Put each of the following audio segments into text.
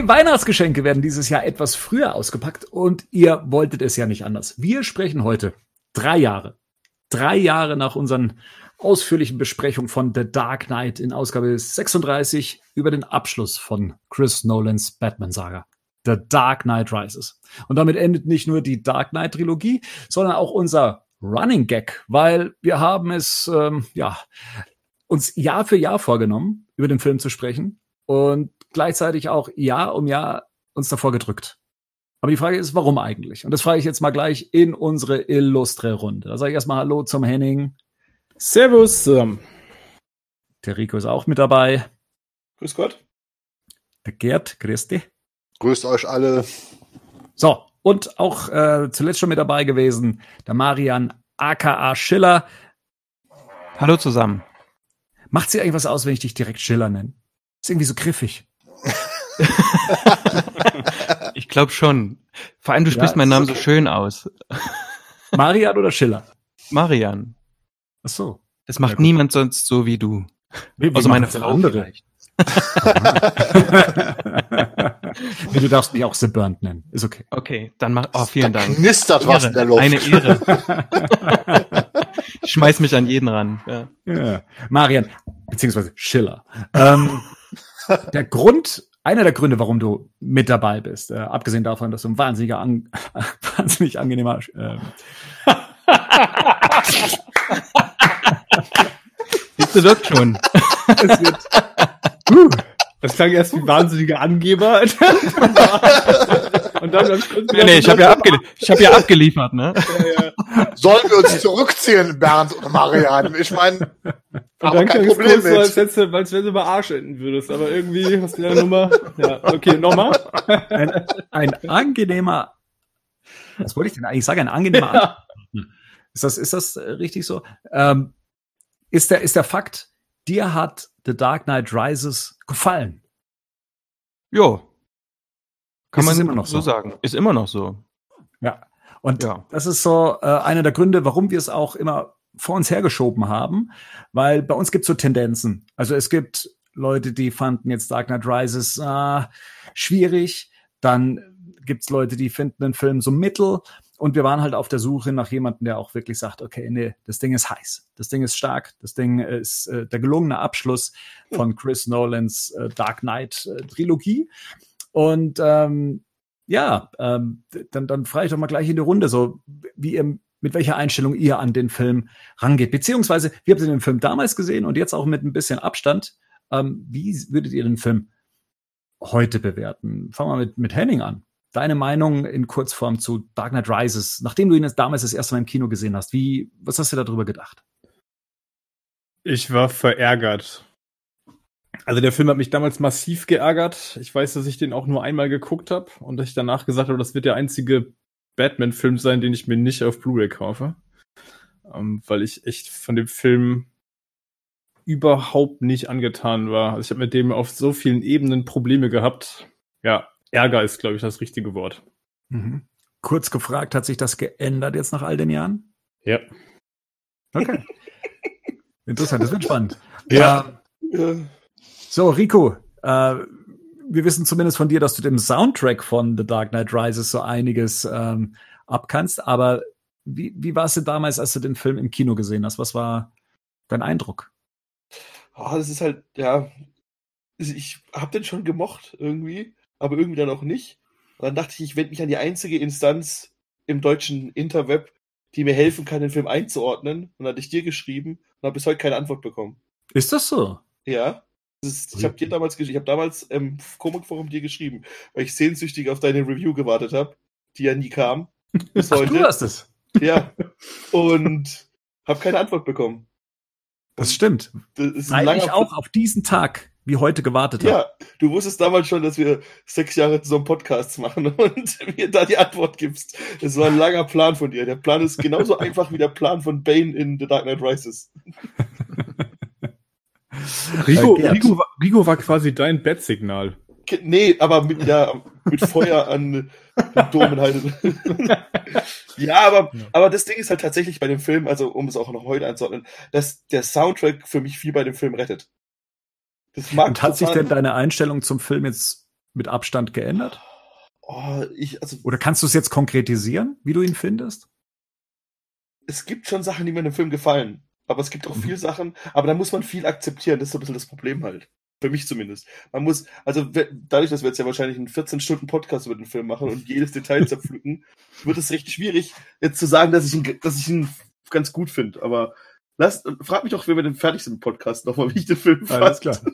Die Weihnachtsgeschenke werden dieses Jahr etwas früher ausgepackt und ihr wolltet es ja nicht anders. Wir sprechen heute 3 Jahre nach unseren ausführlichen Besprechungen von The Dark Knight in Ausgabe 36 über den Abschluss von Chris Nolans Batman-Saga. The Dark Knight Rises. Und damit endet nicht nur die Dark Knight-Trilogie, sondern auch unser Running Gag, weil wir haben es uns Jahr für Jahr vorgenommen, über den Film zu sprechen und gleichzeitig auch Jahr um Jahr uns davor gedrückt. Aber die Frage ist, warum eigentlich? Und das frage ich jetzt mal gleich in unsere illustre Runde. Da sage ich erstmal Hallo zum Henning. Servus. Der Rico ist auch mit dabei. Grüß Gott. Der Gerd, grüß dich. Grüßt euch alle. So, und auch zuletzt schon mit dabei gewesen, der Marian aka Schiller. Hallo zusammen. Macht dir irgendwas aus, wenn ich dich direkt Schiller nenne? Ist irgendwie so griffig. Ich glaube schon. Vor allem, du sprichst meinen Namen so schön aus. Marian oder Schiller? Marian. Ach so. Das macht niemand sonst so wie du. Also meine Frau andere. Nee, du darfst mich auch The Burnt nennen. Ist okay. Okay, dann mach. Oh, vielen Dank. Knistert was in der Luft. Eine Ehre. Ich schmeiß mich an jeden ran. Ja. Ja. Marian, beziehungsweise Schiller. Einer der Gründe, warum du mit dabei bist, abgesehen davon, dass du ein wahnsinnig angenehmer Siehst du das schon? Das klang erst wie wahnsinniger Angeber, Alter. Und dann Nee, ich habe ja abgeliefert, ne? Ja. Sollen wir uns zurückziehen, Bernd und Marian? Ich meine, Aber kein Problem so, als mit. wenn du bei Arsch enden würdest. Aber irgendwie hast du ja Nummer. Ja, okay, nochmal. ein angenehmer, was wollte ich denn eigentlich sagen? Ein angenehmer Ist das richtig so? Ist der Fakt, dir hat The Dark Knight Rises gefallen? Jo. Kann Ist man es immer noch so sagen. Ist immer noch so. Ja. Und Ja. das ist so einer der Gründe, warum wir es auch immer vor uns hergeschoben haben, weil bei uns gibt es so Tendenzen. Also es gibt Leute, die fanden jetzt Dark Knight Rises schwierig. Dann gibt's Leute, die finden den Film so mittel. Und wir waren halt auf der Suche nach jemandem, der auch wirklich sagt, okay, nee, das Ding ist heiß, das Ding ist stark, das Ding ist der gelungene Abschluss von Chris Nolans Dark Knight Trilogie. Und dann frage ich doch mal gleich in die Runde, so mit welcher Einstellung ihr an den Film rangeht. Beziehungsweise, wie habt ihr den Film damals gesehen und jetzt auch mit ein bisschen Abstand? Wie würdet ihr den Film heute bewerten? Fangen wir mit Henning an. Deine Meinung in Kurzform zu Dark Knight Rises, nachdem du ihn damals das erste Mal im Kino gesehen hast. Was hast du darüber gedacht? Ich war verärgert. Also der Film hat mich damals massiv geärgert. Ich weiß, dass ich den auch nur einmal geguckt habe und dass ich danach gesagt habe, das wird der einzige Batman-Film sein, den ich mir nicht auf Blu-ray kaufe. Weil ich echt von dem Film überhaupt nicht angetan war. Also ich habe mit dem auf so vielen Ebenen Probleme gehabt. Ja, Ärger ist, glaube ich, das richtige Wort. Mhm. Kurz gefragt, hat sich das geändert jetzt nach all den Jahren? Ja. Okay. Interessant, das wird spannend. Ja. So, Rico, wir wissen zumindest von dir, dass du dem Soundtrack von The Dark Knight Rises so einiges abkannst. Aber wie war es denn damals, als du den Film im Kino gesehen hast? Was war dein Eindruck? Das ist halt, ja, ich habe den schon gemocht irgendwie, aber irgendwie dann auch nicht. Und dann dachte ich wende mich an die einzige Instanz im deutschen Interweb, die mir helfen kann, den Film einzuordnen. Und dann hatte ich dir geschrieben und habe bis heute keine Antwort bekommen. Ist das so? Ja. Ich habe damals im Comic-Forum dir geschrieben, weil ich sehnsüchtig auf deine Review gewartet habe, die ja nie kam. Bis heute. Du hast es. Ja. Und habe keine Antwort bekommen. Das stimmt. Das ist Weil ich auch auf diesen Tag wie heute gewartet habe. Ja, du wusstest damals schon, dass wir 6 Jahre zusammen Podcasts machen und mir da die Antwort gibst. Das war ein langer Plan von dir. Der Plan ist genauso einfach wie der Plan von Bane in The Dark Knight Rises. Rico war quasi dein Bettsignal. Nee, aber mit Feuer an den Domen halt. Ja, aber das Ding ist halt tatsächlich bei dem Film, also um es auch noch heute einzuordnen, dass der Soundtrack für mich viel bei dem Film rettet. Das mag Und hat sich denn deine Einstellung zum Film jetzt mit Abstand geändert? Also Oder kannst du es jetzt konkretisieren, wie du ihn findest? es gibt schon Sachen, die mir in dem Film gefallen. Aber es gibt auch viel Sachen, aber da muss man viel akzeptieren. Das ist so ein bisschen das Problem halt. Für mich zumindest. Man muss, also dadurch, dass wir jetzt ja wahrscheinlich einen 14-Stunden-Podcast über den Film machen und jedes Detail zerpflücken, wird es recht schwierig, jetzt zu sagen, dass ich ihn ganz gut finde. Aber frag mich doch, wenn wir denn fertig sind im Podcast, nochmal, wie ich den Film fand. Alles klar.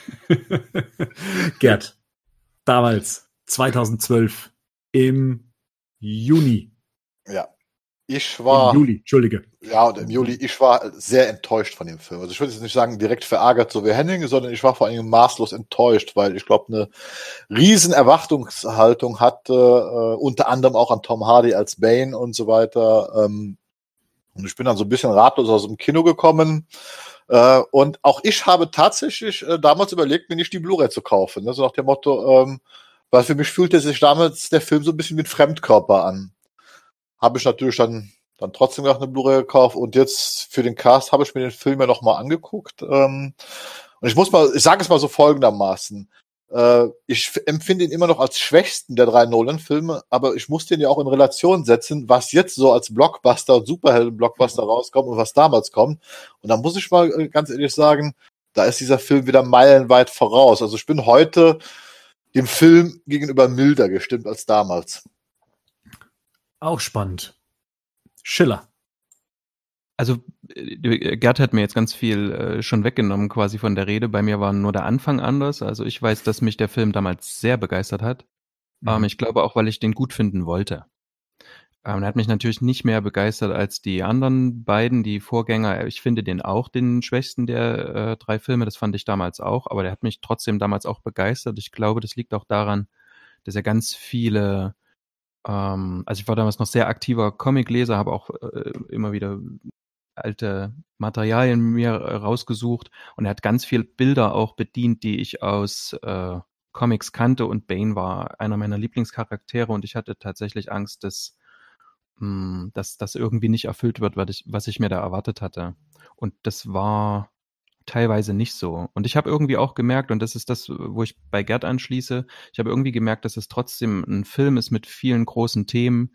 Gerd, damals, 2012, im Juni. Ja. Ich Im war, Juli, Entschuldige. ja, und im Juli, ich war sehr enttäuscht von dem Film. Also ich würde jetzt nicht sagen direkt verärgert, so wie Henning, sondern ich war vor allem maßlos enttäuscht, weil ich glaube, eine riesen Erwartungshaltung hatte, unter anderem auch an Tom Hardy als Bane und so weiter. Und ich bin dann so ein bisschen ratlos aus dem Kino gekommen. Und auch ich habe tatsächlich damals überlegt, mir nicht die Blu-ray zu kaufen. Ne? So nach dem Motto, weil für mich fühlte sich damals der Film so ein bisschen wie ein Fremdkörper an. Habe ich natürlich dann trotzdem noch eine Blu-ray gekauft und jetzt für den Cast habe ich mir den Film ja nochmal angeguckt. Und ich sage es mal so folgendermaßen. Ich empfinde ihn immer noch als schwächsten der 3 Nolan-Filme, aber ich muss den ja auch in Relation setzen, was jetzt so als Blockbuster und Superhelden-Blockbuster rauskommt und was damals kommt. Und da muss ich mal ganz ehrlich sagen, da ist dieser Film wieder meilenweit voraus. Also ich bin heute dem Film gegenüber milder gestimmt als damals. Auch spannend. Schiller. Also Gerd hat mir jetzt ganz viel schon weggenommen quasi von der Rede. Bei mir war nur der Anfang anders. Also ich weiß, dass mich der Film damals sehr begeistert hat. Ich glaube auch, weil ich den gut finden wollte. Er hat mich natürlich nicht mehr begeistert als die anderen beiden, die Vorgänger. Ich finde den auch den schwächsten der 3 Filme. Das fand ich damals auch. Aber der hat mich trotzdem damals auch begeistert. Ich glaube, das liegt auch daran, dass er ganz viele also ich war damals noch sehr aktiver Comicleser, habe auch immer wieder alte Materialien mir rausgesucht und er hat ganz viele Bilder auch bedient, die ich aus Comics kannte und Bane war einer meiner Lieblingscharaktere und ich hatte tatsächlich Angst, dass das irgendwie nicht erfüllt wird, was ich mir da erwartet hatte. Und das war teilweise nicht so. Und ich habe irgendwie auch gemerkt, und das ist das, wo ich bei Gerd anschließe, ich habe irgendwie gemerkt, dass es trotzdem ein Film ist mit vielen großen Themen,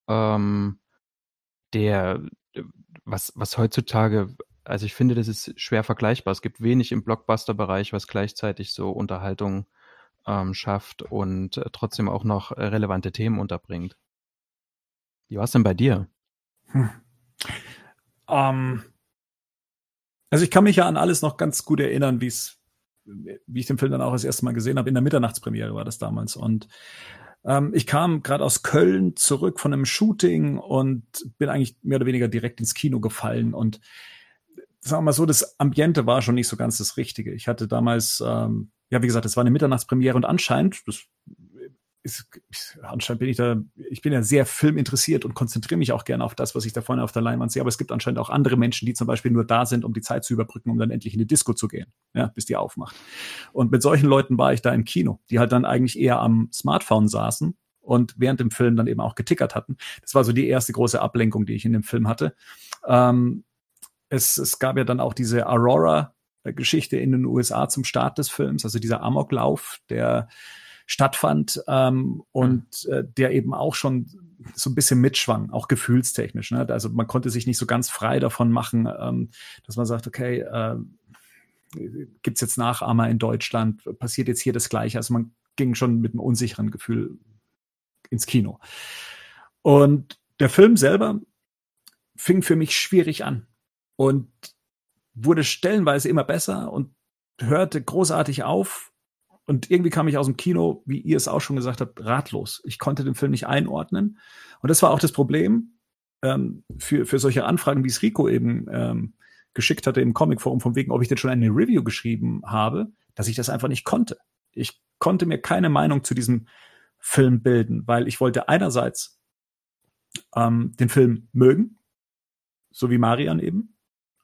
was heutzutage, also ich finde, das ist schwer vergleichbar. Es gibt wenig im Blockbuster-Bereich, was gleichzeitig so Unterhaltung schafft und trotzdem auch noch relevante Themen unterbringt. Wie war es denn bei dir? Also ich kann mich ja an alles noch ganz gut erinnern, wie ich den Film dann auch das erste Mal gesehen habe. In der Mitternachtspremiere war das damals. Und ich kam gerade aus Köln zurück von einem Shooting und bin eigentlich mehr oder weniger direkt ins Kino gefallen. Und sagen wir mal so, das Ambiente war schon nicht so ganz das Richtige. Ich hatte damals, ja, wie gesagt, es war eine Mitternachtspremiere und anscheinend ich bin ja sehr filminteressiert und konzentriere mich auch gerne auf das, was ich da vorne auf der Leinwand sehe. Aber es gibt anscheinend auch andere Menschen, die zum Beispiel nur da sind, um die Zeit zu überbrücken, um dann endlich in die Disco zu gehen, ja, bis die aufmacht. Und mit solchen Leuten war ich da im Kino, die halt dann eigentlich eher am Smartphone saßen und während dem Film dann eben auch getickert hatten. Das war so die erste große Ablenkung, die ich in dem Film hatte. Es gab ja dann auch diese Aurora-Geschichte in den USA zum Start des Films, also dieser Amoklauf, der stattfand und der eben auch schon so ein bisschen mitschwang, auch gefühlstechnisch. Ne? Also man konnte sich nicht so ganz frei davon machen, dass man sagt, okay, gibt's jetzt Nachahmer in Deutschland, passiert jetzt hier das Gleiche. Also man ging schon mit einem unsicheren Gefühl ins Kino. Und der Film selber fing für mich schwierig an und wurde stellenweise immer besser und hörte großartig auf. Und irgendwie kam ich aus dem Kino, wie ihr es auch schon gesagt habt, ratlos. Ich konnte den Film nicht einordnen. Und das war auch das Problem für solche Anfragen, wie es Rico eben geschickt hatte im Comicforum, von wegen, ob ich denn schon eine Review geschrieben habe, dass ich das einfach nicht konnte. Ich konnte mir keine Meinung zu diesem Film bilden, weil ich wollte einerseits den Film mögen, so wie Marian eben,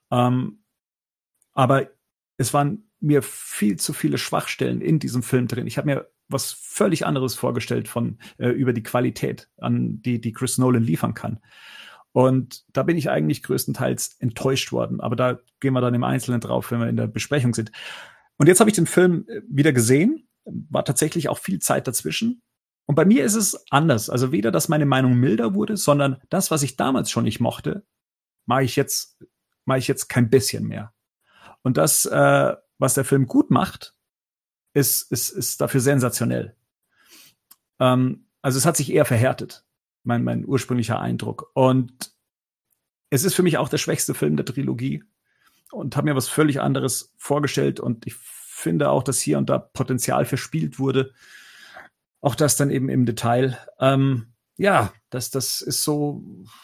aber es waren mir viel zu viele Schwachstellen in diesem Film drin. Ich habe mir was völlig anderes vorgestellt über die Qualität, die Chris Nolan liefern kann. Und da bin ich eigentlich größtenteils enttäuscht worden. Aber da gehen wir dann im Einzelnen drauf, wenn wir in der Besprechung sind. Und jetzt habe ich den Film wieder gesehen, war tatsächlich auch viel Zeit dazwischen. Und bei mir ist es anders. Also weder, dass meine Meinung milder wurde, sondern das, was ich damals schon nicht mochte, mache ich jetzt kein bisschen mehr. Und das, was der Film gut macht, ist dafür sensationell. Also es hat sich eher verhärtet, mein ursprünglicher Eindruck. Und es ist für mich auch der schwächste Film der Trilogie und habe mir was völlig anderes vorgestellt. Und ich finde auch, dass hier und da Potenzial verspielt wurde. Auch das dann eben im Detail. Das ist so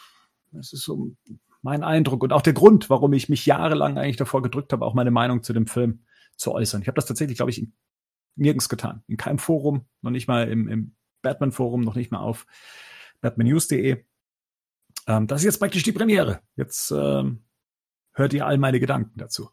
mein Eindruck und auch der Grund, warum ich mich jahrelang eigentlich davor gedrückt habe, auch meine Meinung zu dem Film zu äußern. Ich habe das tatsächlich, glaube ich, nirgends getan. In keinem Forum, noch nicht mal im Batman-Forum, noch nicht mal auf batmannews.de. Das ist jetzt praktisch die Premiere. Jetzt hört ihr all meine Gedanken dazu.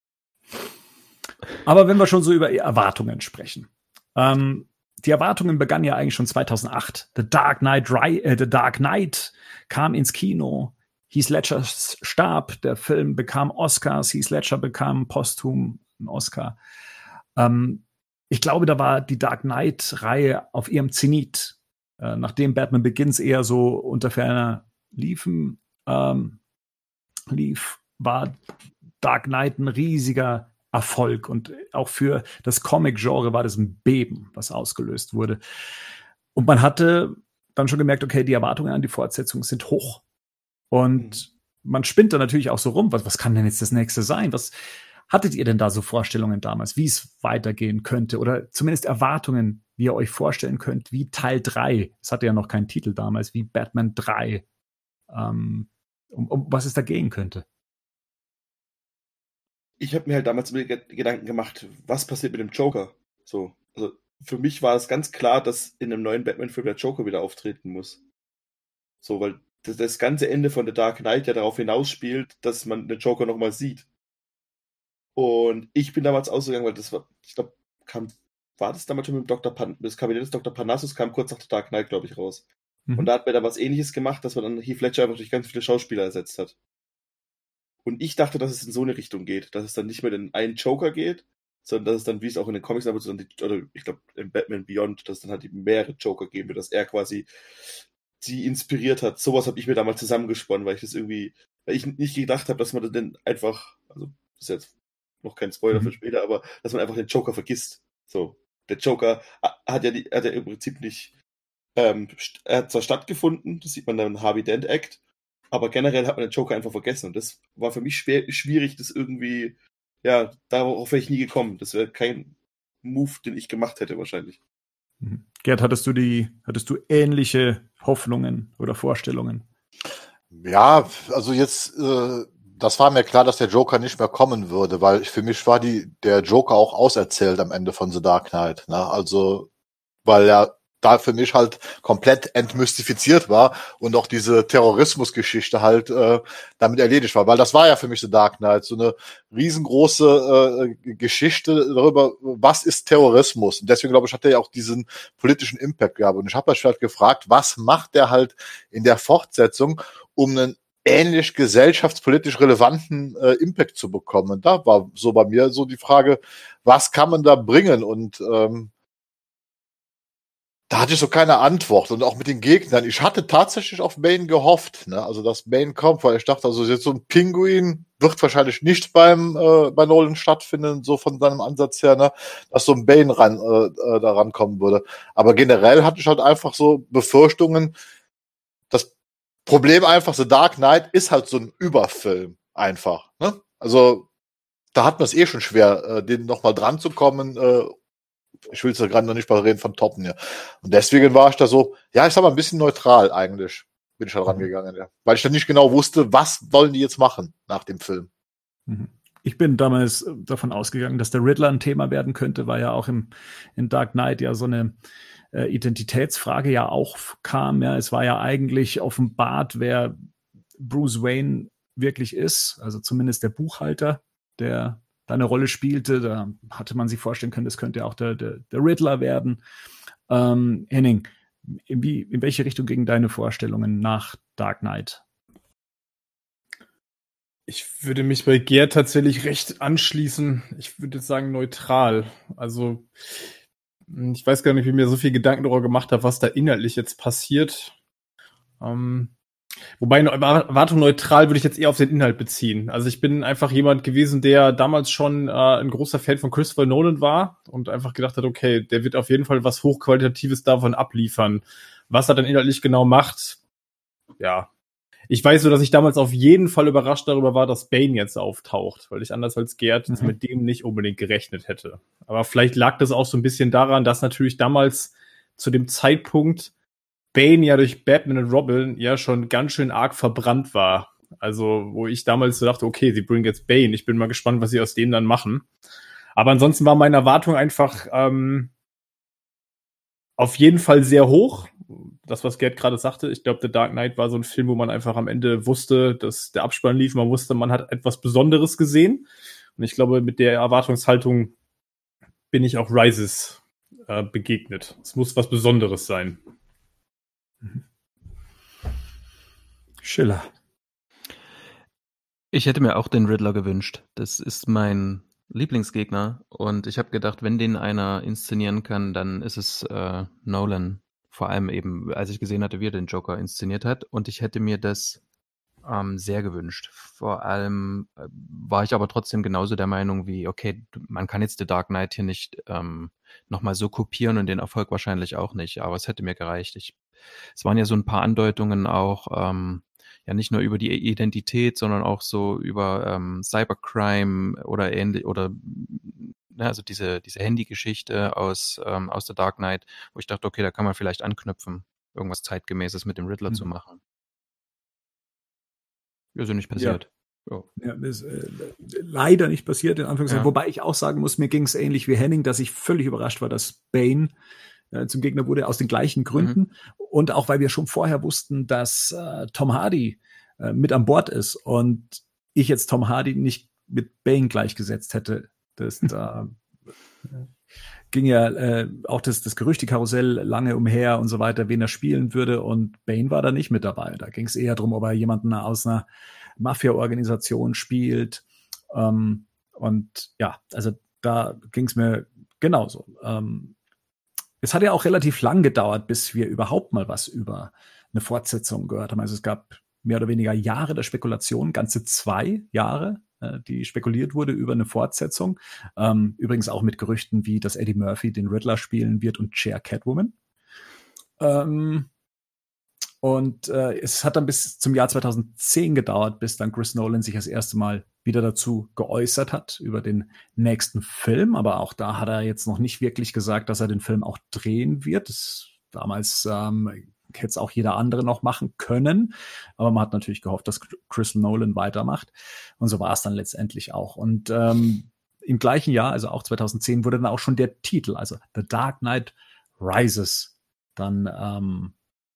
Aber wenn wir schon so über Erwartungen sprechen. Die Erwartungen begannen ja eigentlich schon 2008. The Dark Knight kam ins Kino. Heath Ledger starb. Der Film bekam Oscars. Heath Ledger bekam posthum einen Oscar. Ich glaube, da war die Dark Knight-Reihe auf ihrem Zenit. Nachdem Batman Begins eher so unter ferner lief, war Dark Knight ein riesiger Erfolg. Und auch für das Comic-Genre war das ein Beben, was ausgelöst wurde. Und man hatte dann schon gemerkt, okay, die Erwartungen an die Fortsetzung sind hoch. Und man spinnt da natürlich auch so rum, was kann denn jetzt das nächste sein? Was hattet ihr denn da so Vorstellungen damals, wie es weitergehen könnte? Oder zumindest Erwartungen, wie ihr euch vorstellen könnt, wie Teil 3, es hatte ja noch keinen Titel damals, wie Batman 3, um was es da gehen könnte? Ich habe mir halt damals immer Gedanken gemacht, was passiert mit dem Joker? So, also für mich war es ganz klar, dass in einem neuen Batman-Film der Joker wieder auftreten muss. So, weil das ganze Ende von The Dark Knight ja darauf hinausspielt, dass man den Joker nochmal sieht. Und ich bin damals ausgegangen, weil das war, ich glaube, war das damals schon mit dem das Kabinett des Dr. Parnassus kam kurz nach The Dark Knight, glaube ich, raus. Und da hat man da was Ähnliches gemacht, dass man dann Heath Ledger einfach durch ganz viele Schauspieler ersetzt hat. Und ich dachte, dass es in so eine Richtung geht, dass es dann nicht mehr den einen Joker geht, sondern dass es dann, wie es auch in den Comics aber oder ich glaube in Batman Beyond, dass es dann halt mehrere Joker geben wird, dass er quasi sie inspiriert hat. Sowas habe ich mir damals zusammengesponnen, weil ich nicht gedacht habe, dass man dann einfach, also das ist jetzt noch kein Spoiler für später, aber dass man einfach den Joker vergisst. So, der Joker hat ja im Prinzip nicht, er hat zwar stattgefunden, das sieht man dann im Harvey Dent Act, aber generell hat man den Joker einfach vergessen und das war für mich schwierig, das irgendwie, ja, darauf wäre ich nie gekommen. Das wäre kein Move, den ich gemacht hätte wahrscheinlich. Gerd, hattest du ähnliche Hoffnungen oder Vorstellungen? Ja, also jetzt, das war mir klar, dass der Joker nicht mehr kommen würde, weil für mich war der Joker auch auserzählt am Ende von The Dark Knight, ne? Also, weil er da für mich halt komplett entmystifiziert war und auch diese Terrorismusgeschichte halt damit erledigt war, weil das war ja für mich The Dark Knight, so eine riesengroße Geschichte darüber, was ist Terrorismus, und deswegen glaube ich, hat er ja auch diesen politischen Impact gehabt, und ich habe mich halt gefragt, was macht der halt in der Fortsetzung, um einen ähnlich gesellschaftspolitisch relevanten Impact zu bekommen. Da war so bei mir so die Frage, was kann man da bringen, und da hatte ich so keine Antwort, und auch mit den Gegnern. Ich hatte tatsächlich auf Bane gehofft, ne? Also, dass Bane kommt, weil ich dachte, also jetzt so ein Pinguin wird wahrscheinlich nicht bei Nolan stattfinden, so von seinem Ansatz her, ne? Dass so ein Bane da rankommen würde. Aber generell hatte ich halt einfach so Befürchtungen. Das Problem einfach, The Dark Knight ist halt so ein Überfilm einfach, ne? Also, da hat man es schon schwer, den nochmal dran zu kommen, ich will jetzt ja gerade noch nicht mal reden von Toppen hier. Und deswegen war ich da so, ja, ich sag mal ein bisschen neutral eigentlich, bin ich da rangegangen, ja. Weil ich dann nicht genau wusste, was wollen die jetzt machen nach dem Film. Ich bin damals davon ausgegangen, dass der Riddler ein Thema werden könnte, weil ja auch in Dark Knight ja so eine Identitätsfrage ja auch kam. Ja, es war ja eigentlich offenbart, wer Bruce Wayne wirklich ist, also zumindest der Buchhalter, der da eine Rolle spielte. Da hatte man sich vorstellen können, das könnte auch der Riddler werden. Henning, in welche Richtung gingen deine Vorstellungen nach Dark Knight? Ich würde mich bei Gerd tatsächlich recht anschließen. Ich würde jetzt sagen neutral. Also Ich weiß gar nicht, wie ich mir so viel Gedanken darüber gemacht habe, was da inhaltlich jetzt passiert. Wobei, Erwartung neutral würde ich jetzt eher auf den Inhalt beziehen. Also ich bin einfach jemand gewesen, der damals schon ein großer Fan von Christopher Nolan war und einfach gedacht hat, okay, der wird auf jeden Fall was Hochqualitatives davon abliefern. Was er dann inhaltlich genau macht, ja. Ich weiß nur, dass ich damals auf jeden Fall überrascht darüber war, dass Bane jetzt auftaucht, weil ich anders als Gerd mit dem nicht unbedingt gerechnet hätte. Aber vielleicht lag das auch so ein bisschen daran, dass natürlich damals zu dem Zeitpunkt Bane ja durch Batman und Robin ja schon ganz schön arg verbrannt war. Also, wo ich damals so dachte, okay, sie bringen jetzt Bane. Ich bin mal gespannt, was sie aus dem dann machen. Aber ansonsten war meine Erwartung einfach auf jeden Fall sehr hoch. Das, was Gerd gerade sagte, ich glaube, The Dark Knight war so ein Film, wo man einfach am Ende wusste, dass der Abspann lief. Man wusste, man hat etwas Besonderes gesehen. Und ich glaube, mit der Erwartungshaltung bin ich auch Rises begegnet. Es muss was Besonderes sein. Schiller. Ich hätte mir auch den Riddler gewünscht. Das ist mein Lieblingsgegner. Und ich habe gedacht, wenn den einer inszenieren kann, dann ist es Nolan. Vor allem eben, als ich gesehen hatte, wie er den Joker inszeniert hat. Und ich hätte mir das sehr gewünscht. Vor allem war ich aber trotzdem genauso der Meinung wie, okay, man kann jetzt The Dark Knight hier nicht nochmal so kopieren und den Erfolg wahrscheinlich auch nicht. Aber es hätte mir gereicht. Es waren ja so ein paar Andeutungen auch, ja nicht nur über die Identität, sondern auch so über Cybercrime oder ähnlich oder also diese Handy-Geschichte aus The Dark Knight, wo ich dachte, okay, da kann man vielleicht anknüpfen, irgendwas Zeitgemäßes mit dem Riddler zu machen. Ist ja nicht passiert. Ja, ist leider nicht passiert, in Anführungszeichen. Wobei ich auch sagen muss, mir ging es ähnlich wie Henning, dass ich völlig überrascht war, dass Bane zum Gegner wurde, aus den gleichen Gründen. Und auch, weil wir schon vorher wussten, dass Tom Hardy mit an Bord ist und ich jetzt Tom Hardy nicht mit Bane gleichgesetzt hätte. Das ging ja auch das Gerüchtekarussell lange umher und so weiter, wen er spielen würde. Und Bane war da nicht mit dabei. Da ging es eher darum, ob er jemanden aus einer Mafia-Organisation spielt. Und ja, also da ging es mir genauso. Es hat ja auch relativ lang gedauert, bis wir überhaupt mal was über eine Fortsetzung gehört haben. Also es gab mehr oder weniger Jahre der Spekulation, ganze 2 Jahre, die spekuliert wurde über eine Fortsetzung. Übrigens auch mit Gerüchten, wie dass Eddie Murphy den Riddler spielen wird und Cher Catwoman. Und es hat dann bis zum Jahr 2010 gedauert, bis dann Chris Nolan sich das erste Mal wieder dazu geäußert hat über den nächsten Film. Aber auch da hat er jetzt noch nicht wirklich gesagt, dass er den Film auch drehen wird. Damals hätte es auch jeder andere noch machen können. Aber man hat natürlich gehofft, dass Chris Nolan weitermacht. Und so war es dann letztendlich auch. Und im gleichen Jahr, also auch 2010, wurde dann auch schon der Titel, also The Dark Knight Rises, dann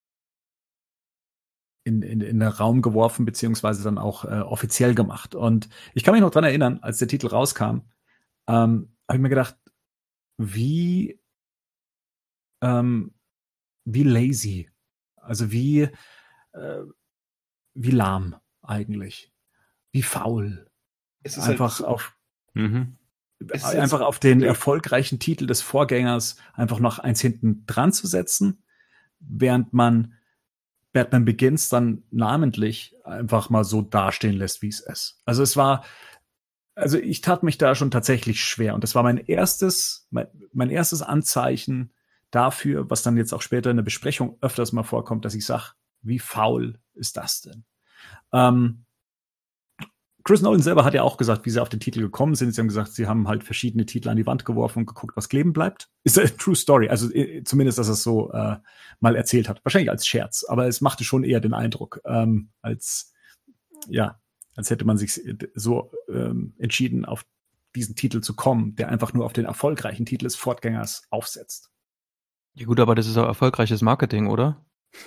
in den Raum geworfen, beziehungsweise dann auch offiziell gemacht. Und ich kann mich noch dran erinnern, als der Titel rauskam, habe ich mir gedacht, wie lazy, also wie lahm eigentlich, wie faul. Es ist einfach halt einfach auf den erfolgreichen Titel des Vorgängers einfach noch eins hinten dran zu setzen, während man Batman Begins dann namentlich einfach mal so dastehen lässt, wie es ist. Also ich tat mich da schon tatsächlich schwer. Und das war mein erstes Anzeichen dafür, was dann jetzt auch später in der Besprechung öfters mal vorkommt, dass ich sage, wie faul ist das denn? Chris Nolan selber hat ja auch gesagt, wie sie auf den Titel gekommen sind. Sie haben gesagt, sie haben halt verschiedene Titel an die Wand geworfen und geguckt, was kleben bleibt. Ist eine True Story. Also zumindest, dass er es so mal erzählt hat. Wahrscheinlich als Scherz. Aber es machte schon eher den Eindruck, als hätte man sich so entschieden, auf diesen Titel zu kommen, der einfach nur auf den erfolgreichen Titel des Fortgängers aufsetzt. Ja gut, aber das ist auch erfolgreiches Marketing, oder?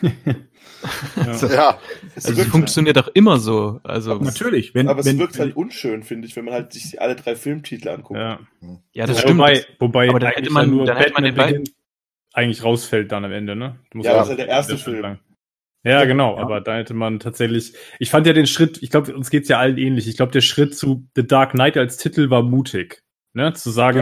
Ja. Es funktioniert doch immer so. Also natürlich. Aber es wirkt halt unschön, finde ich, wenn man halt sich alle 3 Filmtitel anguckt. Ja, das stimmt. Wobei aber dann hätte man den beiden eigentlich rausfällt dann am Ende, ne? Das ist ja der erste Film. Ja, genau, aber da hätte man tatsächlich, ich fand ja den Schritt, ich glaube, uns geht's ja allen ähnlich. Ich glaube, der Schritt zu The Dark Knight als Titel war mutig, ne? Zu sagen,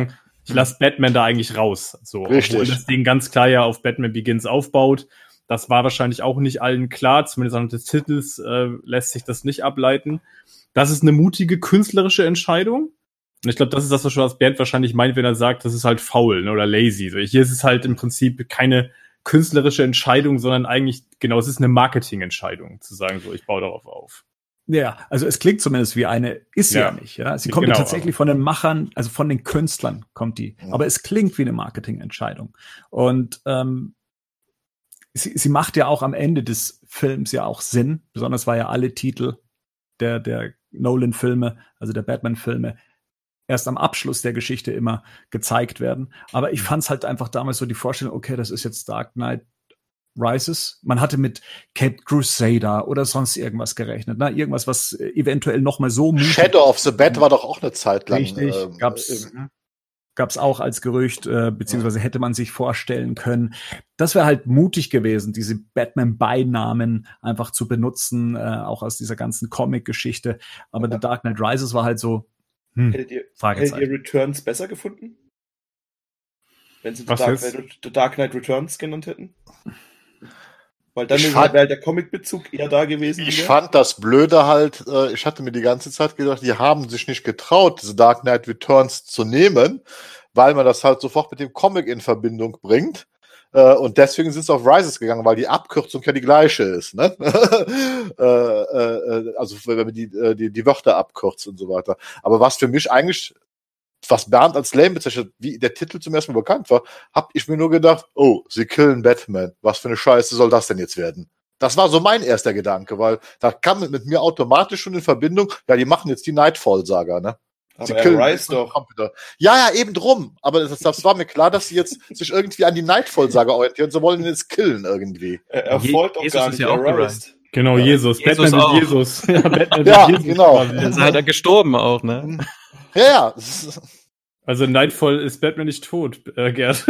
lasse Batman da eigentlich raus. So, Richtig. obwohl das Ding ganz klar ja auf Batman Begins aufbaut. Das war wahrscheinlich auch nicht allen klar, zumindest anhand des Titels lässt sich das nicht ableiten. Das ist eine mutige künstlerische Entscheidung. Und ich glaube, das ist das, was Bernd wahrscheinlich meint, wenn er sagt, das ist halt faul, ne, oder lazy. So, hier ist es halt im Prinzip keine künstlerische Entscheidung, sondern eigentlich, genau, es ist eine Marketingentscheidung, zu sagen, so, ich baue darauf auf. Ja, also es klingt zumindest wie eine, ist sie ja nicht. Ja? Sie kommt Genau, tatsächlich von den Machern, also von den Künstlern kommt die. Ja. Aber es klingt wie eine Marketingentscheidung. Und sie macht ja auch am Ende des Films ja auch Sinn. Besonders weil ja alle Titel der Nolan-Filme, also der Batman-Filme, erst am Abschluss der Geschichte immer gezeigt werden. Aber ich fand es halt einfach damals so die Vorstellung, okay, das ist jetzt Dark Knight Rises. Man hatte mit Cape Crusader oder sonst irgendwas gerechnet. Ne? Irgendwas, was eventuell noch mal so mutig. Shadow of the Bat war doch auch eine Zeit lang. Richtig, gab's auch als Gerücht, beziehungsweise hätte man sich vorstellen können. Das wäre halt mutig gewesen, diese Batman-Beinamen einfach zu benutzen, auch aus dieser ganzen Comic-Geschichte. Aber The Dark Knight Rises war halt so, Hättet ihr Returns besser gefunden? Wenn sie The Dark Knight Returns genannt hätten? Weil dann wäre halt der Comic-Bezug eher da gewesen. Ich fand das Blöde halt, ich hatte mir die ganze Zeit gedacht, die haben sich nicht getraut, diese Dark Knight Returns zu nehmen, weil man das halt sofort mit dem Comic in Verbindung bringt. Und deswegen sind sie auf Rises gegangen, weil die Abkürzung ja die gleiche ist, ne? Also wenn man die Wörter abkürzt und so weiter. Aber was für mich eigentlich, was Bernd als lame bezeichnet, wie der Titel zum ersten Mal bekannt war, hab ich mir nur gedacht, oh, sie killen Batman. Was für eine Scheiße soll das denn jetzt werden? Das war so mein erster Gedanke, weil da kam mit mir automatisch schon in Verbindung, ja, die machen jetzt die Nightfall-Saga, ne? Aber er Rise doch. Computer. Ja, eben drum. Aber das war mir klar, dass sie jetzt sich irgendwie an die Nightfall-Saga orientieren. Sie wollen ihn jetzt killen irgendwie. Er folgt doch gar nicht, ja auch gereist. Genau, ja. Jesus. Jesus Batman auch. mit Jesus. Ja, Batman Ja, mit Jesus genau. quasi. Dann ist er halt gestorben auch, ne? Ja. Also Nightfall ist Batman nicht tot, Gerd.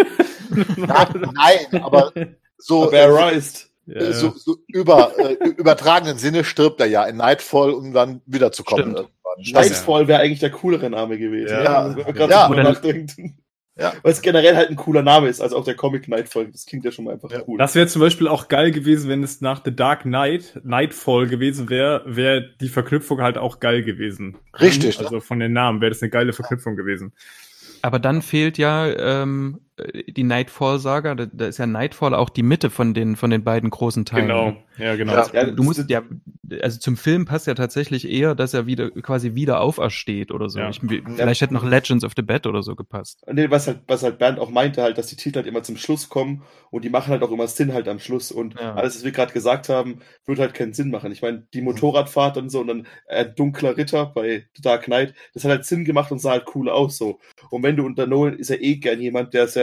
Nein, aber so. Aber er reist. Ja, so übertragenen Sinne stirbt er ja in Nightfall, um dann wiederzukommen. Stimmt. Nightfall wäre eigentlich der coolere Name gewesen. Ja. Wenn man gerade Ja. drüber nachdenkt. Ja. Weil es generell halt ein cooler Name ist, also auch der Comic Nightfall. Das klingt ja schon mal einfach cool. Das wäre zum Beispiel auch geil gewesen, wenn es nach The Dark Knight Nightfall gewesen wäre die Verknüpfung halt auch geil gewesen. Richtig. Also von den Namen wäre das eine geile Verknüpfung gewesen. Aber dann fehlt ja die Nightfall-Saga. Da ist ja Nightfall auch die Mitte von den beiden großen Teilen. Genau, ja, genau. Ja. Du musst ja, also zum Film passt ja tatsächlich eher, dass er wieder aufersteht oder so. Ja. Vielleicht hätte noch Legends of the Bat oder so gepasst. Nee, was halt Bernd auch meinte, halt, dass die Titel halt immer zum Schluss kommen und die machen halt auch immer Sinn halt am Schluss und alles, was wir gerade gesagt haben, würde halt keinen Sinn machen. Ich meine, die Motorradfahrt und so und dann dunkler Ritter bei The Dark Knight, das hat halt Sinn gemacht und sah halt cool aus so. Und wenn du unter Nolan ist er gern jemand, der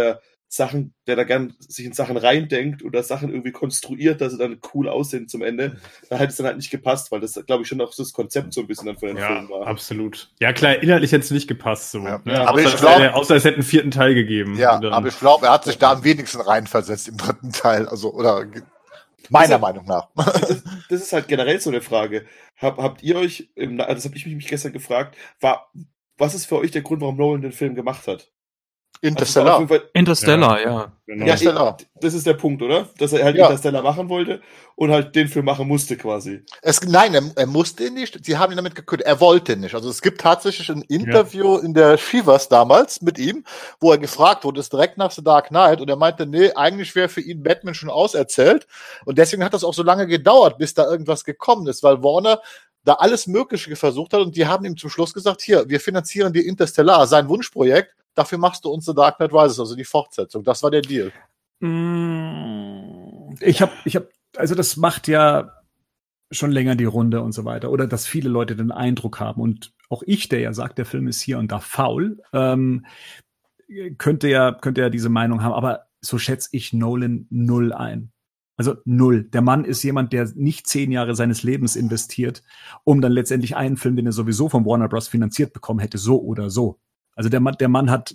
da gern sich in Sachen reindenkt oder Sachen irgendwie konstruiert, dass sie dann cool aussehen zum Ende, da hätte es dann halt nicht gepasst, weil das, glaube ich, schon auch das Konzept so ein bisschen dann von den Filmen war. Absolut. Ja, klar, inhaltlich hätte es nicht gepasst. So, Ja. ne? Aber Außer es hätte einen vierten Teil gegeben. Ja, aber ich glaube, er hat sich da am wenigsten reinversetzt im dritten Teil. Also, oder meiner Meinung nach. Das ist halt generell so eine Frage. Habt ihr euch, das habe ich mich gestern gefragt, was ist für euch der Grund, warum Nolan den Film gemacht hat? Interstellar. Also Interstellar, ja. Genau. Ja, Interstellar. das ist der Punkt, oder? Dass er halt Ja. Interstellar machen wollte und halt den Film machen musste quasi. Nein, er musste ihn nicht. Sie haben ihn damit gekündigt. Er wollte nicht. Also es gibt tatsächlich ein Interview in der Shivers damals mit ihm, wo er gefragt wurde, ist direkt nach The Dark Knight, und er meinte, nee, eigentlich wäre für ihn Batman schon auserzählt. Und deswegen hat das auch so lange gedauert, bis da irgendwas gekommen ist, weil Warner da alles Mögliche versucht hat und die haben ihm zum Schluss gesagt, hier, wir finanzieren dir Interstellar, sein Wunschprojekt, dafür machst du uns The Dark Knight Rises, also die Fortsetzung. Das war der Deal. Also das macht ja schon länger die Runde und so weiter, oder dass viele Leute den Eindruck haben, und auch ich, der ja sagt, der Film ist hier und da faul, könnte ja diese Meinung haben, aber so schätze ich Nolan null ein. Also null. Der Mann ist jemand, der nicht 10 Jahre seines Lebens investiert, um dann letztendlich einen Film, den er sowieso von Warner Bros. Finanziert bekommen hätte, so oder so. Also der Mann hat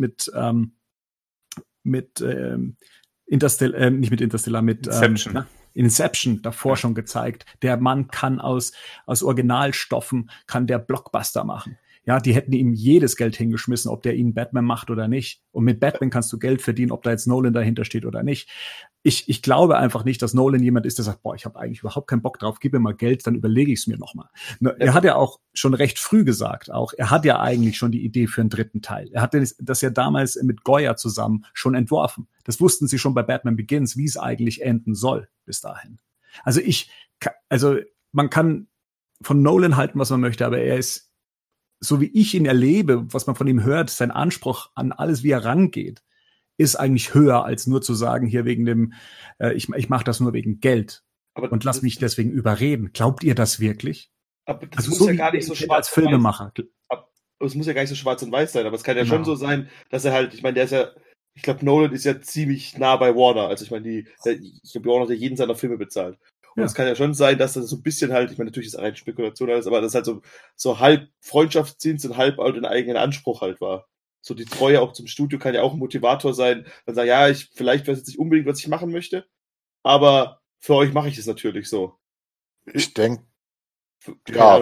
Inception davor schon gezeigt. Der Mann kann aus Originalstoffen, kann der Blockbuster machen. Ja, die hätten ihm jedes Geld hingeschmissen, ob der ihnen Batman macht oder nicht. Und mit Batman kannst du Geld verdienen, ob da jetzt Nolan dahinter steht oder nicht. Ich glaube einfach nicht, dass Nolan jemand ist, der sagt, boah, ich habe eigentlich überhaupt keinen Bock drauf, gib mir mal Geld, dann überlege ich es mir nochmal. Er hat ja auch schon recht früh gesagt, er hat ja eigentlich schon die Idee für einen dritten Teil. Er hat das ja damals mit Goya zusammen schon entworfen. Das wussten sie schon bei Batman Begins, wie es eigentlich enden soll bis dahin. Also man kann von Nolan halten, was man möchte, aber er ist, so wie ich ihn erlebe, was man von ihm hört, sein Anspruch an alles, wie er rangeht, ist eigentlich höher, als nur zu sagen, hier wegen dem, ich mache das nur wegen Geld und lass mich deswegen überreden. Glaubt ihr das wirklich? Aber das muss ja gar nicht so schwarz als Filmemacher. Es muss ja gar nicht so schwarz und weiß sein, aber es kann ja schon so sein, dass er halt, ich meine, der ist ja, ich glaube, Nolan ist ja ziemlich nah bei Warner. Also ich meine, ich glaube, Warner hat ja jeden seiner Filme bezahlt. Und es kann ja schon sein, dass das so ein bisschen halt, ich meine, natürlich ist es rein Spekulation alles, aber das halt so halb Freundschaftsdienst und halb halt ein eigener Anspruch halt war. So die Treue auch zum Studio kann ja auch ein Motivator sein. Dann sagen, ja, vielleicht weiß jetzt nicht unbedingt, was ich machen möchte, aber für euch mache ich es natürlich so. Ich denke, ja.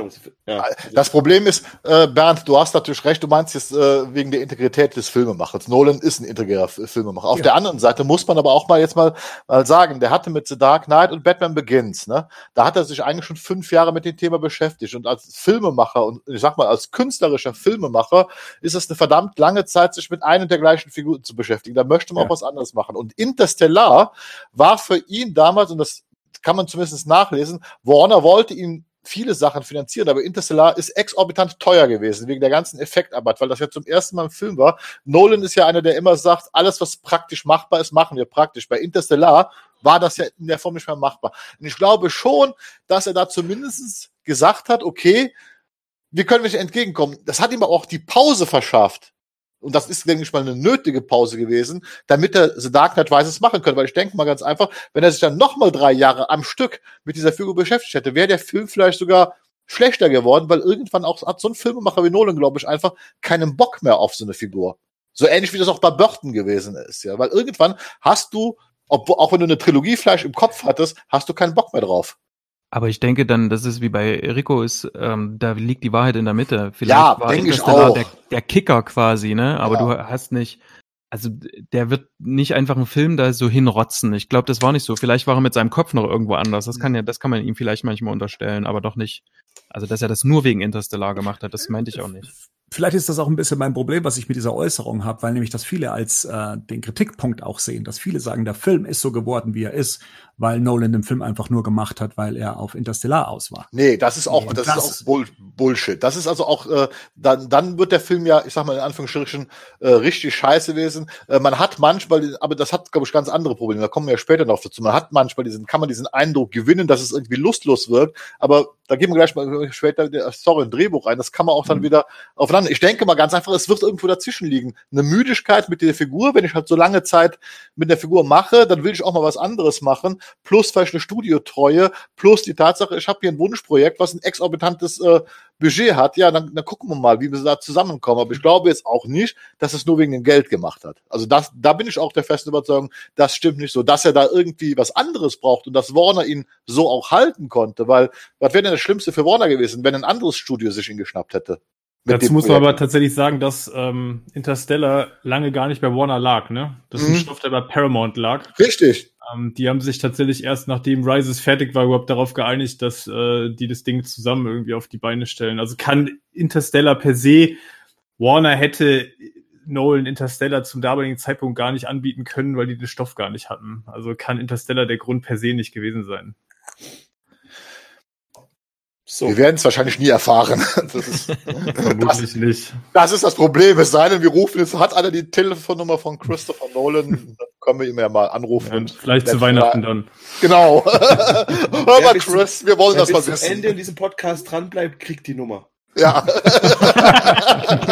Das Problem ist, Bernd, du hast natürlich recht, du meinst jetzt wegen der Integrität des Filmemachers. Nolan ist ein integrierer Filmemacher. Auf der anderen Seite muss man aber auch mal jetzt mal sagen, der hatte mit The Dark Knight und Batman Begins, ne? Da hat er sich eigentlich schon 5 Jahre mit dem Thema beschäftigt. Und als Filmemacher und ich sag mal als künstlerischer Filmemacher ist es eine verdammt lange Zeit, sich mit einer der gleichen Figuren zu beschäftigen. Da möchte man auch was anderes machen. Und Interstellar war für ihn damals, und das kann man zumindest nachlesen, Warner wollte ihn viele Sachen finanzieren, aber Interstellar ist exorbitant teuer gewesen, wegen der ganzen Effektarbeit, weil das ja zum ersten Mal im Film war. Nolan ist ja einer, der immer sagt, alles, was praktisch machbar ist, machen wir praktisch. Bei Interstellar war das ja in der Form nicht mehr machbar. Und ich glaube schon, dass er da zumindest gesagt hat, okay, wir können nicht entgegenkommen. Das hat ihm aber auch die Pause verschafft. Und das ist, denke ich mal, eine nötige Pause gewesen, damit er The Dark Knight Rises machen könnte. Weil ich denke mal ganz einfach, wenn er sich dann nochmal 3 Jahre am Stück mit dieser Figur beschäftigt hätte, wäre der Film vielleicht sogar schlechter geworden, weil irgendwann auch hat so ein Filmemacher wie Nolan, glaube ich, einfach keinen Bock mehr auf so eine Figur. So ähnlich wie das auch bei Burton gewesen ist, ja. Weil irgendwann hast du, auch wenn du eine Trilogie vielleicht im Kopf hattest, hast du keinen Bock mehr drauf. Aber ich denke dann, das ist wie bei Rico ist, da liegt die Wahrheit in der Mitte. Vielleicht Ja, war denke ich Interstellar auch. der Kicker quasi, ne? Aber Ja. du hast nicht, also der wird nicht einfach einen Film da so hinrotzen. Ich glaube, das war nicht so. Vielleicht war er mit seinem Kopf noch irgendwo anders. Das kann man ihm vielleicht manchmal unterstellen, aber doch nicht. Also, dass er das nur wegen Interstellar gemacht hat, das meinte ich auch nicht. Vielleicht ist das auch ein bisschen mein Problem, was ich mit dieser Äußerung habe, weil nämlich das viele als den Kritikpunkt auch sehen, dass viele sagen, der Film ist so geworden, wie er ist, weil Nolan den Film einfach nur gemacht hat, weil er auf Interstellar aus war. Nee, das ist auch, das ist auch Bullshit. Das ist also auch, dann wird der Film ja, ich sag mal in Anführungsstrichen, richtig scheiße gewesen. Man hat manchmal, aber das hat, glaube ich, ganz andere Probleme. Da kommen wir ja später noch dazu. Man hat manchmal kann man diesen Eindruck gewinnen, dass es irgendwie lustlos wirkt. Aber da gehen wir gleich mal später ein Drehbuch ein. Das kann man auch dann wieder aufeinander. Ich denke mal ganz einfach, es wird irgendwo dazwischen liegen. Eine Müdigkeit mit der Figur. Wenn ich halt so lange Zeit mit der Figur mache, dann will ich auch mal was anderes machen. Plus vielleicht eine Studiotreue. Plus die Tatsache, ich habe hier ein Wunschprojekt, was ein exorbitantes Budget hat. Ja, dann gucken wir mal, wie wir da zusammenkommen. Aber ich glaube jetzt auch nicht, dass es nur wegen dem Geld gemacht hat. Also da bin ich auch der festen Überzeugung, das stimmt nicht so. Dass er da irgendwie was anderes braucht und dass Warner ihn so auch halten konnte. Weil, was wäre denn das Schlimmste für Warner gewesen, wenn ein anderes Studio sich ihn geschnappt hätte? Dazu muss man aber tatsächlich sagen, dass Interstellar lange gar nicht bei Warner lag, ne? Das ist ein Stoff, der bei Paramount lag. Richtig. Die haben sich tatsächlich erst, nachdem Rises fertig war, überhaupt darauf geeinigt, dass die das Ding zusammen irgendwie auf die Beine stellen. Also kann Interstellar per se, Warner hätte Nolan Interstellar zum damaligen Zeitpunkt gar nicht anbieten können, weil die den Stoff gar nicht hatten. Also kann Interstellar der Grund per se nicht gewesen sein. So. Wir werden es wahrscheinlich nie erfahren. Das ist, Vermutlich nicht. Das ist das Problem. Es sei denn, wir rufen jetzt, hat einer die Telefonnummer von Christopher Nolan, dann können wir ihn ja mal anrufen. Ja, vielleicht zu Weihnachten dann. Genau. Hör mal, Chris, wir wollen das mal wissen. Wer bis zum Ende in diesem Podcast dranbleibt, kriegt die Nummer. Ja.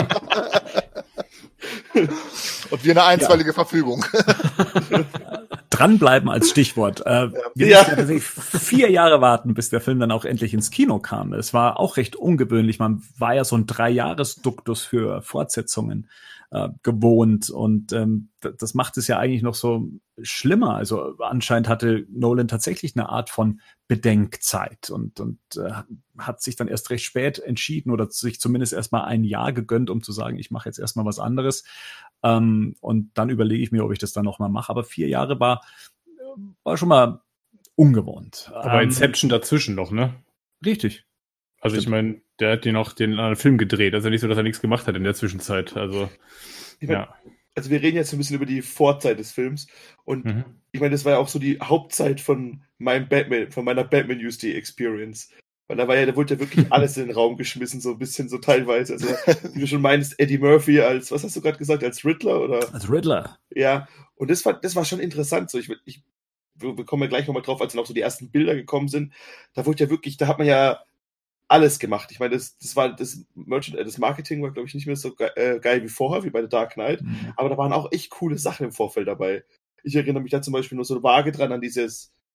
Und wir eine einstweilige Verfügung. Dranbleiben als Stichwort. Wir mussten ja tatsächlich 4 Jahre warten, bis der Film dann auch endlich ins Kino kam. Es war auch recht ungewöhnlich. Man war ja so ein 3-Jahres-Duktus für Fortsetzungen gewohnt. Und das macht es ja eigentlich noch so schlimmer. Also anscheinend hatte Nolan tatsächlich eine Art von Bedenkzeit und hat sich dann erst recht spät entschieden oder sich zumindest erstmal ein Jahr gegönnt, um zu sagen, ich mache jetzt erstmal was anderes. Und dann überlege ich mir, ob ich das dann nochmal mache. Aber 4 Jahre war schon mal ungewohnt. Aber Inception dazwischen noch, ne? Richtig. Also ich meine, der hat den anderen Film gedreht. Also nicht so, dass er nichts gemacht hat in der Zwischenzeit. Also, ich mein, also wir reden jetzt ein bisschen über die Vorzeit des Films. Und ich meine, das war ja auch so die Hauptzeit von meiner Batman USD Experience. Weil da wurde ja wirklich alles in den Raum geschmissen, so ein bisschen so teilweise. Also, wie du schon meinst, Eddie Murphy als, was hast du gerade gesagt, als Riddler? Oder? Als Riddler. Ja, und das war schon interessant. So, wir kommen ja gleich nochmal drauf, als dann auch so die ersten Bilder gekommen sind. Da hat man ja alles gemacht. Ich meine, das Marketing war, glaube ich, nicht mehr so geil wie vorher, wie bei The Dark Knight. Aber da waren auch echt coole Sachen im Vorfeld dabei. Ich erinnere mich da zum Beispiel nur so vage dran an diese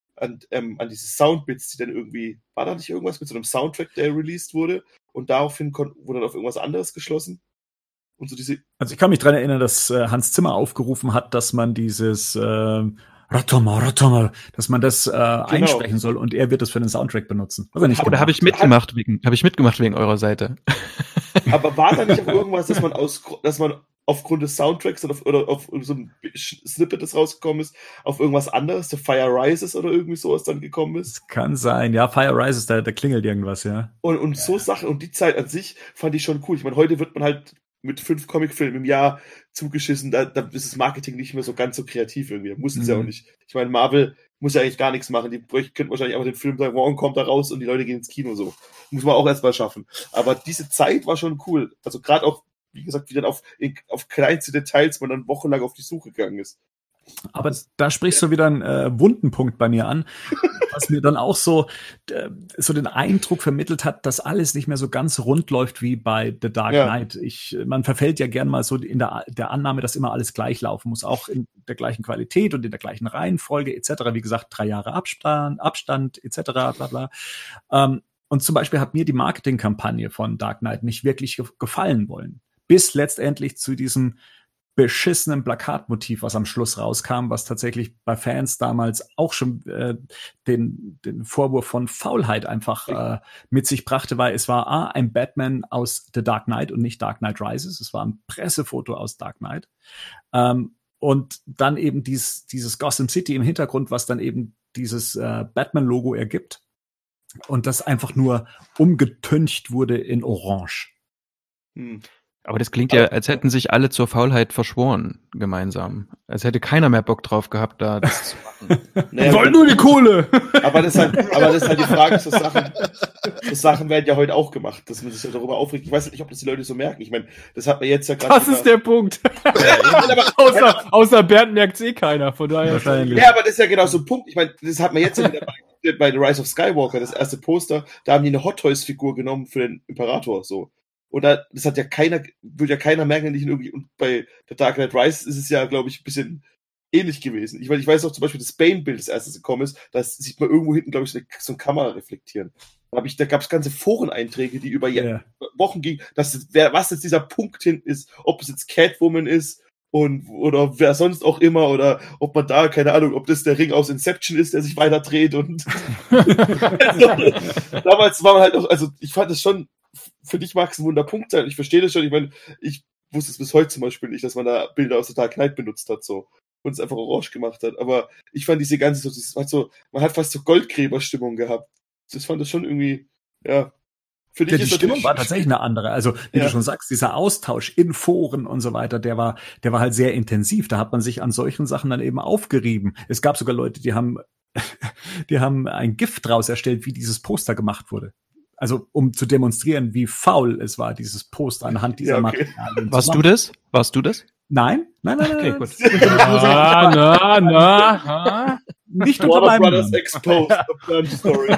Soundbits, die dann irgendwie, war da nicht irgendwas mit so einem Soundtrack, der released wurde und daraufhin wurde dann auf irgendwas anderes geschlossen? Und so also ich kann mich dran erinnern, dass Hans Zimmer aufgerufen hat, dass man dieses Ratoma, dass man das einsprechen soll und er wird das für den Soundtrack benutzen. Oder habe ich mitgemacht wegen eurer Seite? Aber war da nicht auch irgendwas, dass man aufgrund des Soundtracks oder auf so ein Snippet, das rausgekommen ist, auf irgendwas anderes, der Fire Rises oder irgendwie sowas dann gekommen ist? Das kann sein, ja, Fire Rises, da klingelt irgendwas, ja. Und so Sachen, und die Zeit an sich fand ich schon cool. Ich meine, heute wird man halt mit 5 Comicfilmen im Jahr zugeschissen, da ist das Marketing nicht mehr so ganz so kreativ irgendwie. Da muss es ja auch nicht. Ich meine, Marvel muss ja eigentlich gar nichts machen. Die könnten wahrscheinlich einfach den Film sagen, morgen kommt er raus und die Leute gehen ins Kino so. Muss man auch erstmal schaffen. Aber diese Zeit war schon cool. Also gerade auch, wie gesagt, wie dann auf kleinste Details man dann wochenlang auf die Suche gegangen ist. Aber da sprichst du wieder einen wunden Punkt bei mir an, was mir dann auch so den Eindruck vermittelt hat, dass alles nicht mehr so ganz rund läuft wie bei The Dark Knight. Man verfällt ja gern mal so in der Annahme, dass immer alles gleich laufen muss, auch in der gleichen Qualität und in der gleichen Reihenfolge etc. Wie gesagt, 3 Jahre Abstand etc. bla bla. Und zum Beispiel hat mir die Marketingkampagne von Dark Knight nicht wirklich gefallen wollen. Bis letztendlich zu diesem beschissenen Plakatmotiv, was am Schluss rauskam, was tatsächlich bei Fans damals auch schon den Vorwurf von Faulheit einfach mit sich brachte, weil es war ein Batman aus The Dark Knight und nicht Dark Knight Rises. Es war ein Pressefoto aus Dark Knight. Und dann eben dieses Gotham City im Hintergrund, was dann eben dieses Batman-Logo ergibt. Und das einfach nur umgetüncht wurde in Orange. Aber das klingt ja, als hätten sich alle zur Faulheit verschworen, gemeinsam. Als hätte keiner mehr Bock drauf gehabt, da das zu machen. Wir wollen nur die Kohle! Aber das ist halt die Frage, so Sachen werden ja heute auch gemacht, dass man sich ja darüber aufregt. Ich weiß nicht, ob das die Leute so merken. Ich meine, das hat man jetzt ja gerade. Das ist der Punkt. außer Bernd merkt's eh keiner, von daher. Wahrscheinlich. Ja, aber das ist ja genau so ein Punkt. Ich meine, das hat man jetzt ja wieder bei The Rise of Skywalker, das erste Poster, da haben die eine Hot Toys Figur genommen für den Imperator, so. Oder das hat ja würde ja keiner merken, nicht irgendwie, und bei The Dark Knight Rises ist es ja, glaube ich, ein bisschen ähnlich gewesen. Ich weiß auch zum Beispiel, das Bane-Bild, das erste gekommen ist, das sieht man irgendwo hinten, glaube ich, so eine Kamera reflektieren. Da gab es ganze Foreneinträge, die über Wochen gingen, was jetzt dieser Punkt hinten ist, ob es jetzt Catwoman ist oder wer sonst auch immer, oder ob man da, keine Ahnung, ob das der Ring aus Inception ist, der sich weiter dreht und damals war man halt noch, also ich fand es schon, für dich mag es ein Wunderpunkt sein. Ich verstehe das schon. Ich meine, ich wusste es bis heute zum Beispiel nicht, dass man da Bilder aus The Dark Knight benutzt hat, so. Und es einfach orange gemacht hat. Aber ich fand diese ganze, man hat fast so Goldgräberstimmung gehabt. Das fand ich schon irgendwie, ja. Für dich die Stimmung war tatsächlich eine andere. Also, wie du schon sagst, dieser Austausch in Foren und so weiter, der war halt sehr intensiv. Da hat man sich an solchen Sachen dann eben aufgerieben. Es gab sogar Leute, die haben ein GIF draus erstellt, wie dieses Poster gemacht wurde. Also, um zu demonstrieren, wie faul es war, dieses Poster anhand dieser Materialien. Warst du das? Nein. Okay, gut. Nicht unter meinem Brothers Exposed, the Story.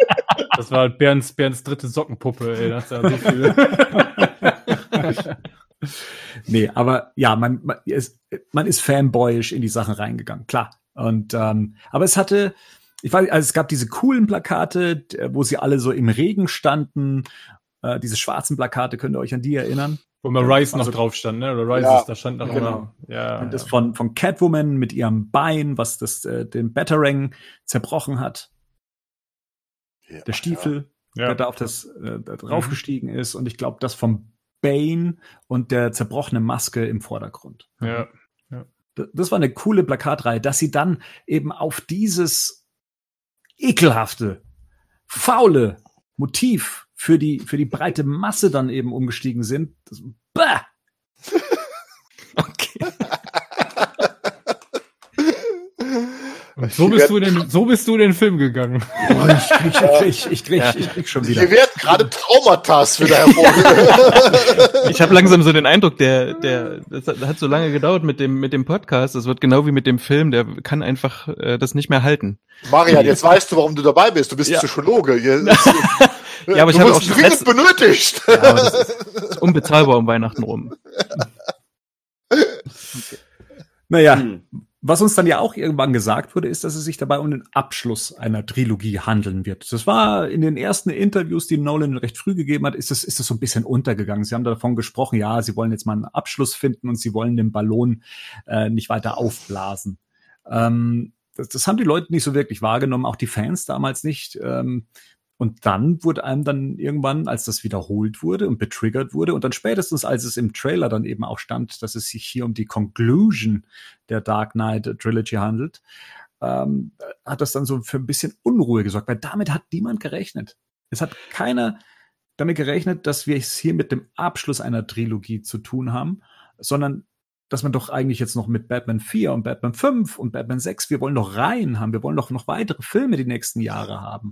Das war Bernds dritte Sockenpuppe, ey. Das ist ja so viel. Nee, aber ja, man ist fanboyisch in die Sachen reingegangen, klar. Und aber es hatte, ich weiß, also es gab diese coolen Plakate, wo sie alle so im Regen standen. Diese schwarzen Plakate, könnt ihr euch an die erinnern? Wo mal Rise noch drauf stand, ne? Oder Rises, da stand noch genau. Ja. Und das von Catwoman mit ihrem Bein, was den Batarang zerbrochen hat. Ja, Der Stiefel, der da auf da draufgestiegen ist. Und ich glaube, das vom Bane und der zerbrochene Maske im Vordergrund. Ja. Das war eine coole Plakatreihe, dass sie dann eben auf dieses ekelhafte, faule Motiv für die breite Masse dann eben umgestiegen sind. Bah! Okay. Und so bist du in den Film gegangen. Ich krieg schon wieder. Hier werden gerade Traumata wieder hervorgehoben. Ich habe langsam so den Eindruck, das hat so lange gedauert mit dem Podcast. Das wird genau wie mit dem Film. Der kann einfach das nicht mehr halten. Marian, jetzt weißt du, warum du dabei bist. Du bist Psychologe. Ja, aber ich habe auch dringend benötigt. Ja, aber das ist unbezahlbar um Weihnachten rum. Okay. Naja, was uns dann ja auch irgendwann gesagt wurde, ist, dass es sich dabei um den Abschluss einer Trilogie handeln wird. Das war in den ersten Interviews, die Nolan recht früh gegeben hat, ist das so ein bisschen untergegangen. Sie haben davon gesprochen, ja, sie wollen jetzt mal einen Abschluss finden und sie wollen den Ballon nicht weiter aufblasen. Das haben die Leute nicht so wirklich wahrgenommen, auch die Fans damals nicht. Und dann wurde einem dann irgendwann, als das wiederholt wurde und betriggert wurde und dann spätestens, als es im Trailer dann eben auch stand, dass es sich hier um die Conclusion der Dark Knight Trilogy handelt, hat das dann so für ein bisschen Unruhe gesorgt, weil damit hat niemand gerechnet. Es hat keiner damit gerechnet, dass wir es hier mit dem Abschluss einer Trilogie zu tun haben, sondern dass man doch eigentlich jetzt noch mit Batman 4 und Batman 5 und Batman 6, wir wollen doch Reihen haben, wir wollen doch noch weitere Filme die nächsten Jahre haben.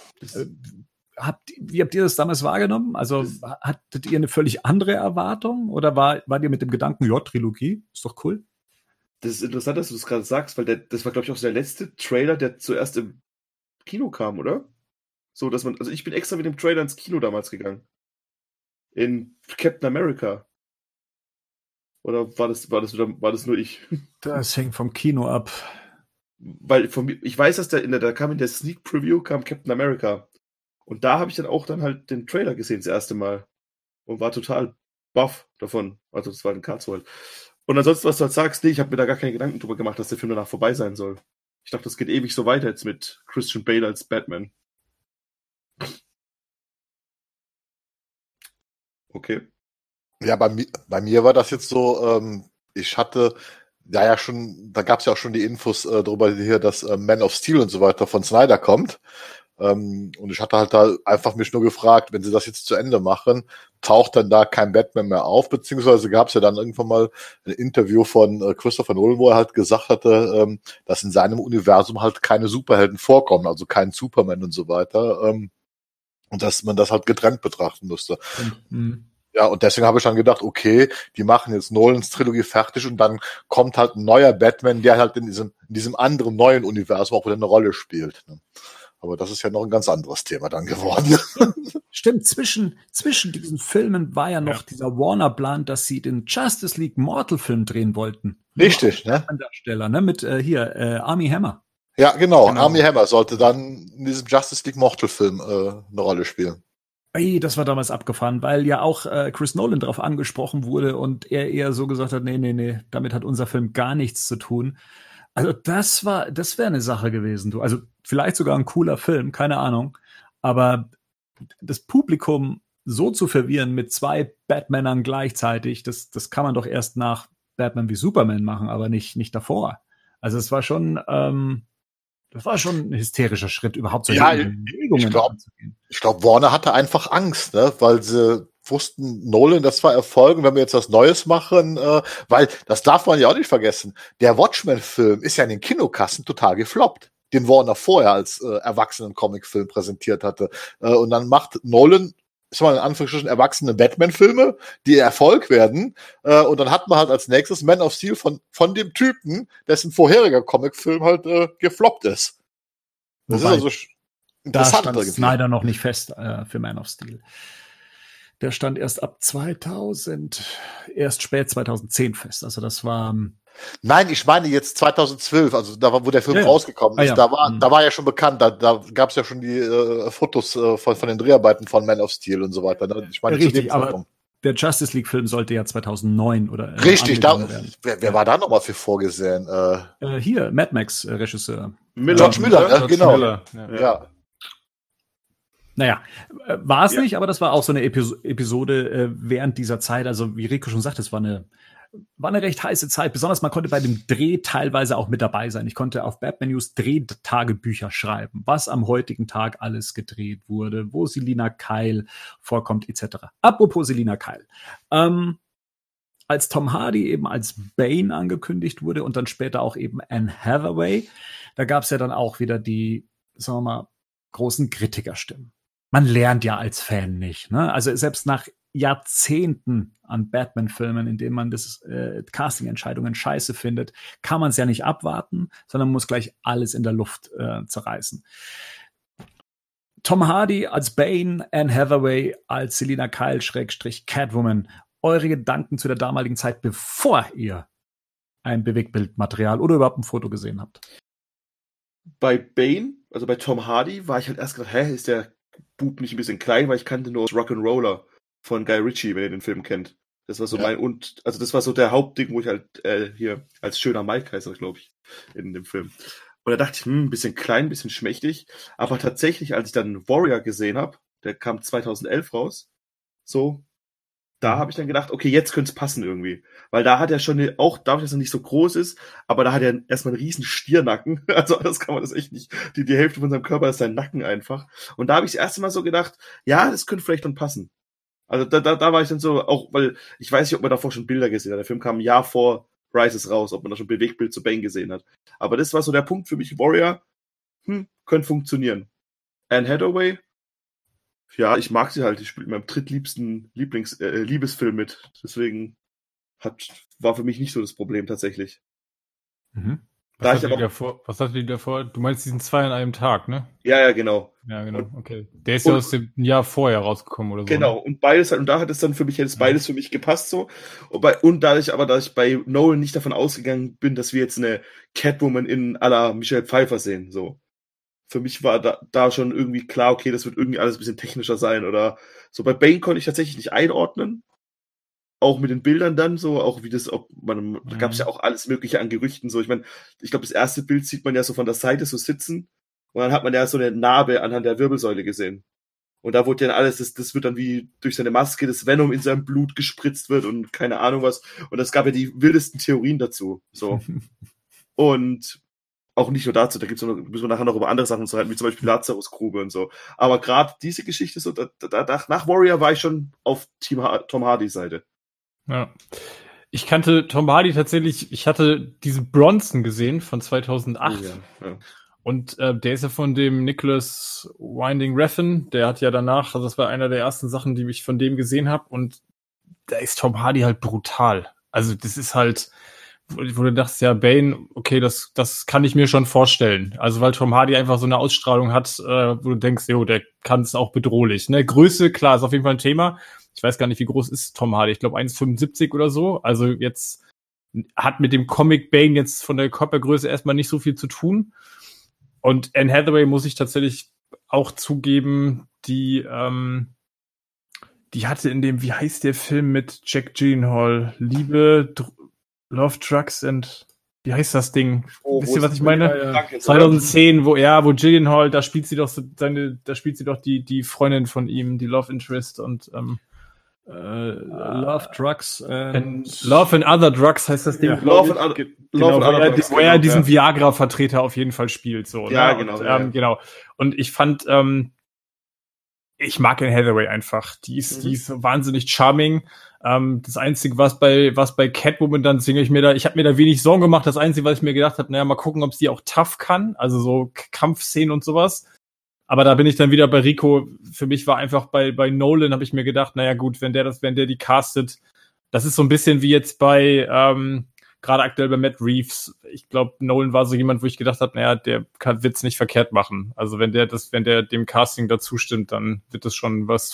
Wie habt ihr das damals wahrgenommen? Also hattet ihr eine völlig andere Erwartung oder wart ihr mit dem Gedanken, ja, Trilogie, ist doch cool? Das ist interessant, dass du das gerade sagst, weil das war, glaube ich, auch so der letzte Trailer, der zuerst im Kino kam, oder? So, dass also ich bin extra mit dem Trailer ins Kino damals gegangen. In Captain America. Oder war das nur ich? Das hängt vom Kino ab. Weil ich weiß, dass da kam in der Sneak Preview Captain America. Und da habe ich dann auch halt den Trailer gesehen, das erste Mal. Und war total baff davon. Also das war ein Karlsruhe. Und ansonsten, was du halt sagst, nee, ich habe mir da gar keine Gedanken drüber gemacht, dass der Film danach vorbei sein soll. Ich dachte, das geht ewig so weiter jetzt mit Christian Bale als Batman. Okay. Ja, bei mir war das jetzt so, ich hatte ja schon, da gab es ja auch schon die Infos darüber hier, dass Man of Steel und so weiter von Snyder kommt. Und ich hatte halt da einfach mich nur gefragt, wenn sie das jetzt zu Ende machen, taucht dann da kein Batman mehr auf, beziehungsweise gab es ja dann irgendwann mal ein Interview von Christopher Nolan, wo er halt gesagt hatte, dass in seinem Universum halt keine Superhelden vorkommen, also kein Superman und so weiter, und dass man das halt getrennt betrachten müsste. Ja, und deswegen habe ich dann gedacht, okay, die machen jetzt Nolans Trilogie fertig und dann kommt halt ein neuer Batman, der halt in diesem anderen neuen Universum auch wieder eine Rolle spielt. Ne? Aber das ist ja noch ein ganz anderes Thema dann geworden. Stimmt, zwischen diesen Filmen war ja noch dieser Warner-Plan, dass sie den Justice League Mortal-Film drehen wollten. Richtig, ne? Darsteller, ne? Mit Armie Hammer. Ja, genau. Armie Hammer sollte dann in diesem Justice League Mortal-Film eine Rolle spielen. Ey, das war damals abgefahren, weil ja auch Chris Nolan drauf angesprochen wurde und er eher so gesagt hat, nee, damit hat unser Film gar nichts zu tun. Also das wäre eine Sache gewesen, du. Also vielleicht sogar ein cooler Film, keine Ahnung. Aber das Publikum so zu verwirren mit zwei Batmanern gleichzeitig, das kann man doch erst nach Batman wie Superman machen, aber nicht davor. Also es war schon ein hysterischer Schritt, überhaupt solche Bewegungen anzugehen. Ich glaube, Warner hatte einfach Angst, ne? Weil sie wussten, Nolan, das war Erfolg, und wenn wir jetzt was Neues machen, weil, das darf man ja auch nicht vergessen, der Watchmen-Film ist ja in den Kinokassen total gefloppt, den Warner vorher als Erwachsenen-Comic-Film präsentiert hatte. Und dann macht Nolan, ist mal in Anführungsstrichen, erwachsene Batman-Filme, die Erfolg werden. Und dann hat man halt als nächstes Man of Steel von dem Typen, dessen vorheriger Comic-Film halt gefloppt ist. Das ist also da stand Snyder noch nicht fest für Man of Steel. Der stand erst ab 2000, erst spät 2010 fest. Also das war... Nein, ich meine jetzt 2012, also da war, wo der Film rausgekommen ist, da war ja schon bekannt, da gab es ja schon die Fotos von den Dreharbeiten von Man of Steel und so weiter. Ich meine, richtig, aber der Justice League-Film sollte ja 2009 oder richtig, wer war da nochmal für vorgesehen? Hier, Mad Max-Regisseur. George Miller, genau. Miller. Ja. Naja, war es nicht, aber das war auch so eine Episode während dieser Zeit. Also wie Rico schon sagte, es war eine recht heiße Zeit. Besonders man konnte bei dem Dreh teilweise auch mit dabei sein. Ich konnte auf Batman News Drehtagebücher schreiben, was am heutigen Tag alles gedreht wurde, wo Selina Kyle vorkommt, etc. Apropos Selina Kyle. Als Tom Hardy eben als Bane angekündigt wurde und dann später auch eben Anne Hathaway, da gab es ja dann auch wieder die, sagen wir mal, großen Kritikerstimmen. Man lernt ja als Fan nicht, ne? Also selbst nach Jahrzehnten an Batman-Filmen, in denen man das Casting-Entscheidungen scheiße findet, kann man es ja nicht abwarten, sondern muss gleich alles in der Luft zerreißen. Tom Hardy als Bane, Anne Hathaway als Selina Kyle / Catwoman. Eure Gedanken zu der damaligen Zeit, bevor ihr ein Bewegtbildmaterial oder überhaupt ein Foto gesehen habt? Bei Bane, also bei Tom Hardy, war ich halt erst gedacht, ist der Bub nicht ein bisschen klein, weil ich kannte nur Rock'n'Roller von Guy Ritchie, wenn ihr den Film kennt. Das war so das war so der Hauptding, wo ich halt hier als schöner Mike heiße, glaube ich, in dem Film. Und da dachte ich, ein bisschen klein, ein bisschen schmächtig. Aber tatsächlich, als ich dann Warrior gesehen habe, der kam 2011 raus, so, da habe ich dann gedacht, okay, jetzt könnte es passen irgendwie. Weil da hat er schon, auch dadurch, dass er nicht so groß ist, aber da hat er erstmal einen riesen Stiernacken. Also das kann man das echt nicht. Die Hälfte von seinem Körper ist sein Nacken einfach. Und da habe ich das erste Mal so gedacht, ja, das könnte vielleicht dann passen. Also da war ich dann so, auch, weil ich weiß nicht, ob man davor schon Bilder gesehen hat. Der Film kam ein Jahr vor Rises raus, ob man da schon Bewegtbild zu Bane gesehen hat. Aber das war so der Punkt für mich, Warrior, könnte funktionieren. Anne Hathaway, ja, ich mag sie halt. Ich spiele in meinem drittliebsten Liebesfilm mit. Deswegen war für mich nicht so das Problem tatsächlich. Mhm. Was hast du dir davor? Du meinst diesen 2 an einem Tag, ne? Ja, genau. Ja, genau, okay. Der ist ja aus dem Jahr vorher rausgekommen oder so. Genau, ne? Und beides halt, und da hat es dann für mich, beides für mich gepasst so. Und dadurch dass ich bei Nolan nicht davon ausgegangen bin, dass wir jetzt eine Catwoman in à la Michelle Pfeiffer sehen, so. Für mich war da schon irgendwie klar, okay, das wird irgendwie alles ein bisschen technischer sein oder so. Bei Bane konnte ich tatsächlich nicht einordnen. Auch mit den Bildern dann so, auch wie das, da gab es ja auch alles Mögliche an Gerüchten so. Ich meine, ich glaube, das erste Bild sieht man ja so von der Seite so sitzen und dann hat man ja so eine Narbe anhand der Wirbelsäule gesehen. Und da wurde ja alles, das wird dann wie durch seine Maske das Venom in seinem Blut gespritzt wird und keine Ahnung was. Und es gab ja die wildesten Theorien dazu, so. Und auch nicht nur dazu, da müssen wir nachher noch über andere Sachen zu reden, wie zum Beispiel Lazarus-Grube und so. Aber gerade diese Geschichte so, nach Warrior war ich schon auf Team Tom Hardy Seite. Ja. Ich kannte Tom Hardy tatsächlich, ich hatte diesen Bronson gesehen von 2008. Ja. Und der ist ja von dem Nicholas Winding Refn, der hat ja danach, also das war einer der ersten Sachen, die ich von dem gesehen habe. Und da ist Tom Hardy halt brutal. Also das ist halt, wo du dachtest, ja, Bane, okay, das kann ich mir schon vorstellen. Also weil Tom Hardy einfach so eine Ausstrahlung hat, wo du denkst, jo, der kann es auch bedrohlich. Ne? Größe, klar, ist auf jeden Fall ein Thema. Ich weiß gar nicht, wie groß ist Tom Hardy. Ich glaube 1,75 oder so. Also jetzt hat mit dem Comic Bane jetzt von der Körpergröße erstmal nicht so viel zu tun. Und Anne Hathaway muss ich tatsächlich auch zugeben, die hatte in dem, wie heißt der Film mit Jack Gyllenhaal? Love, Drugs and, wie heißt das Ding? Wisst ihr, was ich meine? 2010, wo Gyllenhaal, da spielt sie doch die Freundin von ihm, die Love Interest und Love, Drugs and Love and Other Drugs heißt das Ding. Ja, wo er diesen Viagra-Vertreter auf jeden Fall spielt. So, ja, ne? genau. Und, genau. Und ich fand, ich mag Anne Hathaway einfach. Die ist wahnsinnig charming. Das Einzige, was bei Catwoman dann singe ich habe mir da wenig Sorgen gemacht. Das Einzige, was ich mir gedacht habe, mal gucken, ob sie auch tough kann. Also so Kampfszenen und sowas. Aber da bin ich dann wieder bei Rico. Für mich war einfach bei Nolan, habe ich mir gedacht, gut, wenn der die castet, das ist so ein bisschen wie jetzt bei, gerade aktuell bei Matt Reeves. Ich glaube, Nolan war so jemand, wo ich gedacht habe, der wird's nicht verkehrt machen. Also wenn der dem Casting dazu stimmt, dann wird das schon was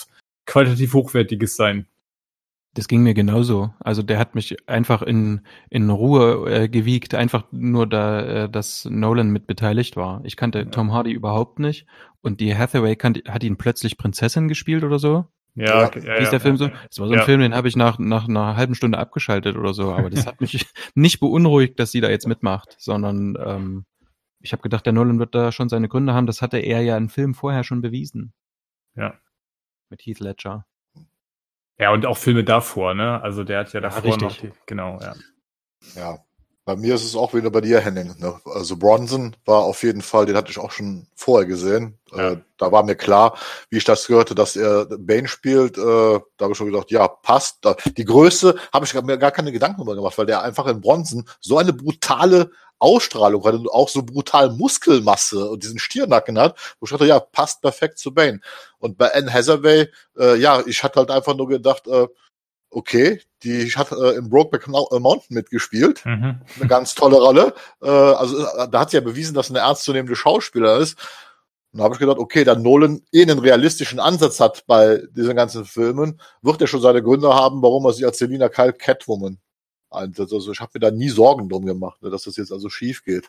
qualitativ hochwertiges sein. Das ging mir genauso. Also der hat mich einfach in Ruhe gewiegt, einfach nur da, dass Nolan mit beteiligt war. Ich kannte Tom Hardy überhaupt nicht und die Hathaway hat ihn plötzlich Prinzessin gespielt oder so. Ja, Ja. Hieß der Film so? Das war so ein Film, den habe ich nach einer halben Stunde abgeschaltet oder so. Aber das hat mich nicht beunruhigt, dass sie da jetzt mitmacht, sondern ich habe gedacht, der Nolan wird da schon seine Gründe haben. Das hatte er ja im Film vorher schon bewiesen. Ja. Mit Heath Ledger. Ja, und auch Filme davor, ne? Also der hat ja davor richtig. noch genau, ja. Ja, bei mir ist es auch wieder bei dir, Henning. Ne? Also Bronson war auf jeden Fall, den hatte ich auch schon vorher gesehen. Ja. Da war mir klar, wie ich das hörte, dass er Bane spielt. Da habe ich schon gedacht, ja, passt. Die Größe habe ich mir gar keine Gedanken darüber gemacht, weil der einfach in Bronson so eine brutale Ausstrahlung hat und auch so brutal Muskelmasse und diesen Stirnacken hat, wo ich dachte, ja, passt perfekt zu Bane. Und bei Anne Hathaway, ich hatte halt einfach nur gedacht, okay, die hat in Brokeback Mountain mitgespielt. Mhm. Eine ganz tolle Rolle. Also da hat sie ja bewiesen, dass sie eine ernstzunehmende Schauspieler ist. Und da habe ich gedacht, okay, da Nolan einen realistischen Ansatz hat bei diesen ganzen Filmen, wird er schon seine Gründe haben, warum er sich als Selina Kyle Catwoman einsetzt. Also ich habe mir da nie Sorgen drum gemacht, dass das jetzt also schief geht.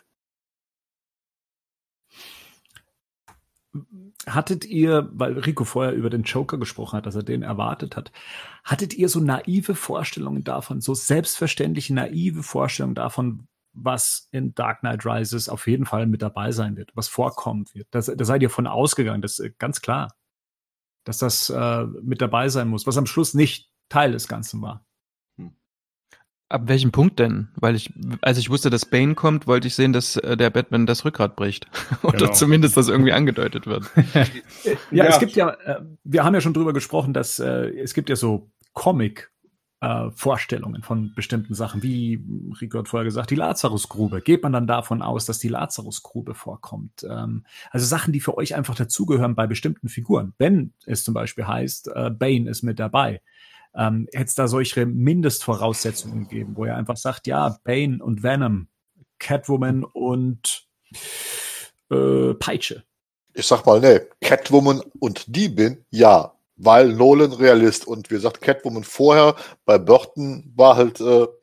Hattet ihr, weil Rico vorher über den Joker gesprochen hat, dass er den erwartet hat, hattet ihr so naive Vorstellungen davon, so selbstverständliche naive Vorstellungen davon, was in Dark Knight Rises auf jeden Fall mit dabei sein wird, was vorkommen wird? Da seid ihr von ausgegangen, das ist ganz klar, dass das mit dabei sein muss, was am Schluss nicht Teil des Ganzen war. Ab welchem Punkt denn? Weil als ich wusste, dass Bane kommt, wollte ich sehen, dass der Batman das Rückgrat bricht. Oder Genau. zumindest das irgendwie angedeutet wird. Ja, es gibt ja, wir haben ja schon drüber gesprochen, dass es gibt ja so Comic-Vorstellungen von bestimmten Sachen, wie Rico hat vorher gesagt, die Lazarusgrube. Geht man dann davon aus, dass die Lazarusgrube vorkommt? Also Sachen, die für euch einfach dazugehören bei bestimmten Figuren. Wenn es zum Beispiel heißt, Bane ist mit dabei, hätte es da solche Mindestvoraussetzungen gegeben, wo er einfach sagt, ja, Bane und Venom, Catwoman und Peitsche. Ich sag mal, nee, Catwoman und Diebin, ja, weil Nolan Realist und wie gesagt, Catwoman vorher bei Burton war halt,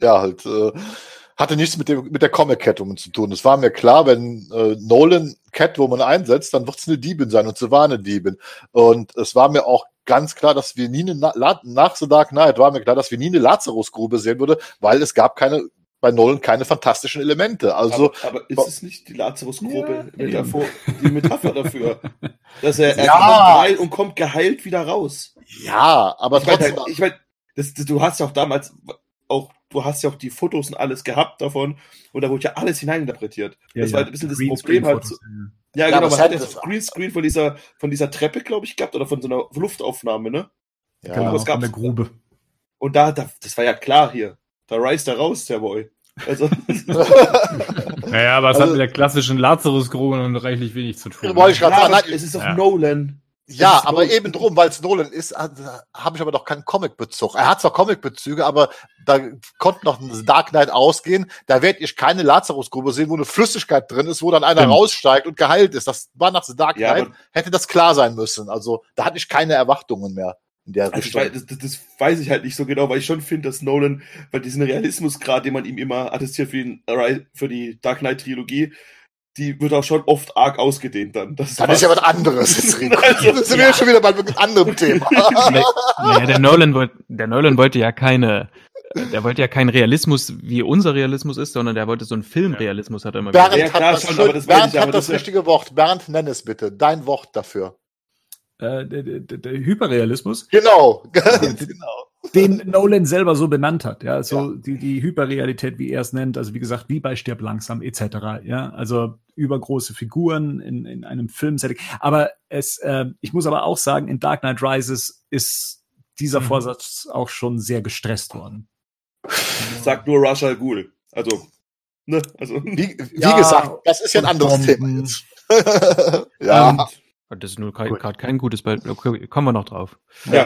hatte nichts mit der Comic Catwoman zu tun. Es war mir klar, wenn Nolan Catwoman einsetzt, dann wird es eine Diebin sein und sie war eine Diebin. Und es war mir auch ganz klar, dass wir nie nach The Dark Knight war mir klar, dass wir nie eine Lazarusgrube sehen würde, weil es gab bei Nolan keine fantastischen Elemente. Also, aber ist es nicht die Lazarusgrube die Metapher dafür? Dass er Ja. kommt rein und kommt geheilt wieder raus. ja, aber trotzdem. Ich meine, du hast ja auch damals du hast ja auch die Fotos und alles gehabt davon und da wurde ja alles hineininterpretiert. Das war halt ein bisschen das Problem halt. Ja, Ja, genau, aber man hat ja das- so Greenscreen von dieser Treppe, glaube ich, gehabt oder von so einer Luftaufnahme, ne? Ja, Genau, was von gab's? der Grube. Und das war ja klar hier. Da reist er raus, der Boy. Also, Naja, aber es Also- hat mit der klassischen Lazarus-Grube und reichlich wenig zu tun. Wollte ich ja, gerade sagen, aber nein, es ist doch Ja. Nolan. ja, Das ist aber Nolan. eben drum, weil es Nolan ist, habe ich aber doch keinen Comic-Bezug. Er hat zwar Comic-Bezüge, aber da konnte noch ein Dark Knight ausgehen. Da werde ich keine Lazarusgrube sehen, wo eine Flüssigkeit drin ist, wo dann einer Stimmt. raussteigt und geheilt ist. Das war nach The Dark Ja, Knight, aber- hätte das klar sein müssen. Also da hatte ich keine Erwartungen mehr in der Also Richtung. das weiß ich halt nicht so genau, weil ich schon finde, dass Nolan, weil diesen Realismusgrad, den man ihm immer attestiert für die Dark Knight Trilogie, die wird auch schon oft arg ausgedehnt dann. Das Dann ist ja was anderes jetzt, Rico. Also, Das sind wir ja schon wieder bei einem anderen Thema. Naja, der Nolan wollte ja der wollte ja keinen Realismus, wie unser Realismus ist, sondern der wollte so einen Filmrealismus, hat er immer Bernd Ja, hat klar, das, schon, aber das weiß Bernd ich, aber hat das das- richtige Wort. Bernd, nenn es bitte. Dein Wort dafür. Der Hyperrealismus, Genau. Genau. den Nolan selber so benannt hat, ja, so die Hyperrealität, wie er es nennt, also wie gesagt, wie bei Stirb langsam etc., ja, also übergroße Figuren in einem Filmsetting, aber ich muss aber auch sagen, in Dark Knight Rises ist dieser Vorsatz auch schon sehr gestresst worden. sagt nur Ra's al Ghul. Also, ne, also. Wie Ja, gesagt, das ist ja ein anderes und Thema Bomben. jetzt. Ja. Und, Das ist nur gerade kein gutes Beispiel. Okay, kommen wir noch drauf. ja.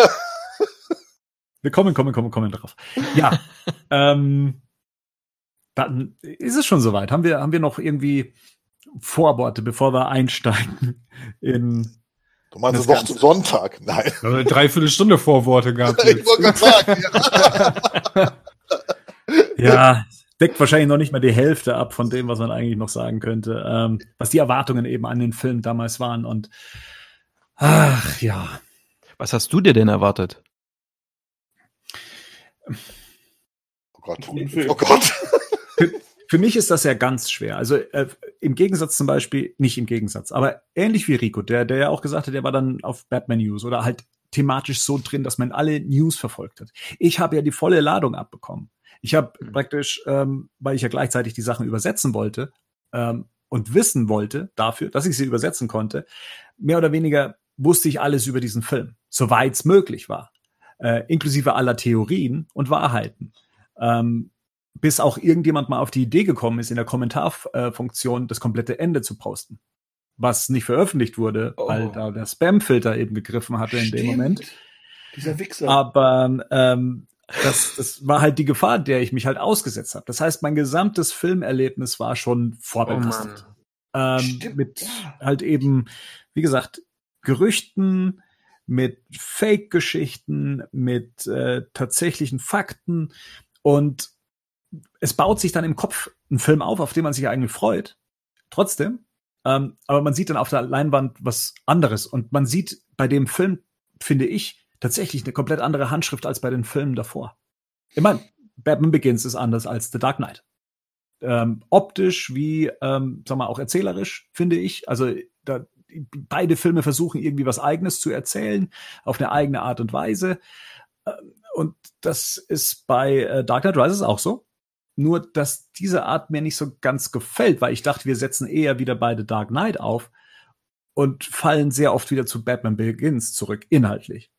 Wir kommen drauf. Ja, dann ist es schon soweit. Haben wir noch irgendwie Vorworte, bevor wir einsteigen in Du meinst Das eine Woche Ganze. zum Sonntag? Nein. Eine Dreiviertelstunde Vorworte gehabt. Ich wollte gerade sagen. Ja, deckt wahrscheinlich noch nicht mal die Hälfte ab von dem, was man eigentlich noch sagen könnte, was die Erwartungen eben an den Film damals waren. Und ach ja. Was hast du dir denn erwartet? Oh Gott. Guten Film. Oh Gott. Für mich ist das ja ganz schwer. Also im Gegensatz zum Beispiel, nicht im Gegensatz, aber ähnlich wie Rico, der ja auch gesagt hat, der war dann auf Batman News oder halt thematisch so drin, dass man alle News verfolgt hat. Ich habe ja die volle Ladung abbekommen. Ich habe praktisch, weil ich ja gleichzeitig die Sachen übersetzen wollte und wissen wollte dafür, dass ich sie übersetzen konnte, mehr oder weniger wusste ich alles über diesen Film, soweit es möglich war, inklusive aller Theorien und Wahrheiten. Bis auch irgendjemand mal auf die Idee gekommen ist, in der Kommentarfunktion das komplette Ende zu posten. Was nicht veröffentlicht wurde, weil da der Spam-Filter eben gegriffen hatte in dem Moment. Dieser Wichser. Aber das war halt die Gefahr, der ich mich halt ausgesetzt habe. Das heißt, mein gesamtes Filmerlebnis war schon vorbelastet. Mit halt eben, wie gesagt, Gerüchten, mit Fake-Geschichten, mit tatsächlichen Fakten. Und es baut sich dann im Kopf ein Film auf den man sich eigentlich freut. Trotzdem. Aber man sieht dann auf der Leinwand was anderes. Und man sieht bei dem Film, finde ich, tatsächlich eine komplett andere Handschrift als bei den Filmen davor. Ich meine, Batman Begins ist anders als The Dark Knight. Optisch wie, sagen wir auch erzählerisch, finde ich. Also beide Filme versuchen irgendwie was Eigenes zu erzählen, auf eine eigene Art und Weise. Und das ist bei Dark Knight Rises auch so. Nur, dass diese Art mir nicht so ganz gefällt, weil ich dachte, wir setzen eher wieder bei The Dark Knight auf und fallen sehr oft wieder zu Batman Begins zurück, inhaltlich.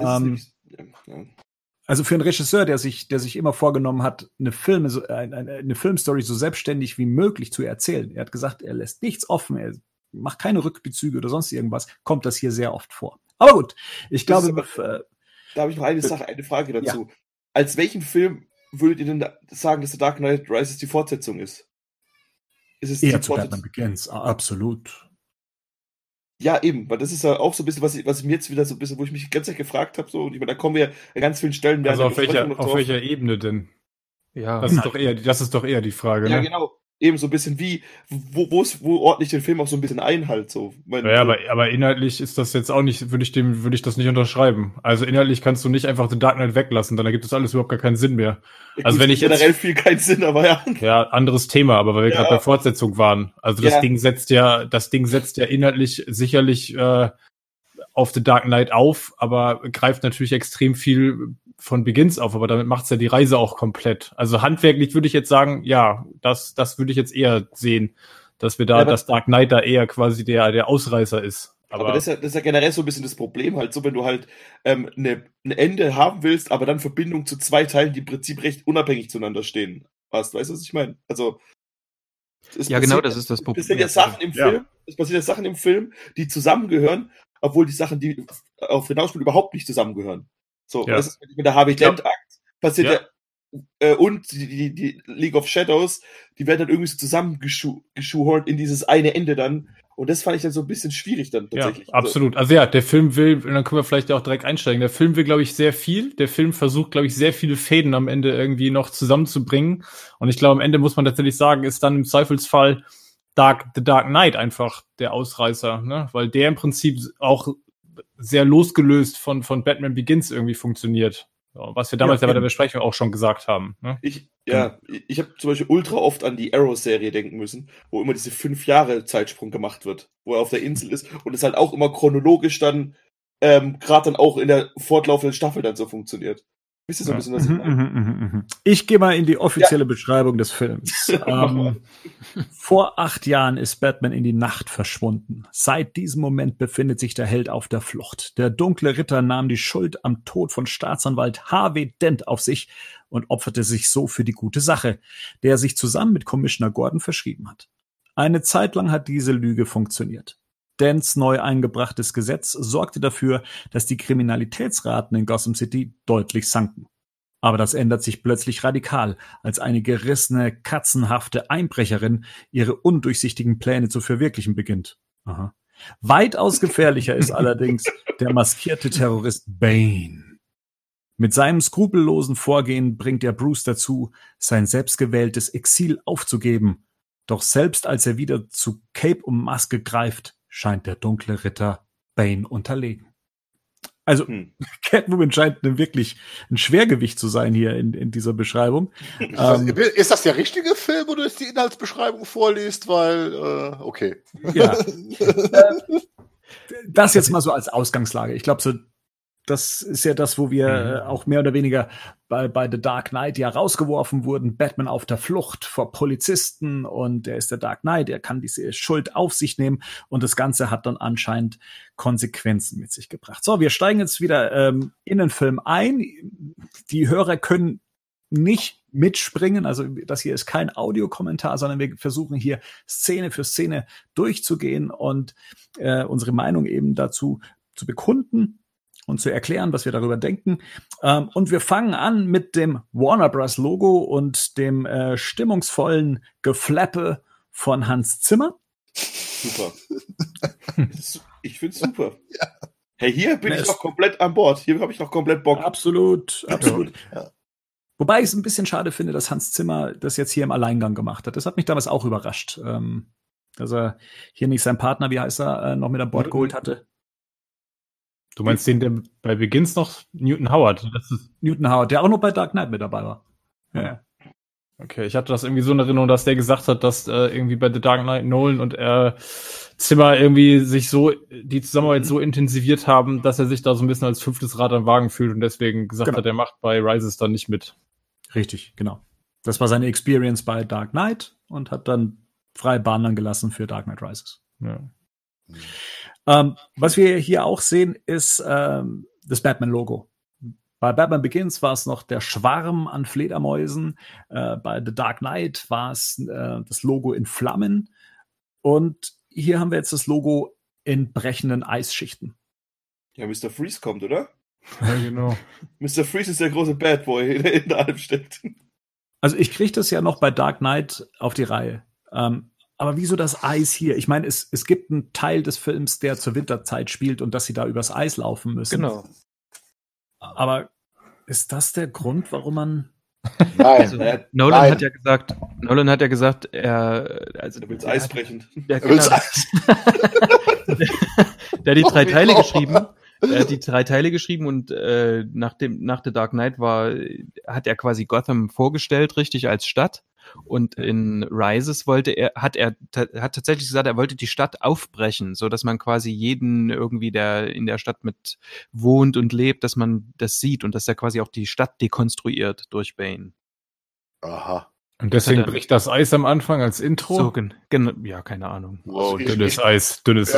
Also für einen Regisseur, der sich immer vorgenommen hat, eine Filmstory so selbstständig wie möglich zu erzählen. Er hat gesagt, er lässt nichts offen, er macht keine Rückbezüge oder sonst irgendwas, kommt das hier sehr oft vor. Aber gut, ich glaube... Da habe ich noch eine Frage dazu. Ja. Als welchen Film würdet ihr denn sagen, dass The Dark Knight Rises die Fortsetzung ist? Ist es eher zu Batman Begins, absolut. Ja, eben, weil das ist ja auch so ein bisschen, was ich mir jetzt wieder so ein bisschen, wo ich mich die ganze Zeit gefragt habe, so, und da kommen wir an ganz vielen Stellen. Also auf welcher Ebene denn? Ja. Das ist doch eher die Frage, ja, ne? Ja, genau. Eben so ein bisschen wie, wo ordne ich den Film auch so ein bisschen ein halt so. Ja, aber inhaltlich ist das jetzt auch nicht, würde ich das nicht unterschreiben. Also inhaltlich kannst du nicht einfach The Dark Knight weglassen, dann ergibt das alles überhaupt gar keinen Sinn mehr. Ja, also gut, wenn ich generell viel keinen Sinn, aber ja. Ja, anderes Thema, aber weil wir gerade bei Fortsetzung waren. Also das Ding setzt ja inhaltlich sicherlich auf The Dark Knight auf, aber greift natürlich extrem viel von Begins auf, aber damit macht's ja die Reise auch komplett. Also handwerklich würde ich jetzt sagen, ja, das würde ich jetzt eher sehen, dass wir da, dass Dark Knight da eher quasi der Ausreißer ist. Aber das ist ja generell so ein bisschen das Problem halt, so wenn du halt ein Ende haben willst, aber dann Verbindung zu zwei Teilen, die im Prinzip recht unabhängig zueinander stehen. Weißt du, was ich meine? Also genau, das ist das Problem. Es passieren ja Sachen im Film, die zusammengehören, obwohl die Sachen, die auf hinausspielen, überhaupt nicht zusammengehören. So, das ist mit der Harvey Dent-Akt passiert und die League of Shadows, die werden dann irgendwie so zusammengeschuhort in dieses eine Ende dann. Und das fand ich dann so ein bisschen schwierig dann tatsächlich. Ja, absolut. Also ja, der Film will, und dann können wir vielleicht auch direkt einsteigen, der Film will, glaube ich, sehr viel. Der Film versucht, glaube ich, sehr viele Fäden am Ende irgendwie noch zusammenzubringen. Und ich glaube, am Ende muss man tatsächlich sagen, ist dann im Zweifelsfall The Dark Knight einfach der Ausreißer, ne? Weil der im Prinzip auch sehr losgelöst von Batman Begins irgendwie funktioniert. So, was wir damals ja bei der Besprechung auch schon gesagt haben. Ne? Ich habe zum Beispiel ultra oft an die Arrow-Serie denken müssen, wo immer diese 5 Jahre Zeitsprung gemacht wird, wo er auf der Insel ist und es halt auch immer chronologisch dann gerade dann auch in der fortlaufenden Staffel dann so funktioniert. Wisst ihr so ein bisschen, was ich meine? Ich gehe mal in die offizielle Beschreibung des Films. Vor 8 Jahren ist Batman in die Nacht verschwunden. Seit diesem Moment befindet sich der Held auf der Flucht. Der dunkle Ritter nahm die Schuld am Tod von Staatsanwalt Harvey Dent auf sich und opferte sich so für die gute Sache, der er sich zusammen mit Commissioner Gordon verschrieben hat. Eine Zeit lang hat diese Lüge funktioniert. Dents neu eingebrachtes Gesetz sorgte dafür, dass die Kriminalitätsraten in Gotham City deutlich sanken. Aber das ändert sich plötzlich radikal, als eine gerissene, katzenhafte Einbrecherin ihre undurchsichtigen Pläne zu verwirklichen beginnt. Aha. Weitaus gefährlicher ist allerdings der maskierte Terrorist Bane. Mit seinem skrupellosen Vorgehen bringt er Bruce dazu, sein selbstgewähltes Exil aufzugeben. Doch selbst als er wieder zu Cape und Maske greift, scheint der dunkle Ritter Bane unterlegen. Also Catwoman scheint wirklich ein Schwergewicht zu sein hier in dieser Beschreibung. Ist das der richtige Film, wo du jetzt die Inhaltsbeschreibung vorliest? Weil, okay. Ja. Das jetzt mal so als Ausgangslage. Ich glaube, so, das ist ja das, wo wir auch mehr oder weniger bei The Dark Knight ja rausgeworfen wurden. Batman auf der Flucht vor Polizisten und er ist der Dark Knight, er kann diese Schuld auf sich nehmen und das Ganze hat dann anscheinend Konsequenzen mit sich gebracht. So, wir steigen jetzt wieder in den Film ein. Die Hörer können nicht mitspringen, also das hier ist kein Audiokommentar, sondern wir versuchen hier Szene für Szene durchzugehen und unsere Meinung eben dazu zu bekunden und zu erklären, was wir darüber denken. Und wir fangen an mit dem Warner Bros. Logo und dem stimmungsvollen Geflappe von Hans Zimmer. Super. Ich find's super. Ja. Hey, hier bin ich noch komplett an Bord. Hier habe ich noch komplett Bock. Absolut. Ja. Wobei ich es ein bisschen schade finde, dass Hans Zimmer das jetzt hier im Alleingang gemacht hat. Das hat mich damals auch überrascht, dass er hier nicht seinen Partner, wie heißt er, noch mit an Bord geholt hatte. Du meinst den, der bei Begins noch Newton Howard? Das ist Newton Howard, der auch noch bei Dark Knight mit dabei war. Ja. Okay, ich hatte das irgendwie so in Erinnerung, dass der gesagt hat, dass irgendwie bei The Dark Knight Nolan und Zimmer irgendwie sich so die Zusammenarbeit so intensiviert haben, dass er sich da so ein bisschen als fünftes Rad am Wagen fühlt und deswegen gesagt hat, er macht bei Rises dann nicht mit. Richtig, genau. Das war seine Experience bei Dark Knight und hat dann freie Bahn dann gelassen für Dark Knight Rises. Ja. Was wir hier auch sehen, ist das Batman-Logo. Bei Batman Begins war es noch der Schwarm an Fledermäusen. Bei The Dark Knight war es das Logo in Flammen. Und hier haben wir jetzt das Logo in brechenden Eisschichten. Ja, Mr. Freeze kommt, oder? Ja, genau. Mr. Freeze ist der große Bad Boy, der in der Alp steckt. Also ich kriege das ja noch bei Dark Knight auf die Reihe. Aber wieso das Eis hier? Ich meine, es gibt einen Teil des Films, der zur Winterzeit spielt und dass sie da übers Eis laufen müssen. Genau. Aber ist das der Grund, warum man... Nein. Also, Nolan hat ja gesagt, er will's Eis brechen. Der hat die 3 Teile geschrieben. Er hat die 3 Teile geschrieben und nach The Dark Knight hat er quasi Gotham vorgestellt, richtig, als Stadt. Und in Rises hat tatsächlich gesagt, er wollte die Stadt aufbrechen, so dass man quasi jeden irgendwie, der in der Stadt mit wohnt und lebt, dass man das sieht und dass er quasi auch die Stadt dekonstruiert durch Bane. Aha. Und deswegen bricht das Eis am Anfang als Intro? So, ja, keine Ahnung. Wow, dünnes Eis.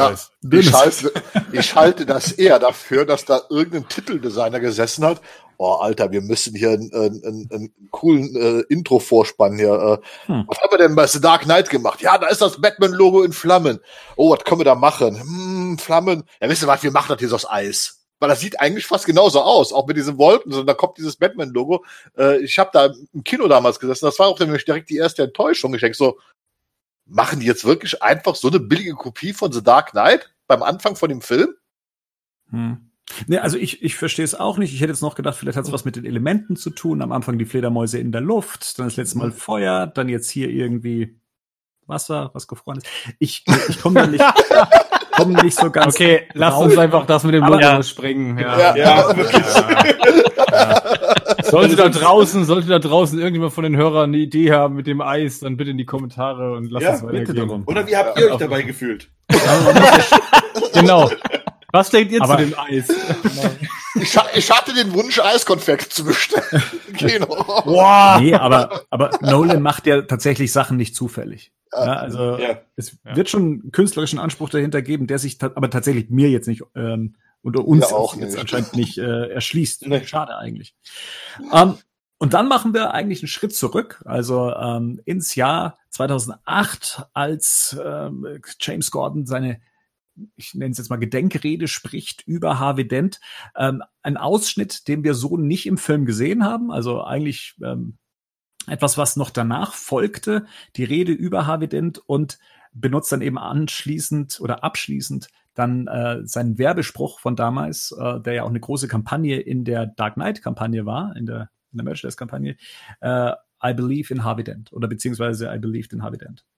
Ich halte das eher dafür, dass da irgendein Titeldesigner gesessen hat. Oh, Alter, wir müssen hier einen coolen Intro-Vorspann hier. Was haben wir denn bei The Dark Knight gemacht? Ja, da ist das Batman-Logo in Flammen. Oh, was können wir da machen? Flammen. Ja, wisst ihr was, wir machen das hier so aus Eis. Weil das sieht eigentlich fast genauso aus, auch mit diesen Wolken. So, da kommt dieses Batman-Logo. Ich habe da im Kino damals gesessen. Das war auch nämlich direkt die erste Enttäuschung. Ich denke so, machen die jetzt wirklich einfach so eine billige Kopie von The Dark Knight beim Anfang von dem Film? Nee, also ich verstehe es auch nicht. Ich hätte jetzt noch gedacht, vielleicht hat es was mit den Elementen zu tun. Am Anfang die Fledermäuse in der Luft, dann das letzte Mal Feuer, dann jetzt hier irgendwie Wasser, was gefroren ist. Ich komme da nicht... kommen nicht so ganz. Okay, lass uns einfach das mit dem Logo springen. Ja, wirklich. Sollte da draußen irgendjemand von den Hörern eine Idee haben mit dem Eis, dann bitte in die Kommentare und lasst uns weitergehen. Oder wie habt ihr euch dabei gefühlt? Genau. Was denkt ihr zu dem Eis? Ich hatte den Wunsch, Eiskonfekt zu bestellen. Genau. Wow. Nee, aber Nolan macht ja tatsächlich Sachen nicht zufällig. Ja, also es wird schon einen künstlerischen Anspruch dahinter geben, der sich aber tatsächlich mir jetzt nicht unter uns auch jetzt nicht. Anscheinend nicht erschließt. Nee. Schade eigentlich. Und dann machen wir eigentlich einen Schritt zurück, also ins Jahr 2008, als James Gordon seine, ich nenne es jetzt mal Gedenkrede spricht über Harvey Dent. Ein Ausschnitt, den wir so nicht im Film gesehen haben, also eigentlich etwas, was noch danach folgte, die Rede über Harvey Dent. Und benutzt dann eben anschließend oder abschließend dann seinen Werbespruch von damals, der ja auch eine große Kampagne in der Dark Knight-Kampagne war, in der Merchandise-Kampagne, I believe in Harvey Dent oder beziehungsweise I believed in Harvey Dent.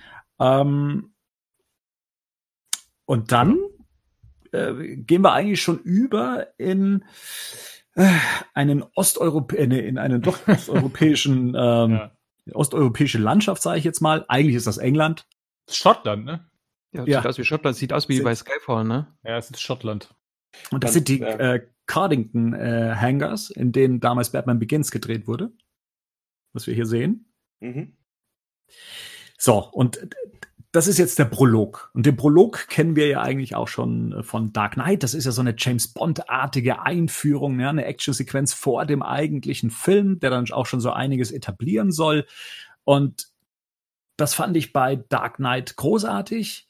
Und dann gehen wir eigentlich schon über in einen osteuropäischen osteuropäische Landschaft, sage ich jetzt mal. Eigentlich ist das England. Schottland, ne? Ja, sieht aus wie Schottland, sieht aus wie bei Skyfall, ne? Ja, es ist Schottland. Und das sind die Cardington Hangars, in denen damals Batman Begins gedreht wurde. Was wir hier sehen. Mhm. So, und das ist jetzt der Prolog. Und den Prolog kennen wir ja eigentlich auch schon von Dark Knight. Das ist ja so eine James-Bond-artige Einführung, ja, eine Actionsequenz vor dem eigentlichen Film, der dann auch schon so einiges etablieren soll. Und das fand ich bei Dark Knight großartig.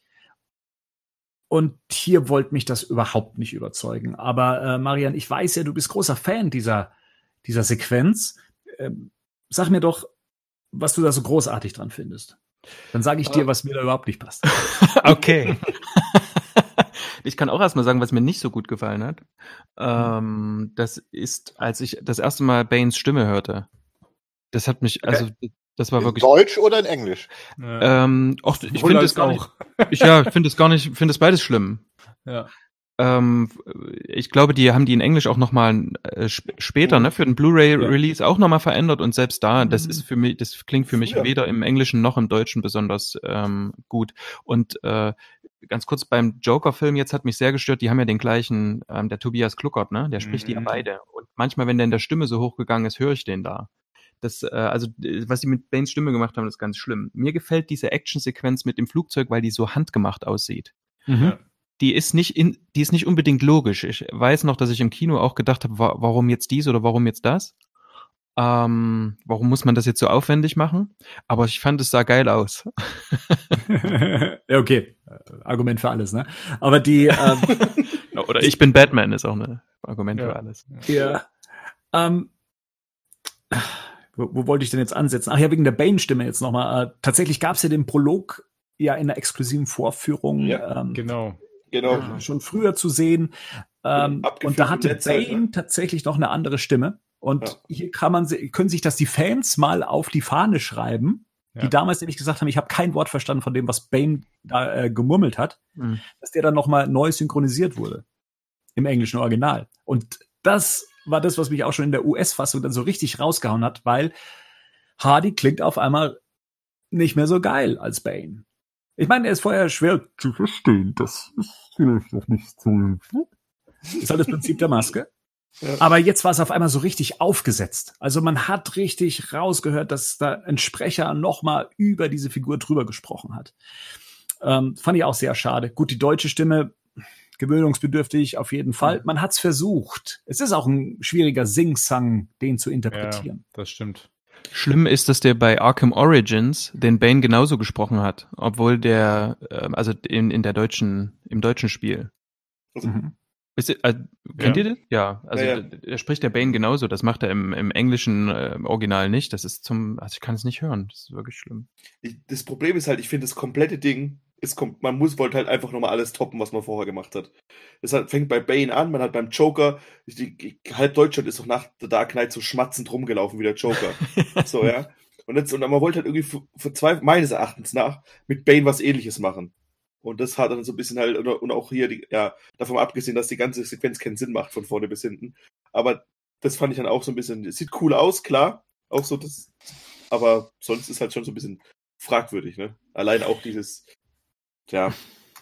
Und hier wollte mich das überhaupt nicht überzeugen. Aber Marian, ich weiß ja, du bist großer Fan dieser Sequenz. Sag mir doch, was du da so großartig dran findest. Dann sage ich dir, was mir da überhaupt nicht passt. Okay. Ich kann auch erstmal sagen, was mir nicht so gut gefallen hat. Das ist, als ich das erste Mal Banes Stimme hörte. Das hat mich, also das war wirklich. In Deutsch oder in Englisch? Ja. Ich finde es gar nicht. Ich finde es beides schlimm. Ja. Ich glaube, die haben die in Englisch auch nochmal später, ne, für den Blu-ray-Release auch nochmal verändert und selbst da, das klingt für mich weder im Englischen noch im Deutschen besonders gut. Und ganz kurz beim Joker-Film jetzt hat mich sehr gestört, die haben ja den gleichen, der Tobias Kluckert, ne, der spricht die ja beide. Und manchmal, wenn der in der Stimme so hochgegangen ist, höre ich den da. Das, also, was sie mit Banes Stimme gemacht haben, ist ganz schlimm. Mir gefällt diese Actionsequenz mit dem Flugzeug, weil die so handgemacht aussieht. Mhm. Die ist nicht unbedingt logisch. Ich weiß noch, dass ich im Kino auch gedacht habe, warum jetzt dies oder warum jetzt das? Warum muss man das jetzt so aufwendig machen? Aber ich fand, es sah geil aus. Ja, okay. Argument für alles, ne? Aber die oder ich bin Batman ist auch ein Argument für alles. Ja. Wo wollte ich denn jetzt ansetzen? Ach ja, wegen der Bane-Stimme jetzt nochmal. Tatsächlich gab es ja den Prolog ja in einer exklusiven Vorführung. Ja, genau. Schon früher zu sehen. Und da hatte Bane tatsächlich noch eine andere Stimme. Und hier können sich das die Fans mal auf die Fahne schreiben, die damals nämlich gesagt haben, ich habe kein Wort verstanden von dem, was Bane da gemurmelt hat, dass der dann nochmal neu synchronisiert wurde. Im englischen Original. Und das war das, was mich auch schon in der US-Fassung dann so richtig rausgehauen hat, weil Hardy klingt auf einmal nicht mehr so geil als Bane. Ich meine, er ist vorher schwer zu verstehen. Das ist vielleicht noch nicht so. Ist halt das Prinzip der Maske. Ja. Aber jetzt war es auf einmal so richtig aufgesetzt. Also man hat richtig rausgehört, dass da ein Sprecher nochmal über diese Figur drüber gesprochen hat. Fand ich auch sehr schade. Gut, die deutsche Stimme, gewöhnungsbedürftig auf jeden Fall. Man hat's versucht. Es ist auch ein schwieriger Sing-Sang, den zu interpretieren. Ja, das stimmt. Schlimm ist, dass der bei Arkham Origins den Bane genauso gesprochen hat, obwohl der, also im deutschen Spiel. Mhm. Kennt ihr das? Ja, also der spricht der Bane genauso. Das macht er im englischen Original nicht. Das ist also ich kann es nicht hören. Das ist wirklich schlimm. Das Problem ist halt, ich finde, das komplette Ding wollte halt einfach nochmal alles toppen, was man vorher gemacht hat. Das fängt bei Bane an, man hat beim Joker, halb Deutschland ist doch nach The Dark Knight so schmatzend rumgelaufen wie der Joker. So, ja. Und man wollte halt irgendwie meines Erachtens nach mit Bane was Ähnliches machen. Und das hat dann so ein bisschen halt, und auch hier, davon mal abgesehen, dass die ganze Sequenz keinen Sinn macht, von vorne bis hinten. Aber das fand ich dann auch so ein bisschen, es sieht cool aus, klar, auch so das, aber sonst ist halt schon so ein bisschen fragwürdig, ne? Allein auch dieses, ja.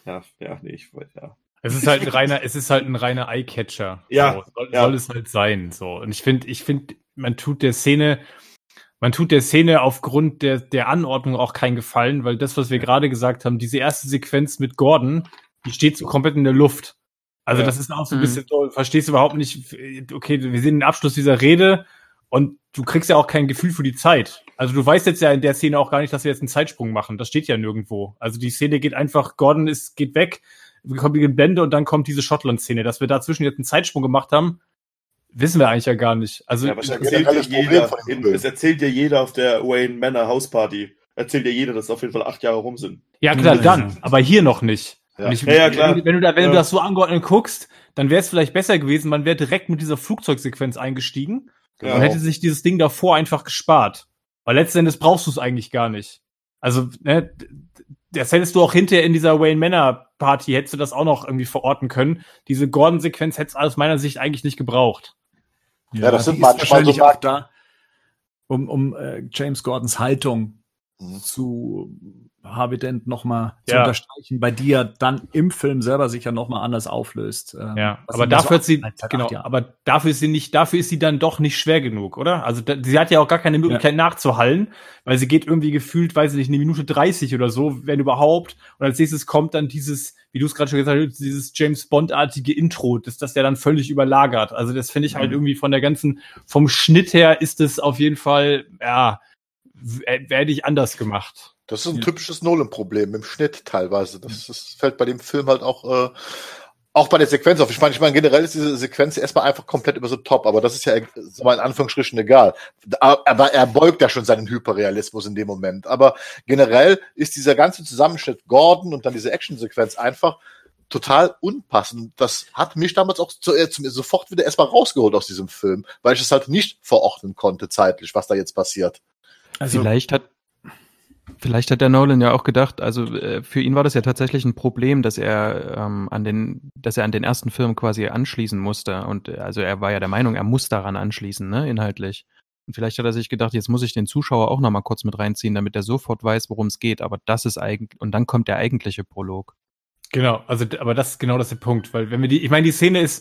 Es ist halt ein reiner Eyecatcher. Ja. So. Soll es halt sein, so. Und ich finde, man tut der Szene aufgrund der Anordnung auch keinen Gefallen, weil das, was wir gerade gesagt haben, diese erste Sequenz mit Gordon, die steht so komplett in der Luft. Also das ist auch so ein bisschen so, verstehst du überhaupt nicht, okay, wir sehen den Abschluss dieser Rede und du kriegst ja auch kein Gefühl für die Zeit. Also du weißt jetzt ja in der Szene auch gar nicht, dass wir jetzt einen Zeitsprung machen. Das steht ja nirgendwo. Also die Szene geht einfach, Gordon geht weg, wir kommen in Blende und dann kommt diese Schottland-Szene. Dass wir dazwischen jetzt einen Zeitsprung gemacht haben, wissen wir eigentlich ja gar nicht. Also es erzählt ja jeder auf der Wayne Manor Hausparty, erzählt ja jeder, dass auf jeden Fall 8 Jahre rum sind. Ja, klar, dann. Aber hier noch nicht. Ja. Und Klar. Wenn du das so angeordnet guckst, dann wäre es vielleicht besser gewesen, man wäre direkt mit dieser Flugzeugsequenz eingestiegen Genau. und hätte sich dieses Ding davor einfach gespart. Weil letzten Endes brauchst du es eigentlich gar nicht. Also, ne, das hättest du auch hinterher in dieser Wayne Manor Party, hättest du das auch noch irgendwie verorten können. Diese Gordon-Sequenz hättest du aus meiner Sicht eigentlich nicht gebraucht. Ja, das sind die ist manchmal wahrscheinlich so auch da, um James Gordons Haltung Mhm. zu Harvey Dent nochmal zu Ja. unterstreichen, bei die er dann im Film selber sich ja nochmal anders auflöst. Ja, was aber ihn dafür so hat sie, ableitet seit genau, 8 Jahren. aber dafür ist sie dann doch nicht schwer genug, oder? Also sie hat ja auch gar keine Möglichkeit nachzuhallen, weil sie geht irgendwie gefühlt, weiß ich nicht, 1:30 oder so, wenn überhaupt. Und als nächstes kommt dann dieses, wie du es gerade schon gesagt hast, dieses James Bond-artige Intro, das ja dann völlig überlagert. Also das finde ich halt irgendwie vom Schnitt her ist es auf jeden Fall, ja, hätte ich anders gemacht. Das ist ein typisches Nolan-Problem im Schnitt teilweise. Das fällt bei dem Film halt auch bei der Sequenz auf. Ich meine, generell ist diese Sequenz erstmal einfach komplett über so top, aber das ist ja so mal in Anführungsstrichen egal. Aber er beugt ja schon seinen Hyperrealismus in dem Moment. Aber generell ist dieser ganze Zusammenschnitt Gordon und dann diese Actionsequenz einfach total unpassend. Das hat mich damals auch sofort wieder erstmal rausgeholt aus diesem Film, weil ich es halt nicht verordnen konnte zeitlich, was da jetzt passiert. Also, Vielleicht hat der Nolan ja auch gedacht, also für ihn war das ja tatsächlich ein Problem, dass er an den ersten Film quasi anschließen musste. Und also er war ja der Meinung, er muss daran anschließen, ne, inhaltlich. Und vielleicht hat er sich gedacht, jetzt muss ich den Zuschauer auch nochmal kurz mit reinziehen, damit er sofort weiß, worum es geht. Aber das ist eigentlich, und dann kommt der eigentliche Prolog. Genau, also aber das ist genau das der Punkt, weil wenn wir die Szene ist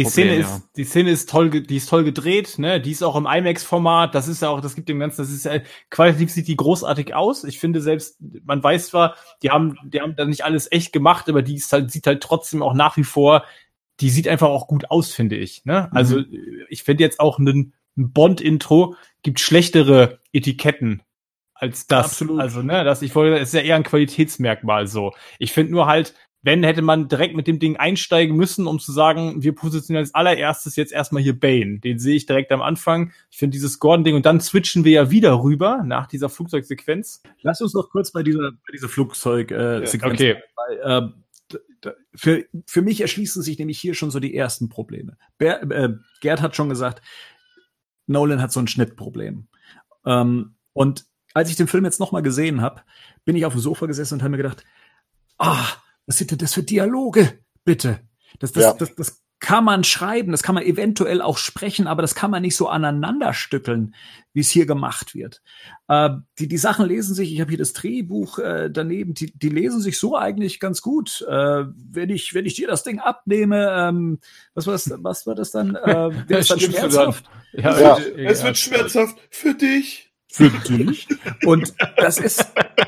toll, die ist toll gedreht, ne, die ist auch im IMAX-Format, das ist ja auch, das gibt dem Ganzen, das ist qualitativ sieht die großartig aus. Ich finde selbst, man weiß zwar, die haben da nicht alles echt gemacht, aber die ist halt, sieht halt trotzdem auch nach wie vor, die sieht einfach auch gut aus, finde ich, ne? Also ich finde jetzt auch ein Bond-Intro gibt schlechtere Etiketten als das. Absolut. Also, ne, das ist ja eher ein Qualitätsmerkmal so. Ich finde nur halt, wenn, hätte man direkt mit dem Ding einsteigen müssen, um zu sagen, wir positionieren als allererstes jetzt erstmal hier Bane. Den sehe ich direkt am Anfang. Ich finde dieses Gordon-Ding und dann switchen wir ja wieder rüber nach dieser Flugzeugsequenz. lass uns noch kurz bei dieser Flugzeugsequenz. Okay. Für mich erschließen sich nämlich hier schon so die ersten Probleme. Gerd hat schon gesagt, Nolan hat so ein Schnittproblem. Und als ich den Film jetzt nochmal gesehen habe, bin ich auf dem Sofa gesessen und habe mir gedacht, was sind denn das für Dialoge, bitte? Das kann man schreiben, das kann man eventuell auch sprechen, aber das kann man nicht so aneinanderstückeln, wie es hier gemacht wird. Die Sachen lesen sich, ich habe hier das Drehbuch daneben, die lesen sich so eigentlich ganz gut. Wenn ich dir das Ding abnehme, was war das dann? Wird es dann schmerzhaft? Es wird schmerzhaft für dich. Für dich. Und das ist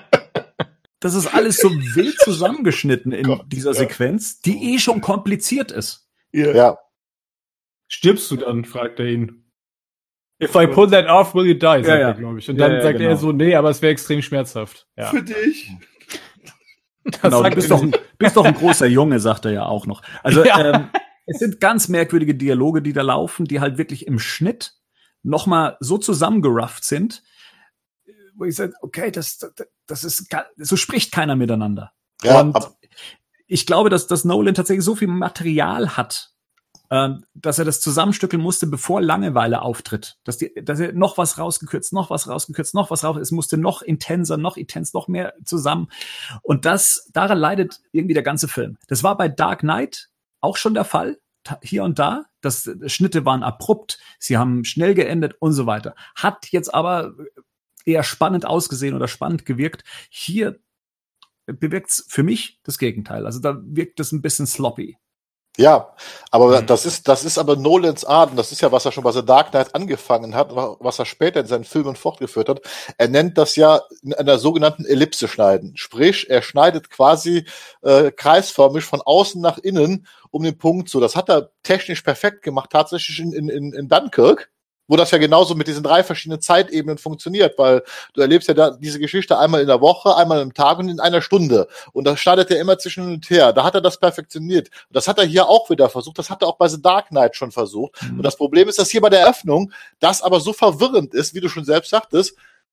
alles so wild zusammengeschnitten in dieser Sequenz, die schon kompliziert ist. Ja. Stirbst du dann, fragt er ihn. If I pull that off, will you die, sagt er, glaube ich. Und dann sagt er so, nee, aber es wäre extrem schmerzhaft. Ja. Für dich. Genau, du bist doch ein großer Junge, sagt er ja auch noch. Also es sind ganz merkwürdige Dialoge, die da laufen, die halt wirklich im Schnitt nochmal so zusammengerafft sind, wo ich sage, okay, das ist so spricht keiner miteinander. Ja, und ich glaube, dass Nolan tatsächlich so viel Material hat, dass er das zusammenstückeln musste, bevor Langeweile auftritt. Dass er noch was rausgekürzt, es musste noch intenser, noch mehr zusammen. Und daran leidet irgendwie der ganze Film. Das war bei Dark Knight auch schon der Fall, hier und da. Schnitte waren abrupt, sie haben schnell geendet und so weiter. Hat jetzt aber eher spannend ausgesehen oder spannend gewirkt. Hier bewirkt's für mich das Gegenteil. Also da wirkt es ein bisschen sloppy. Ja, aber das ist aber Nolans Art, und das ist ja, was er schon bei The Dark Knight angefangen hat, was er später in seinen Filmen fortgeführt hat. Er nennt das ja in einer sogenannten Ellipse schneiden. Sprich, er schneidet quasi kreisförmig von außen nach innen um den Punkt so. Das hat er technisch perfekt gemacht, tatsächlich in Dunkirk, wo das ja genauso mit diesen 3 verschiedenen Zeitebenen funktioniert, weil du erlebst ja da diese Geschichte einmal in der Woche, einmal im Tag und in einer Stunde. Und das schneidet er immer zwischen und her. Da hat er das perfektioniert. Und das hat er hier auch wieder versucht. Das hat er auch bei The Dark Knight schon versucht. Und das Problem ist, dass hier bei der Eröffnung das aber so verwirrend ist, wie du schon selbst sagtest,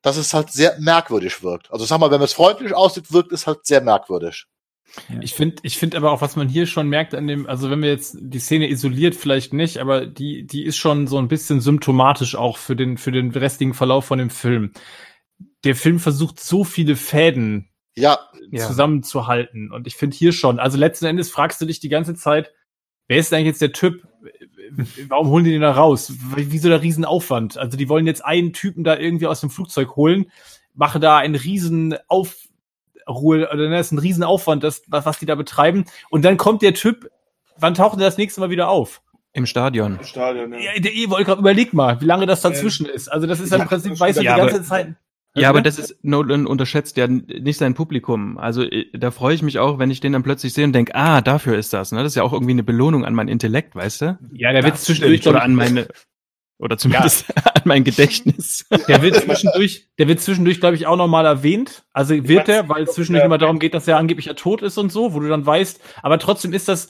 dass es halt sehr merkwürdig wirkt. Also sag mal, wenn es freundlich aussieht, wirkt es halt sehr merkwürdig. Ja. Ich finde aber auch, was man hier schon merkt an dem, also wenn wir jetzt die Szene isoliert vielleicht nicht, aber die ist schon so ein bisschen symptomatisch auch für den restlichen Verlauf von dem Film. Der Film versucht so viele Fäden zusammenzuhalten. Und ich finde hier schon, also letzten Endes fragst du dich die ganze Zeit, wer ist denn eigentlich jetzt der Typ? Warum holen die den da raus? Wieso der Riesenaufwand? Also die wollen jetzt einen Typen da irgendwie aus dem Flugzeug holen, machen da einen riesen Ruhe, oder das ist ein Riesenaufwand, was die da betreiben. Und dann kommt der Typ, wann taucht der das nächste Mal wieder auf? Im Stadion. Im Stadion, ja. Überleg mal, wie lange das dazwischen ist. Also das ist im Prinzip, weiß er die ganze Zeit. Ja, aber das ist, Nolan unterschätzt ja nicht sein Publikum. Also da freue ich mich auch, wenn ich den dann plötzlich sehe und denke, dafür ist das. Ne? Das ist ja auch irgendwie eine Belohnung an mein Intellekt, weißt du? Ja, der wird zwischendurch oder an meine, oder zumindest an mein Gedächtnis. Der wird zwischendurch, glaube ich, auch nochmal erwähnt. Also wird der, weil es zwischendurch immer darum geht, dass er angeblich ja tot ist und so, wo du dann weißt, aber trotzdem ist das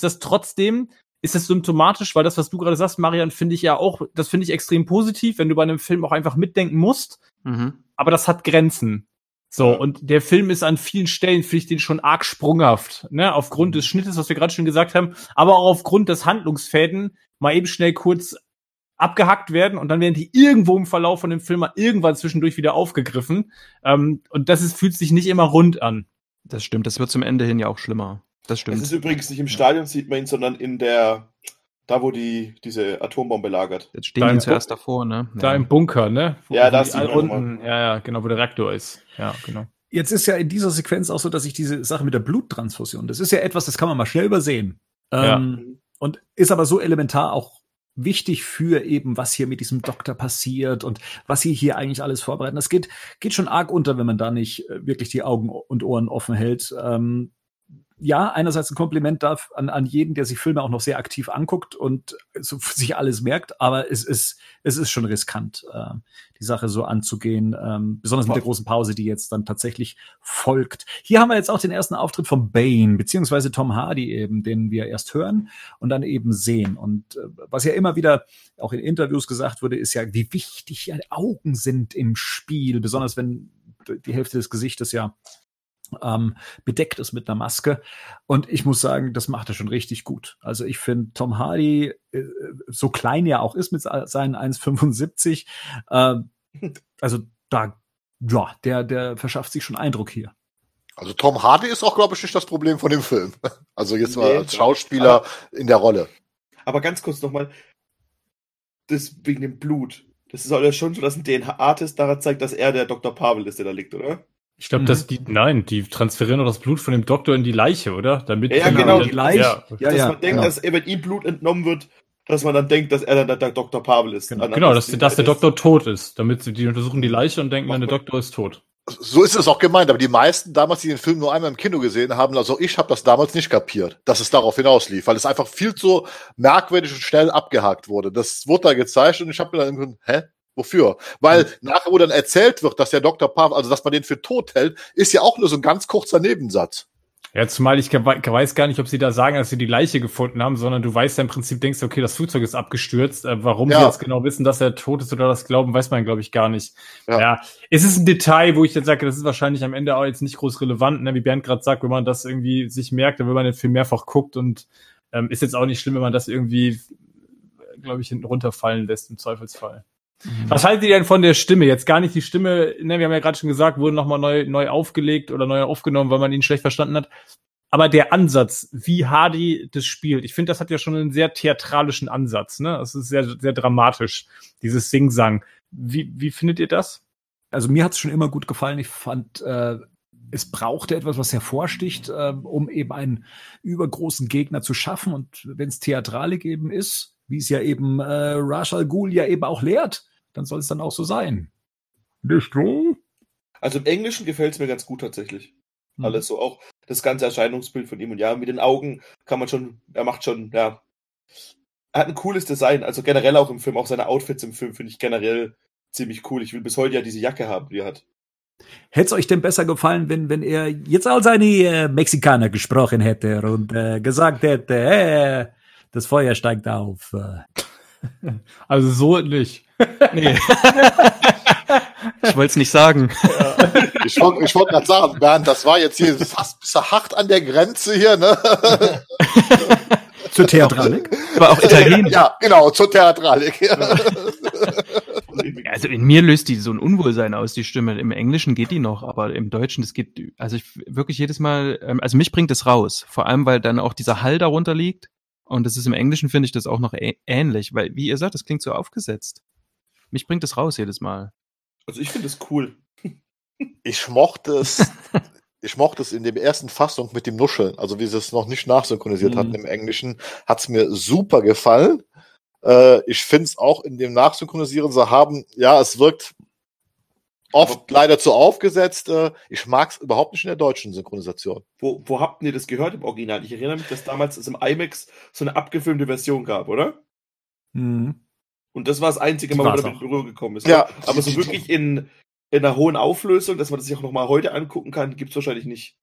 symptomatisch, weil das, was du gerade sagst, Marian, finde ich extrem positiv, wenn du bei einem Film auch einfach mitdenken musst. Aber das hat Grenzen. So, und der Film ist an vielen Stellen, finde ich den schon arg sprunghaft, ne, aufgrund des Schnittes, was wir gerade schon gesagt haben, aber auch aufgrund des Handlungsfäden mal eben schnell kurz abgehackt werden und dann werden die irgendwo im Verlauf von dem Film mal irgendwann zwischendurch wieder aufgegriffen. Und fühlt sich nicht immer rund an. Das stimmt, das wird zum Ende hin ja auch schlimmer. Das stimmt. Das ist übrigens nicht im Stadion, sieht man ihn, sondern da wo diese Atombombe lagert. Jetzt stehen die zuerst davor, ne? Da im Bunker, ne? Da ist die unten. Ja, genau, wo der Reaktor ist. Ja, genau. Jetzt ist ja in dieser Sequenz auch so, dass ich diese Sache mit der Bluttransfusion, das ist ja etwas, das kann man mal schnell übersehen. Und ist aber so elementar auch wichtig für eben, was hier mit diesem Doktor passiert und was sie hier eigentlich alles vorbereiten. Das geht schon arg unter, wenn man da nicht wirklich die Augen und Ohren offen hält. Ja, einerseits ein Kompliment an jeden, der sich Filme auch noch sehr aktiv anguckt und so sich alles merkt, aber es ist schon riskant, die Sache so anzugehen, besonders mit der großen Pause, die jetzt dann tatsächlich folgt. Hier haben wir jetzt auch den ersten Auftritt von Bane, beziehungsweise Tom Hardy eben, den wir erst hören und dann eben sehen. Und was ja immer wieder auch in Interviews gesagt wurde, ist ja, wie wichtig ja Augen sind im Spiel, besonders wenn die Hälfte des Gesichtes ja bedeckt ist mit einer Maske. Und ich muss sagen, das macht er schon richtig gut. Also ich finde, Tom Hardy, so klein er auch ist mit seinen 1,75, also der verschafft sich schon Eindruck hier. Also Tom Hardy ist auch, glaube ich, nicht das Problem von dem Film. Also jetzt mal als Schauspieler in der Rolle. Aber ganz kurz nochmal, das wegen dem Blut. Das ist ja schon so, dass ein DNA-Test daran zeigt, dass er der Dr. Pavel ist, der da liegt, oder? Ich glaube, die transferieren doch das Blut von dem Doktor in die Leiche, oder? Damit genau, die Leiche. Dass man denkt, dass wenn ihm Blut entnommen wird, dass man dann denkt, dass er dann der Dr. Pavel ist. Genau, dass der Doktor tot ist. Damit die untersuchen die Leiche und denken, der Doktor ist tot. So ist es auch gemeint, aber die meisten damals, die den Film nur einmal im Kino gesehen haben, also ich habe das damals nicht kapiert, dass es darauf hinauslief, weil es einfach viel zu merkwürdig und schnell abgehakt wurde. Das wurde da gezeigt und ich habe mir dann gedacht, wofür? Weil nachher, wo dann erzählt wird, dass der Dr. Pavel, also dass man den für tot hält, ist ja auch nur so ein ganz kurzer Nebensatz. Ja, zumal ich weiß gar nicht, ob sie da sagen, dass sie die Leiche gefunden haben, sondern du weißt ja im Prinzip, denkst okay, das Flugzeug ist abgestürzt. Warum sie jetzt genau wissen, dass er tot ist oder das glauben, weiß man, glaube ich, gar nicht. Ja, es ist ein Detail, wo ich dann sage, das ist wahrscheinlich am Ende auch jetzt nicht groß relevant, ne? Wie Bernd gerade sagt, wenn man das irgendwie sich merkt, wenn man den Film mehrfach guckt und ist jetzt auch nicht schlimm, wenn man das irgendwie, glaube ich, hinten runterfallen lässt im Zweifelsfall. Was haltet ihr denn von der Stimme? Jetzt gar nicht die Stimme, ne, wir haben ja gerade schon gesagt, wurde nochmal neu aufgelegt oder neu aufgenommen, weil man ihn schlecht verstanden hat. Aber der Ansatz, wie Hardy das spielt, ich finde, das hat ja schon einen sehr theatralischen Ansatz, ne? Es ist sehr, sehr dramatisch, dieses Sing-Sang. Wie findet ihr das? Also mir hat es schon immer gut gefallen. Ich fand, es brauchte etwas, was hervorsticht, um eben einen übergroßen Gegner zu schaffen. Und wenn es Theatralik eben ist, wie es ja eben Ra's al Ghul ja eben auch lehrt, dann soll es dann auch so sein. Nicht wahr? Also im Englischen gefällt es mir ganz gut tatsächlich. Alles so, auch das ganze Erscheinungsbild von ihm. Und ja, mit den Augen er hat ein cooles Design. Also generell auch im Film, auch seine Outfits im Film finde ich generell ziemlich cool. Ich will bis heute ja diese Jacke haben, die er hat. Hätte es euch denn besser gefallen, wenn er jetzt als eine Mexikaner gesprochen hätte und gesagt hätte, das Feuer steigt auf. Also so nicht. Nee. Ich wollte es nicht sagen. Ich wollte gerade sagen, Bernd, das war jetzt hier fast bis hart an der Grenze hier, ne? Zur Theatralik. Aber auch Italienisch. Ja, genau, zur Theatralik. Also in mir löst die so ein Unwohlsein aus, die Stimme. Im Englischen geht die noch, aber im Deutschen, das geht, also ich wirklich jedes Mal, also mich bringt es raus. Vor allem, weil dann auch dieser Hall darunter liegt. Und das ist im Englischen, finde ich das auch noch ähnlich, weil, wie ihr sagt, das klingt so aufgesetzt. Mich bringt es raus jedes Mal. Also ich finde es cool. Ich mochte es in der ersten Fassung mit dem Nuscheln, also wie sie es noch nicht nachsynchronisiert hatten im Englischen, hat es mir super gefallen. Ich finde es auch in dem Nachsynchronisieren, es wirkt oft leider zu aufgesetzt. Ich mag es überhaupt nicht in der deutschen Synchronisation. Wo habt ihr das gehört im Original? Ich erinnere mich, dass damals es im IMAX so eine abgefilmte Version gab, oder? Mhm. Und das war das einzige Die Mal, wo war's damit in Berührung gekommen ist. Ja. Aber so wirklich in einer hohen Auflösung, dass man das sich auch nochmal heute angucken kann, gibt es wahrscheinlich nicht.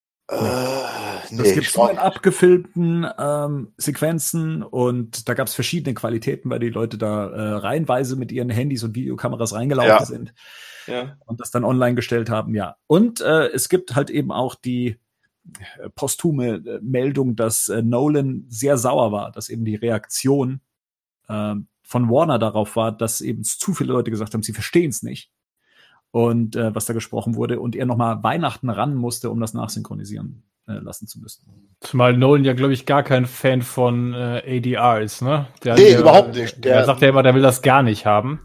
Das gibt es nur in abgefilmten Sequenzen und da gab es verschiedene Qualitäten, weil die Leute da reihenweise mit ihren Handys und Videokameras reingelaufen sind und das dann online gestellt haben, ja. Und es gibt halt eben auch die posthume Meldung, dass Nolan sehr sauer war, dass eben die Reaktion von Warner darauf war, dass eben zu viele Leute gesagt haben, sie verstehen es nicht. Und was da gesprochen wurde und er nochmal Weihnachten ran musste, um das nachsynchronisieren lassen zu müssen. Zumal Nolan ja, glaube ich, gar kein Fan von ADR ist, ne? Überhaupt nicht. Der sagt ja immer, der will das gar nicht haben.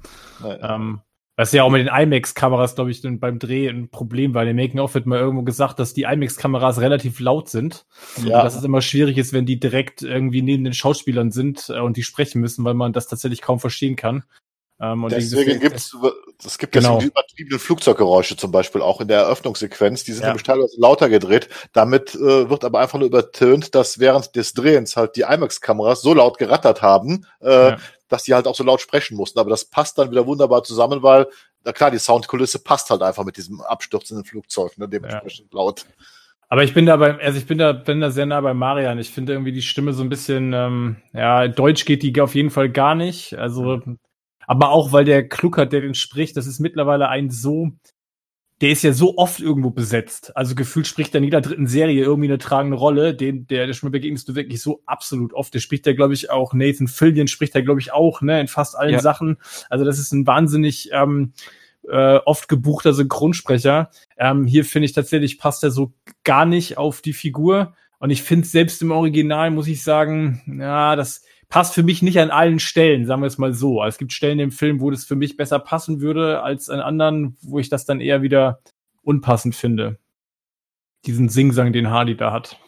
Was ja auch mit den IMAX-Kameras, glaube ich, beim Dreh ein Problem war. In dem Making-of wird mal irgendwo gesagt, dass die IMAX-Kameras relativ laut sind. Ja. Dass es immer schwierig ist, wenn die direkt irgendwie neben den Schauspielern sind und die sprechen müssen, weil man das tatsächlich kaum verstehen kann. Und deswegen gibt es die übertriebenen Flugzeuggeräusche zum Beispiel auch in der Eröffnungssequenz. Die sind nämlich teilweise lauter gedreht. Damit wird aber einfach nur übertönt, dass während des Drehens halt die IMAX-Kameras so laut gerattert haben, dass die halt auch so laut sprechen mussten. Aber das passt dann wieder wunderbar zusammen, weil, na klar, die Soundkulisse passt halt einfach mit diesem abstürzenden Flugzeug, ne, dementsprechend laut. Aber ich bin da sehr nah bei Marian. Ich finde irgendwie die Stimme so ein bisschen, Deutsch geht die auf jeden Fall gar nicht. Also, aber auch, weil der Kluckert, der den spricht, das ist mittlerweile der ist ja so oft irgendwo besetzt. Also gefühlt spricht er in jeder dritten Serie irgendwie eine tragende Rolle. Der Stimme begegnest du wirklich so absolut oft. Der spricht ja, glaube ich, auch Nathan Fillion spricht ja, glaube ich, auch, ne, in fast allen Sachen. Also das ist ein wahnsinnig oft gebuchter Synchronsprecher. Hier finde ich tatsächlich, passt er so gar nicht auf die Figur. Und ich finde selbst im Original, muss ich sagen, das passt für mich nicht an allen Stellen, sagen wir es mal so. Also es gibt Stellen im Film, wo das für mich besser passen würde, als an anderen, wo ich das dann eher wieder unpassend finde. Diesen Singsang, den Hardy da hat.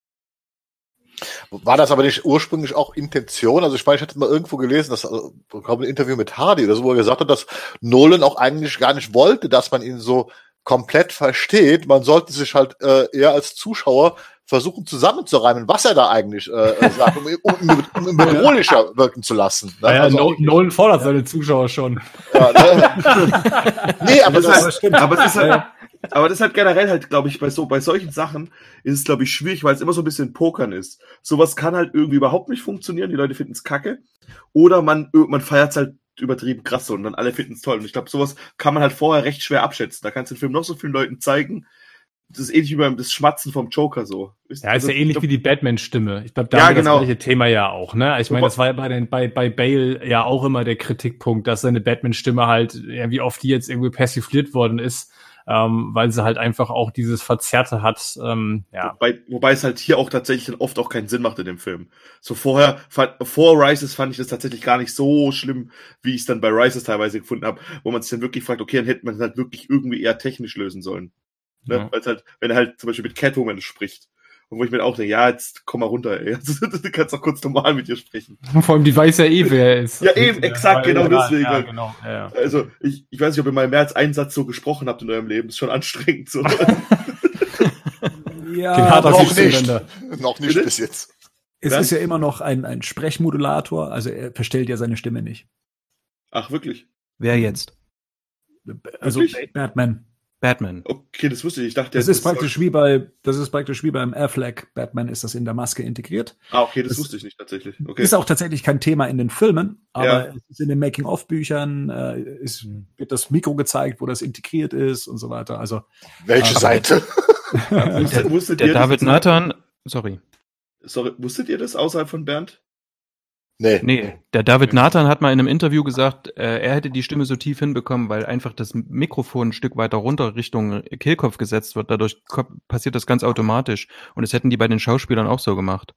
War das aber nicht ursprünglich auch Intention? Also ich meine, ich hatte mal irgendwo gelesen, dass ein Interview mit Hardy oder so, wo er gesagt hat, dass Nolan auch eigentlich gar nicht wollte, dass man ihn so komplett versteht. Man sollte sich halt eher als Zuschauer versuchen zusammenzureimen, was er da eigentlich sagt, um ihn bedrohlicher wirken zu lassen. Ne? Naja, also Nolan fordert seine Zuschauer schon. Ja, ne? Nee, aber das stimmt. Aber das ist halt generell halt, glaube ich, bei solchen Sachen ist es, glaube ich, schwierig, weil es immer so ein bisschen Pokern ist. Sowas kann halt irgendwie überhaupt nicht funktionieren, die Leute finden es kacke. Oder man feiert es halt übertrieben krass und dann alle finden es toll. Und ich glaube, sowas kann man halt vorher recht schwer abschätzen. Da kannst du den Film noch so vielen Leuten zeigen. Das ist ähnlich wie beim das Schmatzen vom Joker so. Ist ja ähnlich wie die Batman-Stimme. Ich glaube, da haben wir das gleiche Thema ja auch, ne? Ich meine, das war ja bei Bale ja auch immer der Kritikpunkt, dass seine Batman-Stimme halt, wie oft die jetzt irgendwie persifliert worden ist, weil sie halt einfach auch dieses Verzerrte hat. Wobei es halt hier auch tatsächlich oft auch keinen Sinn macht in dem Film. So vor Rises fand ich das tatsächlich gar nicht so schlimm, wie ich es dann bei Rises teilweise gefunden habe, wo man sich dann wirklich fragt, okay, dann hätte man es halt wirklich irgendwie eher technisch lösen sollen. Ne? Ja. Weil halt, wenn er halt zum Beispiel mit Catwoman spricht. Und wo ich mir auch denke, jetzt komm mal runter, ey. Du kannst doch kurz normal mit ihr sprechen. Vor allem, die weiß ja wer er ist. Ja, eben, exakt, genau deswegen. Ja, genau. Ja. Also, ich weiß nicht, ob ihr mal mehr als einen Satz so gesprochen habt in eurem Leben. Das ist schon anstrengend. So. Ja, noch nicht bis jetzt. Es ist ja immer noch ein Sprechmodulator, also er verstellt ja seine Stimme nicht. Ach, wirklich? Wer jetzt? Also Batman. Batman. Okay, das wusste ich. Ich dachte, Das ist praktisch wie beim Affleck Batman ist das in der Maske integriert. okay, das Das wusste ich nicht tatsächlich. Okay. ist auch tatsächlich kein Thema in den Filmen, aber Ja. es ist in den Making-of-Büchern wird das Mikro gezeigt, wo das integriert ist und so weiter. Also Welche Seite? Wusstet Der ihr David das? Nathan, sorry. Sorry, wusstet ihr das außerhalb von Bernd? Nee. Der David Nathan hat mal in einem Interview gesagt, er hätte die Stimme so tief hinbekommen, weil einfach das Mikrofon ein Stück weiter runter Richtung Kehlkopf gesetzt wird. Dadurch passiert das ganz automatisch. Und das hätten die bei den Schauspielern auch so gemacht.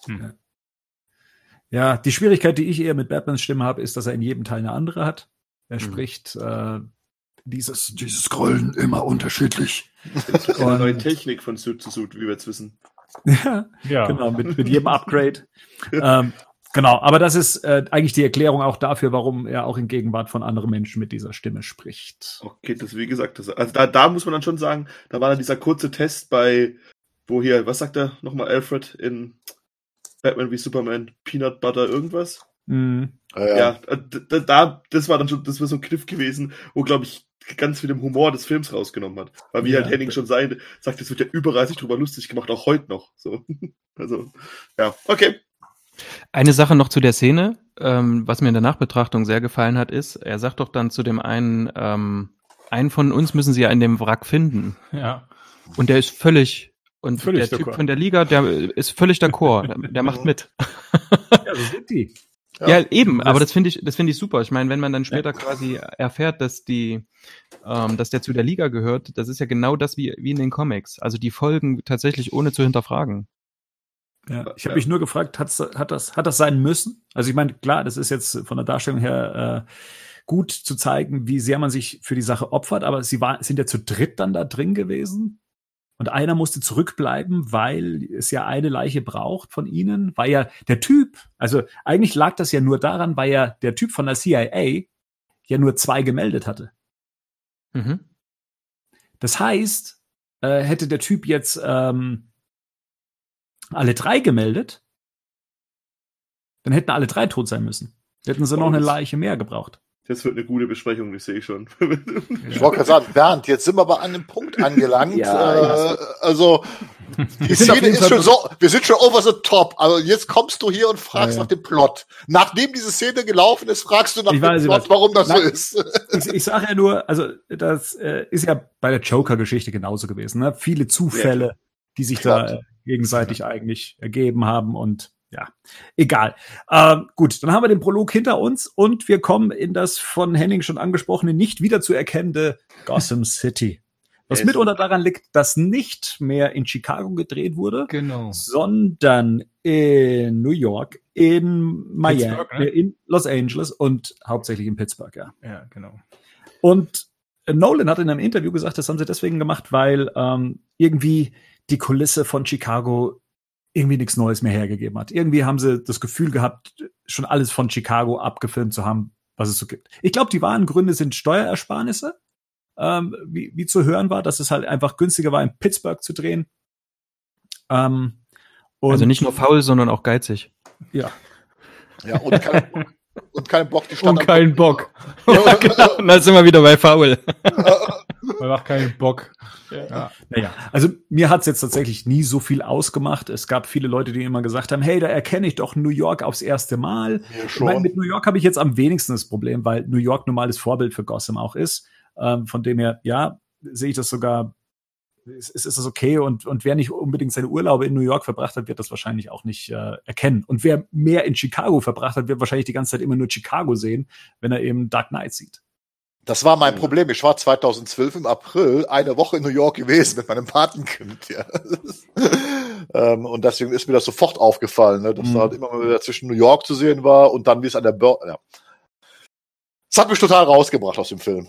ja, die Schwierigkeit, die ich eher mit Batmans Stimme habe, ist, dass er in jedem Teil eine andere hat. Er spricht dieses Grollen immer unterschiedlich. Eine neue Technik von Suit to Suit, wie wir jetzt wissen. Ja, genau, mit jedem Upgrade. Genau, aber das ist eigentlich die Erklärung auch dafür, warum er auch in Gegenwart von anderen Menschen mit dieser Stimme spricht. Okay, das wie gesagt, also da muss man dann schon sagen, da war dann dieser kurze Test was sagt er nochmal Alfred in Batman wie Superman, Peanut Butter irgendwas? Ja, das war so ein Kniff gewesen, wo, glaube ich, ganz viel dem Humor des Films rausgenommen hat. Weil wie halt Henning schon sagt, es wird ja überall sich drüber lustig gemacht, auch heute noch. So. Also, ja, okay. Eine Sache noch zu der Szene, was mir in der Nachbetrachtung sehr gefallen hat, ist, er sagt doch dann zu dem einen von uns müssen sie ja in dem Wrack finden. Ja. Und der ist völlig der d'accord. Typ von der Liga, der ist völlig d'accord, der macht mit. Ja, so sind die. Ja, eben, aber das finde ich super. Ich meine, wenn man dann später quasi erfährt, dass der zu der Liga gehört, das ist ja genau das wie in den Comics. Also die folgen tatsächlich ohne zu hinterfragen. Ja, ich habe mich nur gefragt, hat das sein müssen? Also ich meine, klar, das ist jetzt von der Darstellung her gut zu zeigen, wie sehr man sich für die Sache opfert, aber sind ja zu dritt dann da drin gewesen und einer musste zurückbleiben, weil es ja eine Leiche braucht von ihnen, weil ja der Typ, also eigentlich lag das ja nur daran, weil ja der Typ von der CIA ja nur 2 gemeldet hatte. Mhm. Das heißt, hätte der Typ jetzt alle 3 gemeldet, dann hätten alle 3 tot sein müssen. Hätten sie noch eine Leiche mehr gebraucht. Das wird eine gute Besprechung, das sehe ich schon. Ich wollte gerade sagen, Bernd, jetzt sind wir aber an einem Punkt angelangt. Also, die Szene ist schon so, wir sind schon over the top. Also, jetzt kommst du hier und fragst nach dem Plot. Nachdem diese Szene gelaufen ist, fragst du nach dem Plot, warum das so ist. Ich sage ja nur, also, das ist ja bei der Joker-Geschichte genauso gewesen. Ne? Viele Zufälle, die sich da gegenseitig eigentlich ergeben haben und ja, egal. Gut, dann haben wir den Prolog hinter uns und wir kommen in das von Henning schon angesprochene, nicht wieder zu erkennende Gotham City. Was mitunter daran liegt, dass nicht mehr in Chicago gedreht wurde, sondern in New York, in Miami, in Los Angeles und hauptsächlich in Pittsburgh, ja. Ja, genau. Und Nolan hat in einem Interview gesagt, das haben sie deswegen gemacht, weil irgendwie die Kulisse von Chicago irgendwie nichts Neues mehr hergegeben hat. Irgendwie haben sie das Gefühl gehabt, schon alles von Chicago abgefilmt zu haben, was es so gibt. Ich glaube, die wahren Gründe sind Steuerersparnisse, wie zu hören war, dass es halt einfach günstiger war, in Pittsburgh zu drehen. Also nicht nur faul, sondern auch geizig. Ja. Ja, und kein Bock, die Stadt. Und kein Bock. Ja, genau. Und dann sind wir wieder bei faul. Man macht keinen Bock. Ja. Naja, also mir hat's jetzt tatsächlich nie so viel ausgemacht. Es gab viele Leute, die immer gesagt haben, hey, da erkenne ich doch New York aufs erste Mal. Ja, ich meine, mit New York habe ich jetzt am wenigsten das Problem, weil New York nun mal das Vorbild für Gotham auch ist. Von dem her, ja, sehe ich das sogar, ist das okay und wer nicht unbedingt seine Urlaube in New York verbracht hat, wird das wahrscheinlich auch nicht erkennen. Und wer mehr in Chicago verbracht hat, wird wahrscheinlich die ganze Zeit immer nur Chicago sehen, wenn er eben Dark Knight sieht. Das war mein Problem. Ich war 2012 im April eine Woche in New York gewesen mit meinem Patenkind. Ja. Und deswegen ist mir das sofort aufgefallen, ne, dass da halt immer wieder zwischen New York zu sehen war und dann wie es an der Börse. Ja. Das hat mich total rausgebracht aus dem Film.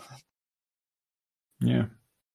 Ja.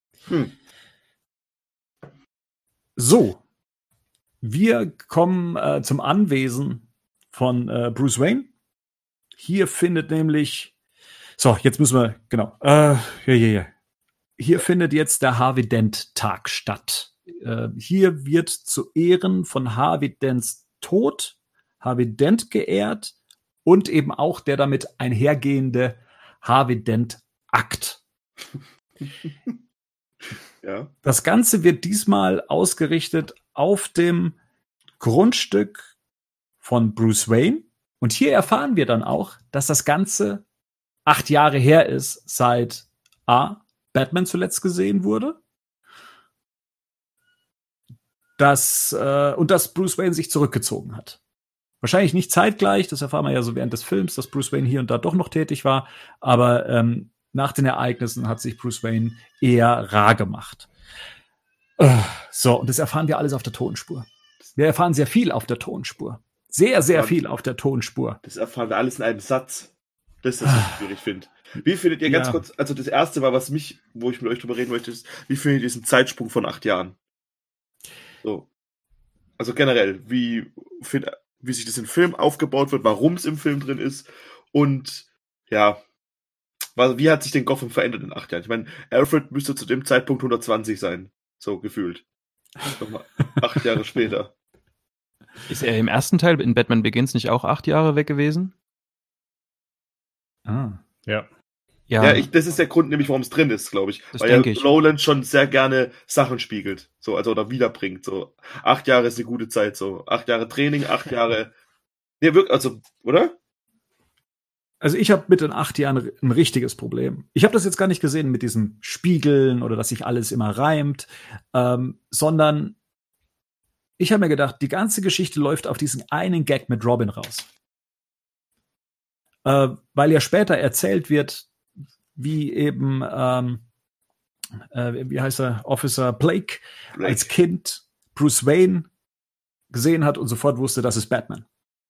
So, wir kommen zum Anwesen von Bruce Wayne. Hier findet nämlich jetzt müssen wir, genau. Hier findet jetzt der Harvey Dent-Tag statt. Hier wird zu Ehren von Harvey Dents Tod Harvey Dent geehrt und eben auch der damit einhergehende Harvey Dent-Akt. Ja. Das Ganze wird diesmal ausgerichtet auf dem Grundstück von Bruce Wayne. Und hier erfahren wir dann auch, dass das Ganze 8 Jahre her ist, seit Batman zuletzt gesehen wurde. Dass Bruce Wayne sich zurückgezogen hat. Wahrscheinlich nicht zeitgleich, das erfahren wir ja so während des Films, dass Bruce Wayne hier und da doch noch tätig war, aber nach den Ereignissen hat sich Bruce Wayne eher rar gemacht. So, und das erfahren wir alles auf der Tonspur. Wir erfahren sehr viel auf der Tonspur. Sehr, sehr viel auf der Tonspur. Das erfahren wir alles in einem Satz. Das ist das, was ich schwierig finde. Wie findet ihr ganz kurz, also das erste Mal, wo ich mit euch drüber reden möchte, ist, wie findet ihr diesen Zeitsprung von 8 Jahren? So. Also generell, wie sich das im Film aufgebaut wird, warum es im Film drin ist und ja, wie hat sich denn Gotham verändert in 8 Jahren? Ich meine, Alfred müsste zu dem Zeitpunkt 120 sein, so gefühlt. Nochmal 8 Jahre später. Ist er im ersten Teil in Batman Begins nicht auch 8 Jahre weg gewesen? Ja. Ja, das ist der Grund, nämlich warum es drin ist, glaube ich. Das weil ja Nolan schon sehr gerne Sachen spiegelt, so, also oder wiederbringt. So 8 Jahre ist eine gute Zeit, so 8 Jahre Training, 8 Jahre. Nee, wirklich, also, oder? Also ich habe mit den 8 Jahren ein richtiges Problem. Ich habe das jetzt gar nicht gesehen mit diesem Spiegeln oder dass sich alles immer reimt, sondern ich habe mir gedacht, die ganze Geschichte läuft auf diesen einen Gag mit Robin raus. Weil ja später erzählt wird, wie eben, wie heißt er, Officer Blake als Kind Bruce Wayne gesehen hat und sofort wusste, das ist Batman.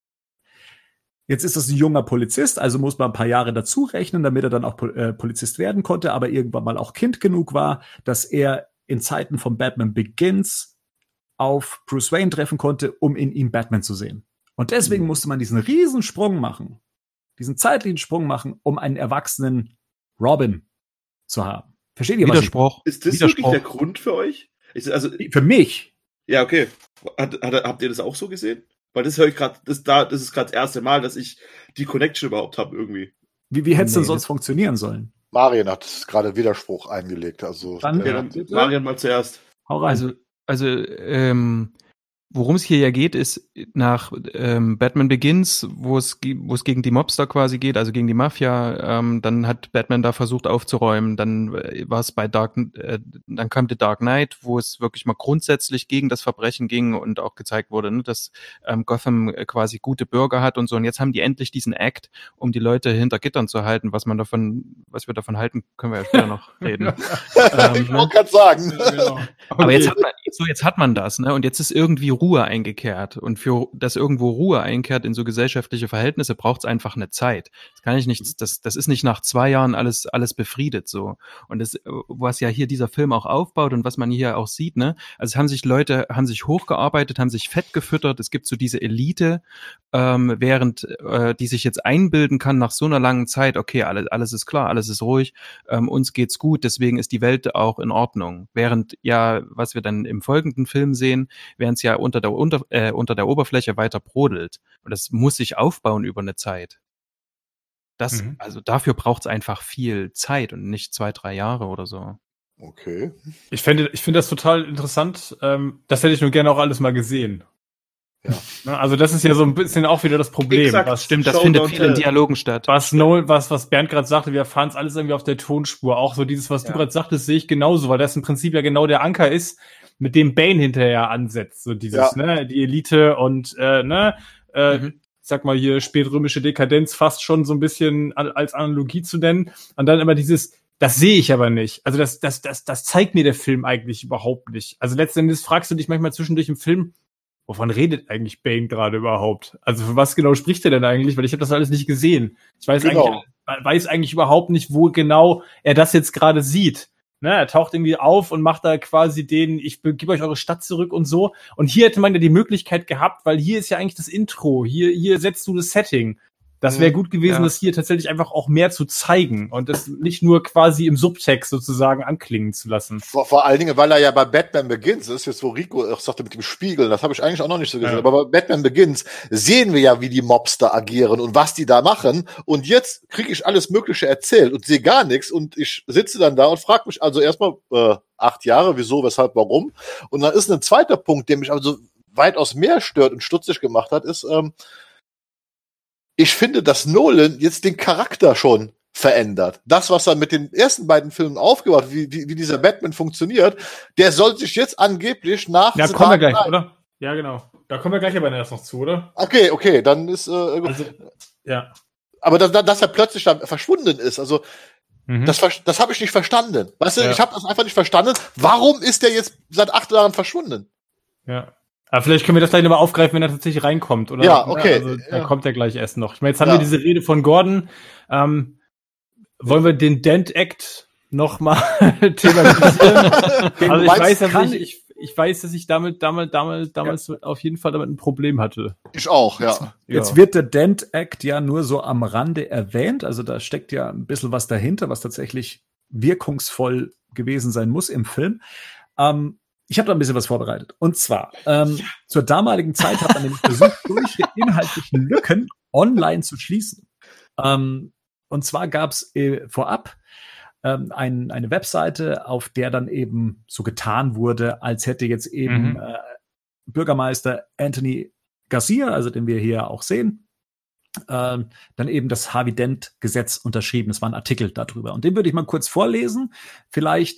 Jetzt ist das ein junger Polizist, also muss man ein paar Jahre dazu rechnen, damit er dann auch Polizist werden konnte, aber irgendwann mal auch Kind genug war, dass er in Zeiten von Batman Begins auf Bruce Wayne treffen konnte, um in ihm Batman zu sehen. Und deswegen musste man diesen riesen Sprung machen, diesen zeitlichen Sprung machen, um einen erwachsenen Robin zu haben. Versteht ihr, Widerspruch. Ist das wirklich der Grund für euch? Also für mich. Ja, okay. Habt ihr das auch so gesehen? Weil das höre ich gerade, das ist gerade das erste Mal, dass ich die Connection überhaupt habe irgendwie. Wie hätte es denn sonst funktionieren sollen? Marian hat gerade Widerspruch eingelegt. Also dann Marian mal zuerst. Hau rein. Also worum es hier ja geht, ist nach Batman Begins, wo es gegen die Mobster quasi geht, also gegen die Mafia, dann hat Batman da versucht aufzuräumen, dann war es bei dann kam The Dark Knight, wo es wirklich mal grundsätzlich gegen das Verbrechen ging und auch gezeigt wurde, ne, dass Gotham quasi gute Bürger hat und so, und jetzt haben die endlich diesen Act, um die Leute hinter Gittern zu halten. Was wir davon halten, können wir ja später noch reden. Ich wollte gerade sagen. Genau. Aber jetzt hat man das, ne? Und jetzt ist irgendwie Ruhe eingekehrt. Und für dass irgendwo Ruhe einkehrt in so gesellschaftliche Verhältnisse, braucht es einfach eine Zeit. Das kann ich nicht, das ist nicht nach 2 Jahren alles befriedet so. Und das, was ja hier dieser Film auch aufbaut und was man hier auch sieht, ne? Also Leute haben sich hochgearbeitet, haben sich fett gefüttert. Es gibt so diese Elite, während die sich jetzt einbilden kann nach so einer langen Zeit, okay, alles ist klar, alles ist ruhig, uns geht's gut, deswegen ist die Welt auch in Ordnung. Während ja, was wir dann im folgenden Film sehen, während es ja unter der Oberfläche weiter brodelt. Und das muss sich aufbauen über eine Zeit. Also dafür braucht es einfach viel Zeit und nicht 2, 3 Jahre oder so. Okay. Ich finde das total interessant. Das hätte ich nur gerne auch alles mal gesehen. Ja. Also das ist ja so ein bisschen auch wieder das Problem. Exakt. Das stimmt, das findet viel in Dialogen statt. Was Bernd gerade sagte, wir erfahren es alles irgendwie auf der Tonspur. Auch so dieses, was du gerade sagtest, sehe ich genauso, weil das im Prinzip ja genau der Anker ist, mit dem Bane hinterher ansetzt. So dieses, ne, die Elite und, ich sag mal hier spätrömische Dekadenz fast schon so ein bisschen als Analogie zu nennen. Und dann immer dieses, das sehe ich aber nicht. Also das zeigt mir der Film eigentlich überhaupt nicht. Also letztendlich fragst du dich manchmal zwischendurch im Film, wovon redet eigentlich Bane gerade überhaupt? Also für was genau spricht er denn eigentlich? Weil ich habe das alles nicht gesehen. Ich weiß eigentlich überhaupt nicht, wo genau er das jetzt gerade sieht. Ne, er taucht irgendwie auf und macht da quasi ich gebe euch eure Stadt zurück und so. Und hier hätte man ja die Möglichkeit gehabt, weil hier ist ja eigentlich das Intro. Hier setzt du das Setting. Das wäre gut gewesen, Ja. das hier tatsächlich einfach auch mehr zu zeigen und das nicht nur quasi im Subtext sozusagen anklingen zu lassen. Vor allen Dingen, weil er ja bei Batman Begins, das ist jetzt, wo Rico auch sagte mit dem Spiegel, das habe ich eigentlich auch noch nicht so gesehen, Ja. aber bei Batman Begins sehen wir ja, wie die Mobster agieren und was die da machen und jetzt kriege ich alles Mögliche erzählt und sehe gar nichts und ich sitze dann da und frage mich also erstmal 8 Jahre, wieso, weshalb, warum und dann ist ein zweiter Punkt, der mich also weitaus mehr stört und stutzig gemacht hat, ist, ich finde, dass Nolan jetzt den Charakter schon verändert. Das, was er mit den ersten beiden Filmen aufgebaut hat, wie dieser Batman funktioniert, der soll sich jetzt angeblich nach... Ja, The kommen wir Dark gleich, Knight- oder? Ja, genau. Da kommen wir gleich aber erst noch zu, oder? Okay, dann ist... Also, ja. aber dass er plötzlich dann verschwunden ist, also Mhm. das habe ich nicht verstanden. Weißt du, Ja. ich habe das einfach nicht verstanden. Warum ist der jetzt seit 8 Jahren verschwunden? Ja. Aber vielleicht können wir das gleich nochmal aufgreifen, wenn er tatsächlich reinkommt, oder? Ja, okay. Also, da Ja. kommt er gleich erst noch. Ich meine, jetzt haben Ja. wir diese Rede von Gordon. Wollen wir den Dent Act nochmal thematisieren? Also ich weiß, dass ich damals auf jeden Fall damit ein Problem hatte. Ich auch, ja. Jetzt wird der Dent Act ja nur so am Rande erwähnt. Also da steckt ja ein bisschen was dahinter, was tatsächlich wirkungsvoll gewesen sein muss im Film. Ich habe da ein bisschen was vorbereitet. Und zwar, zur damaligen Zeit hat man nämlich versucht, solche inhaltlichen Lücken online zu schließen. Und zwar gab es vorab eine Webseite, auf der dann eben so getan wurde, als hätte jetzt eben Bürgermeister Anthony Garcia, also den wir hier auch sehen, dann eben das Harvey-Dent-Gesetz unterschrieben. Es war ein Artikel darüber. Und den würde ich mal kurz vorlesen. Vielleicht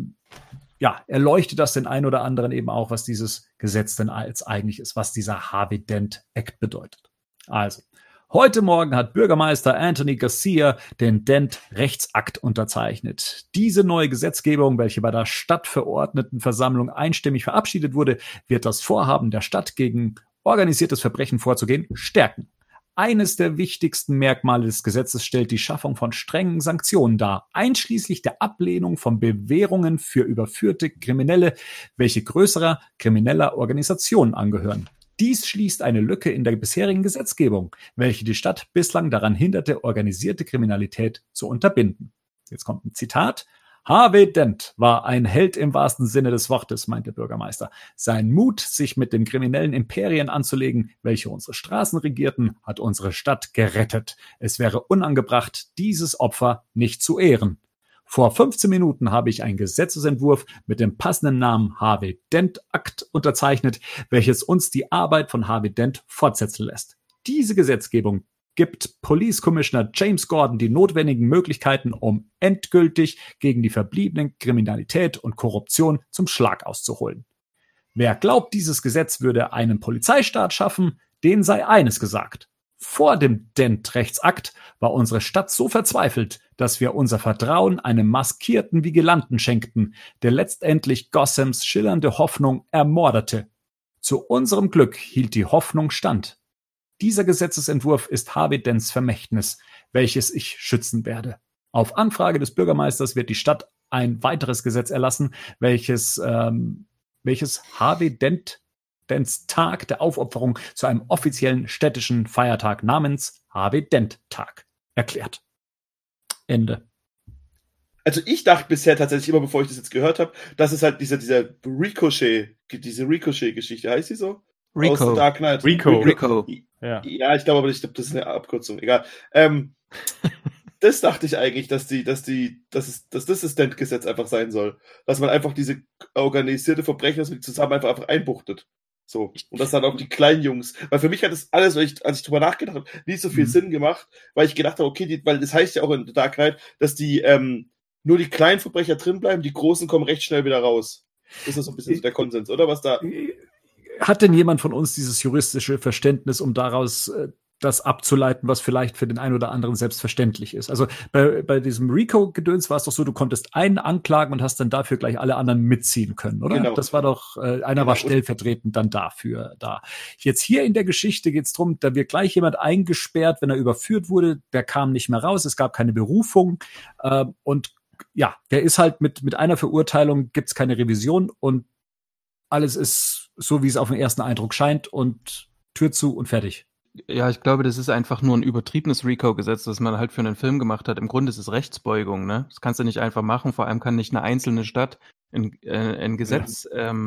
erleuchtet das den einen oder anderen eben auch, was dieses Gesetz denn als eigentlich ist, was dieser Harvey-Dent-Act bedeutet. Also, heute Morgen hat Bürgermeister Anthony Garcia den Dent-Rechtsakt unterzeichnet. Diese neue Gesetzgebung, welche bei der Stadtverordnetenversammlung einstimmig verabschiedet wurde, wird das Vorhaben der Stadt gegen organisiertes Verbrechen vorzugehen stärken. Eines der wichtigsten Merkmale des Gesetzes stellt die Schaffung von strengen Sanktionen dar, einschließlich der Ablehnung von Bewährungen für überführte Kriminelle, welche größerer krimineller Organisationen angehören. Dies schließt eine Lücke in der bisherigen Gesetzgebung, welche die Stadt bislang daran hinderte, organisierte Kriminalität zu unterbinden. Jetzt kommt ein Zitat. Harvey Dent war ein Held im wahrsten Sinne des Wortes, meint der Bürgermeister. Sein Mut, sich mit den kriminellen Imperien anzulegen, welche unsere Straßen regierten, hat unsere Stadt gerettet. Es wäre unangebracht, dieses Opfer nicht zu ehren. Vor 15 Minuten habe ich einen Gesetzesentwurf mit dem passenden Namen Harvey-Dent-Akt unterzeichnet, welches uns die Arbeit von Harvey Dent fortsetzen lässt. Diese Gesetzgebung gibt Police Commissioner James Gordon die notwendigen Möglichkeiten, um endgültig gegen die verbliebenen Kriminalität und Korruption zum Schlag auszuholen. Wer glaubt, dieses Gesetz würde einen Polizeistaat schaffen, den sei eines gesagt. Vor dem Dent-Rechtsakt war unsere Stadt so verzweifelt, dass wir unser Vertrauen einem maskierten Vigilanten schenkten, der letztendlich Gothams schillernde Hoffnung ermordete. Zu unserem Glück hielt die Hoffnung stand. Dieser Gesetzesentwurf ist Harvey Dents Vermächtnis, welches ich schützen werde. Auf Anfrage des Bürgermeisters wird die Stadt ein weiteres Gesetz erlassen, welches Harvey Dents Tag der Aufopferung zu einem offiziellen städtischen Feiertag namens Harvey Dent Tag erklärt. Ende. Also ich dachte bisher tatsächlich immer, bevor ich das jetzt gehört habe, dass es halt diese Ricochet-Geschichte, heißt die so? Rico. Aus The Dark Knight. Rico. Ja. Ja, ich glaube aber nicht, das ist eine Abkürzung. Egal. Das dachte ich eigentlich, dass das das Dent-Gesetz einfach sein soll. Dass man einfach diese organisierte Verbrechen, dass man die zusammen einfach einbuchtet. So. Und das dann auch die kleinen Jungs. Weil für mich hat das alles, als ich drüber nachgedacht habe, nicht so viel Sinn gemacht, weil ich gedacht habe, okay, weil das heißt ja auch in The Dark Knight, dass die nur die kleinen Verbrecher drin bleiben, die großen kommen recht schnell wieder raus. Das ist so ein bisschen so der Konsens, oder? Was da. Hat denn jemand von uns dieses juristische Verständnis, um daraus das abzuleiten, was vielleicht für den einen oder anderen selbstverständlich ist? Also bei diesem Rico-Gedöns war es doch so, du konntest einen anklagen und hast dann dafür gleich alle anderen mitziehen können, oder? Genau. Das war doch, einer war stellvertretend dann dafür da. Jetzt hier in der Geschichte geht es darum, da wird gleich jemand eingesperrt, wenn er überführt wurde, der kam nicht mehr raus, es gab keine Berufung und ja, der ist halt mit einer Verurteilung gibt's keine Revision und alles ist so, wie es auf den ersten Eindruck scheint und Tür zu und fertig. Ja, ich glaube, das ist einfach nur ein übertriebenes RICO-Gesetz, das man halt für einen Film gemacht hat. Im Grunde ist es Rechtsbeugung, ne? Das kannst du nicht einfach machen. Vor allem kann nicht eine einzelne Stadt ein Gesetz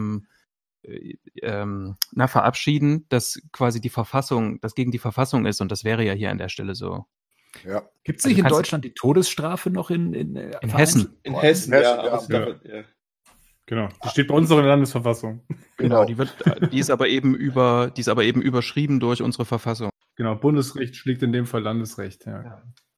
verabschieden, das quasi das gegen die Verfassung ist. Und das wäre ja hier an der Stelle so. Ja. Gibt es Also nicht in kannst- Deutschland die Todesstrafe noch in Hessen? In Hessen, Hessen, ja. ja. Aber sie Ja. darf- ja. Genau. Die steht bei uns auch in der Landesverfassung. Genau, die ist aber eben überschrieben durch unsere Verfassung. Genau, Bundesrecht schlägt in dem Fall Landesrecht, ja.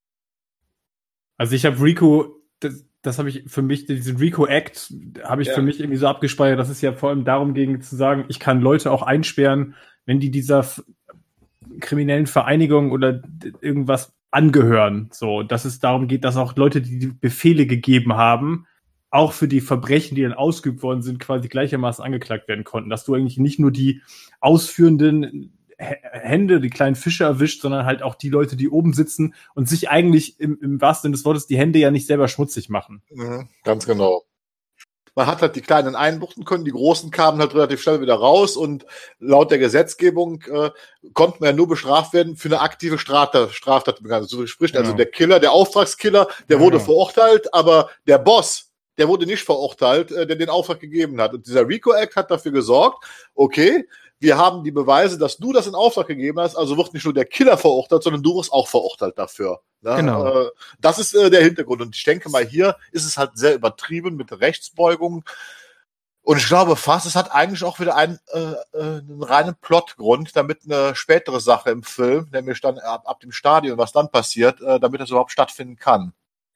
Also ich habe RICO, das habe ich für mich, diesen RICO Act habe ich Ja. für mich irgendwie so abgespeichert, dass es ja vor allem darum ging zu sagen, ich kann Leute auch einsperren, wenn die dieser kriminellen Vereinigung oder irgendwas angehören. So, dass es darum geht, dass auch Leute, die Befehle gegeben haben, auch für die Verbrechen, die dann ausgeübt worden sind, quasi gleichermaßen angeklagt werden konnten. Dass du eigentlich nicht nur die ausführenden Hände, die kleinen Fische erwischt, sondern halt auch die Leute, die oben sitzen und sich eigentlich im wahrsten Sinne des Wortes die Hände ja nicht selber schmutzig machen. Mhm, ganz genau. Man hat halt die kleinen einbuchten können, die großen kamen halt relativ schnell wieder raus und laut der Gesetzgebung konnten wir ja nur bestraft werden für eine aktive Straftat. Also sprich, Genau. also der Killer, der Auftragskiller, der Ja, wurde genau. verurteilt, aber der Boss, der wurde nicht verurteilt, der den Auftrag gegeben hat. Und dieser RICO Act hat dafür gesorgt, okay, wir haben die Beweise, dass du das in Auftrag gegeben hast, also wird nicht nur der Killer verurteilt, sondern du wirst auch verurteilt dafür. Ne? Genau. Das ist der Hintergrund. Und ich denke mal, hier ist es halt sehr übertrieben mit Rechtsbeugung. Und ich glaube fast, es hat eigentlich auch wieder einen reinen Plotgrund, damit eine spätere Sache im Film, nämlich dann ab dem Stadion, was dann passiert, damit das überhaupt stattfinden kann.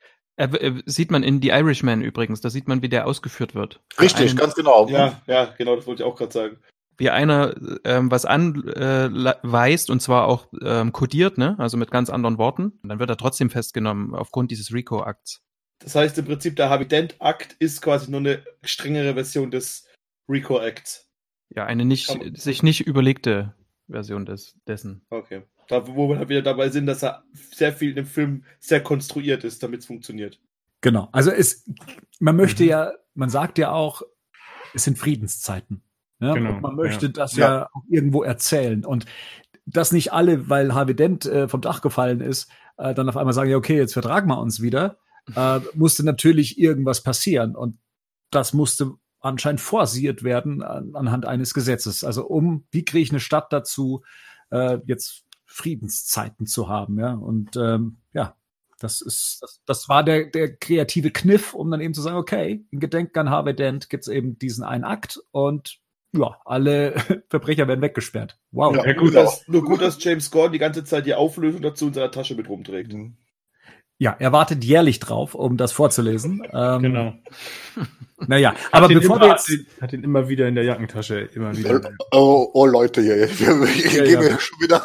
Sieht man in The Irishman übrigens, da sieht man, wie der ausgeführt wird. Richtig, ganz genau. Ja, genau, das wollte ich auch gerade sagen. Wie einer was anweist und zwar auch kodiert, ne? Also mit ganz anderen Worten. Und dann wird er trotzdem festgenommen aufgrund dieses RICO-Akts. Das heißt im Prinzip, der Havident-Akt ist quasi nur eine strengere Version des RICO-Acts. Ja, eine sich nicht überlegte Version dessen. Okay. Da, wo wir halt wieder dabei sind, dass er sehr viel in dem Film sehr konstruiert ist, damit es funktioniert. Genau. Also man möchte ja, man sagt ja auch, es sind Friedenszeiten. Ne? Genau, Und man möchte ja. das ja auch irgendwo erzählen. Und dass nicht alle, weil Harvey Dent vom Dach gefallen ist, dann auf einmal sagen, ja, okay, jetzt vertragen wir uns wieder, musste natürlich irgendwas passieren. Und das musste anscheinend forciert werden anhand eines Gesetzes. Also wie kriege ich eine Stadt dazu, jetzt Friedenszeiten zu haben, ja. Und das war der kreative Kniff, um dann eben zu sagen, okay, in Gedenken an Harvey Dent gibt's eben diesen einen Akt und ja, alle Verbrecher werden weggesperrt. Wow. Ja. Nur gut, dass James Gordon die ganze Zeit die Auflösung dazu in seiner Tasche mit rumträgt. Mhm. Ja, er wartet jährlich drauf, um das vorzulesen. Genau. Naja, aber bevor wir jetzt... Hat ihn immer wieder in der Jackentasche, immer wieder. Oh Leute, hier gehen wir schon wieder.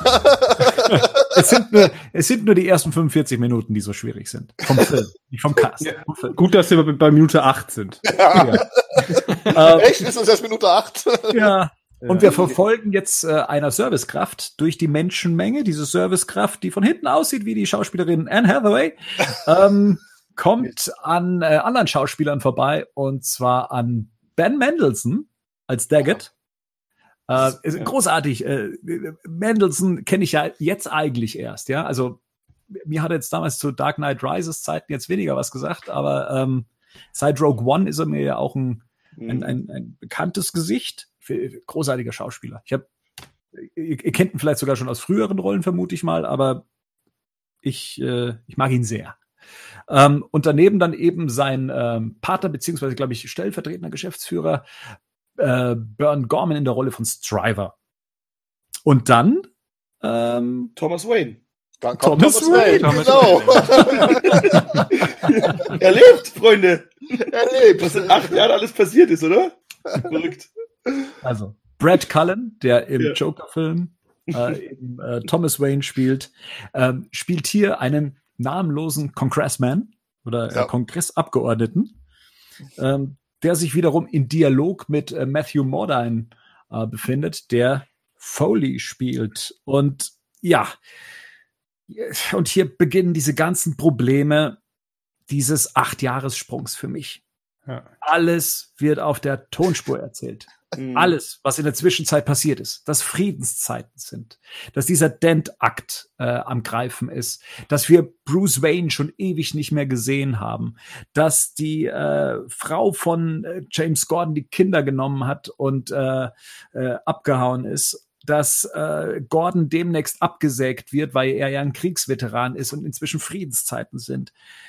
Es sind nur die ersten 45 Minuten, die so schwierig sind. Vom Film, nicht vom Cast. Vom Film. Gut, dass wir bei Minute 8 sind. Ja. Echt? Ist das erst Minute 8? Ja. Und wir verfolgen jetzt einer Servicekraft durch die Menschenmenge. Diese Servicekraft, die von hinten aussieht wie die Schauspielerin Anne Hathaway, kommt an anderen Schauspielern vorbei, und zwar an Ben Mendelsohn als Daggett. Ist großartig. Mendelsohn kenne ich ja jetzt eigentlich erst. Ja, also mir hat er jetzt damals zu Dark Knight Rises Zeiten jetzt weniger was gesagt, aber seit Rogue One ist er mir ja auch ein bekanntes Gesicht. Großartiger Schauspieler. Ihr kennt ihn vielleicht sogar schon aus früheren Rollen, vermute ich mal, aber ich mag ihn sehr. Und daneben dann eben sein Pater, beziehungsweise, glaube ich, stellvertretender Geschäftsführer, Burn Gorman in der Rolle von Stryver. Und dann Thomas Wayne. Dann kommt Thomas Wayne. Genau. Er lebt, Freunde. Er lebt. Was in 8 Jahren alles passiert ist, oder? Verrückt. Also Brad Cullen, der im Ja. Joker-Film Thomas Wayne spielt hier einen namenlosen Congressman oder Kongressabgeordneten, der sich wiederum in Dialog mit Matthew Modine befindet, der Foley spielt. Und ja, und hier beginnen diese ganzen Probleme dieses 8-Jahres-Sprungs für mich. Ja. Alles wird auf der Tonspur erzählt. Alles, was in der Zwischenzeit passiert ist, dass Friedenszeiten sind, dass dieser Dent-Akt am Greifen ist, dass wir Bruce Wayne schon ewig nicht mehr gesehen haben, dass die Frau von James Gordon die Kinder genommen hat und abgehauen ist, dass Gordon demnächst abgesägt wird, weil er ja ein Kriegsveteran ist und inzwischen Friedenszeiten sind.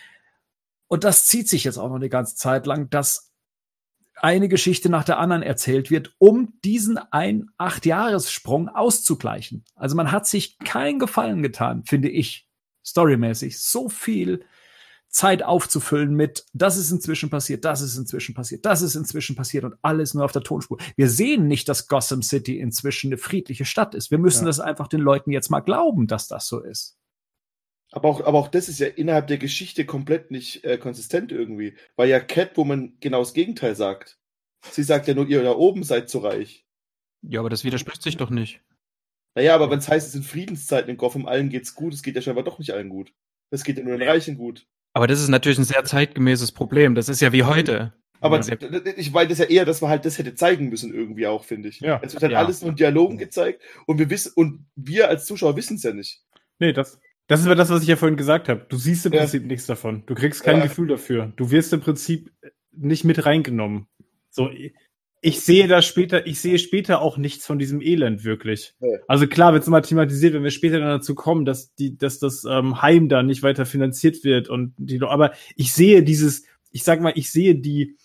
Und das zieht sich jetzt auch noch eine ganze Zeit lang, dass eine Geschichte nach der anderen erzählt wird, um diesen 8-Jahres-Sprung auszugleichen. Also man hat sich keinen Gefallen getan, finde ich, storymäßig, so viel Zeit aufzufüllen mit, das ist inzwischen passiert, das ist inzwischen passiert, das ist inzwischen passiert und alles nur auf der Tonspur. Wir sehen nicht, dass Gotham City inzwischen eine friedliche Stadt ist. Wir müssen das einfach den Leuten jetzt mal glauben, dass das so ist. Aber auch das ist ja innerhalb der Geschichte komplett nicht konsistent irgendwie. Weil ja Catwoman genau das Gegenteil sagt. Sie sagt ja nur, ihr da oben seid zu reich. Ja, aber das widerspricht sich doch nicht. Naja, aber wenn es heißt, es sind Friedenszeiten in Gotham, allen geht's gut, es geht ja scheinbar doch nicht allen gut. Es geht ja nur den Reichen gut. Aber das ist natürlich ein sehr zeitgemäßes Problem. Das ist ja wie heute. Aber Ja. ich meine das ja eher, dass man halt das hätte zeigen müssen irgendwie auch, finde ich. Ja. Es wird halt Ja. alles nur in Dialogen gezeigt und wir als Zuschauer wissen es ja nicht. Nee, das ist aber das, was ich ja vorhin gesagt habe. Du siehst im Ja. Prinzip nichts davon. Du kriegst kein Gefühl dafür. Du wirst im Prinzip nicht mit reingenommen. So, ich sehe später auch nichts von diesem Elend wirklich. Nee. Also klar wird es immer thematisiert, wenn wir später dann dazu kommen, dass das Heim da nicht weiter finanziert wird aber ich sehe ich sehe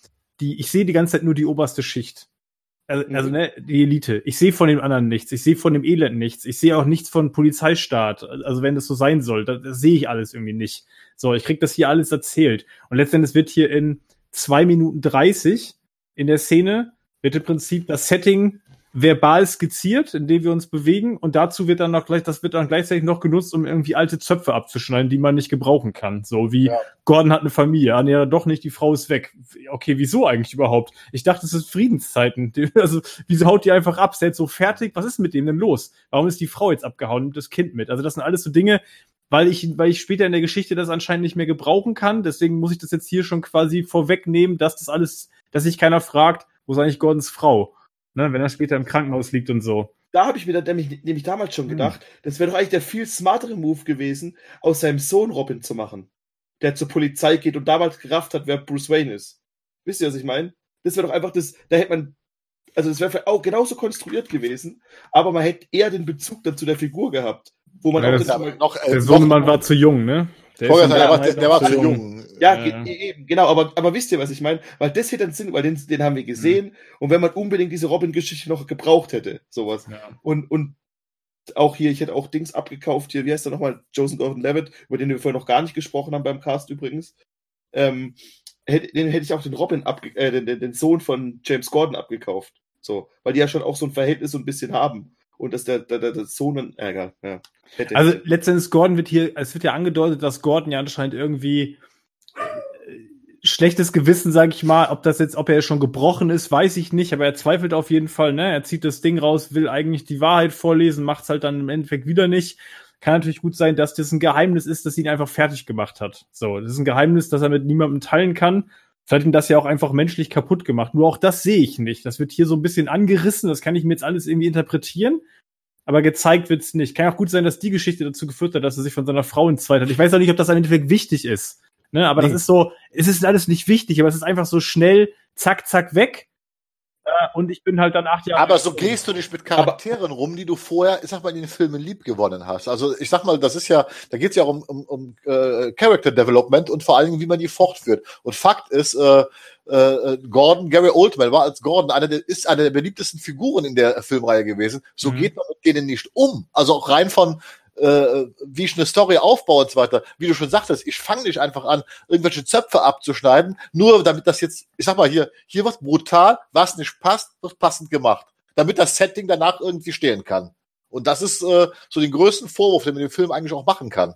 die ganze Zeit nur die oberste Schicht. Also die Elite. Ich sehe von dem anderen nichts. Ich sehe von dem Elend nichts. Ich sehe auch nichts von Polizeistaat. Also wenn das so sein soll, das sehe ich alles irgendwie nicht. So, ich krieg das hier alles erzählt. Und letztendlich wird hier in 2 Minuten 30 in der Szene wird im Prinzip das Setting verbal skizziert, in dem wir uns bewegen. Und dazu wird dann das wird dann gleichzeitig noch genutzt, um irgendwie alte Zöpfe abzuschneiden, die man nicht gebrauchen kann. So wie Gordon hat eine Familie. Ah, nee, doch nicht, die Frau ist weg. Okay, wieso eigentlich überhaupt? Ich dachte, es ist Friedenszeiten. Also, wieso haut die einfach ab? Ist der jetzt so fertig? Was ist mit dem denn los? Warum ist die Frau jetzt abgehauen und das Kind mit? Also, das sind alles so Dinge, weil ich später in der Geschichte das anscheinend nicht mehr gebrauchen kann. Deswegen muss ich das jetzt hier schon quasi vorwegnehmen, dass sich keiner fragt, wo ist eigentlich Gordons Frau? Ne, wenn er später im Krankenhaus liegt und so. Da habe ich mir nämlich damals schon gedacht, das wäre doch eigentlich der viel smartere Move gewesen, aus seinem Sohn Robin zu machen. Der zur Polizei geht und damals gerafft hat, wer Bruce Wayne ist. Wisst ihr, was ich meine? Das wäre doch einfach da hätte man, also das wäre auch genauso konstruiert gewesen, aber man hätte eher den Bezug dann zu der Figur gehabt. Wo man Ja, auch der Sohnemann war zu jung, ne? Der war zu jung. Ja, eben, genau, aber wisst ihr, was ich meine? Weil das hätte einen Sinn, weil den haben wir gesehen und wenn man unbedingt diese Robin-Geschichte noch gebraucht hätte, sowas. Ja. Und auch hier, ich hätte auch Dings abgekauft hier, wie heißt der nochmal? Joseph Gordon-Levitt, über den wir vorher noch gar nicht gesprochen haben beim Cast übrigens. Den hätte ich auch den Robin den Sohn von James Gordon abgekauft. So, weil die ja schon auch so ein Verhältnis so ein bisschen haben. Und dass der Sohn dann Ärger. Ja, also letztendlich es wird ja angedeutet, dass Gordon ja anscheinend irgendwie schlechtes Gewissen, sag ich mal, ob er schon gebrochen ist, weiß ich nicht, aber er zweifelt auf jeden Fall, ne? Er zieht das Ding raus, will eigentlich die Wahrheit vorlesen, macht's halt dann im Endeffekt wieder nicht. Kann natürlich gut sein, dass das ein Geheimnis ist, das ihn einfach fertig gemacht hat. So, das ist ein Geheimnis, das er mit niemandem teilen kann. Vielleicht hat ihn das ja auch einfach menschlich kaputt gemacht. Nur auch das sehe ich nicht. Das wird hier so ein bisschen angerissen, das kann ich mir jetzt alles irgendwie interpretieren. Aber gezeigt wird's nicht. Kann auch gut sein, dass die Geschichte dazu geführt hat, dass er sich von seiner Frau entzweit hat. Ich weiß auch nicht, ob das im Endeffekt wichtig ist. Ne, aber das ist so, es ist alles nicht wichtig, aber es ist einfach so schnell, zack, zack, weg. Und ich bin halt dann 8 Jahre. Aber so gehst du nicht mit Charakteren rum, die du vorher, ich sag mal, in den Filmen lieb gewonnen hast. Also ich sag mal, da geht's ja um Character Development und vor allen Dingen, wie man die fortführt. Und Fakt ist, Gary Oldman war als Gordon einer der beliebtesten Figuren in der Filmreihe gewesen. So geht man mit denen nicht um. Also auch rein von wie ich eine Story aufbaue und so weiter. Wie du schon sagtest, ich fange nicht einfach an, irgendwelche Zöpfe abzuschneiden, nur damit das jetzt, ich sag mal, hier wird brutal, was nicht passt, wird passend gemacht. Damit das Setting danach irgendwie stehen kann. Und das ist so den größten Vorwurf, den man dem Film eigentlich auch machen kann.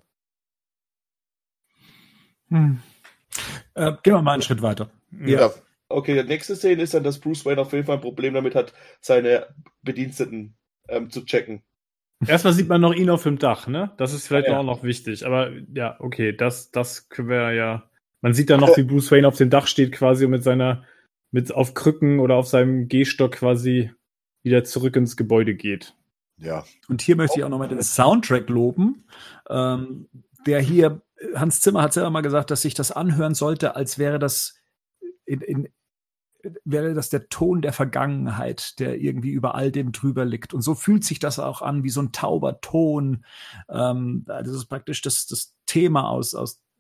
Gehen wir mal einen Schritt weiter. Ja. Okay, die nächste Szene ist dann, dass Bruce Wayne auf jeden Fall ein Problem damit hat, seine Bediensteten zu checken. Erstmal sieht man noch ihn auf dem Dach, ne? Das ist vielleicht auch noch wichtig. Aber ja, okay, das können wir ja. Man sieht dann noch, wie Bruce Wayne auf dem Dach steht quasi und mit seiner mit auf Krücken oder auf seinem Gehstock quasi wieder zurück ins Gebäude geht. Ja. Und hier möchte ich auch nochmal den Soundtrack loben, der hier, Hans Zimmer hat selber mal gesagt, dass sich das anhören sollte, als wäre das wäre das der Ton der Vergangenheit, der irgendwie über all dem drüber liegt. Und so fühlt sich das auch an, wie so ein tauber Ton. Das ist praktisch das Thema aus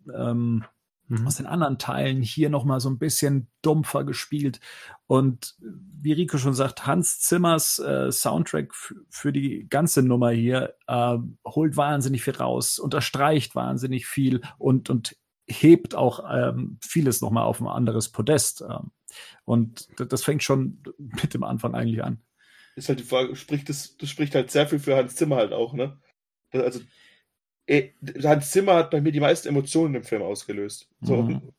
den anderen Teilen hier nochmal so ein bisschen dumpfer gespielt. Und wie Rico schon sagt, Hans Zimmers Soundtrack für die ganze Nummer hier holt wahnsinnig viel raus, unterstreicht wahnsinnig viel und hebt auch vieles nochmal auf ein anderes Podest. Und das fängt schon mit dem Anfang eigentlich an. Ist halt die Frage, das spricht halt sehr viel für Hans Zimmer halt auch, ne? Also, Hans Zimmer hat bei mir die meisten Emotionen im Film ausgelöst. So,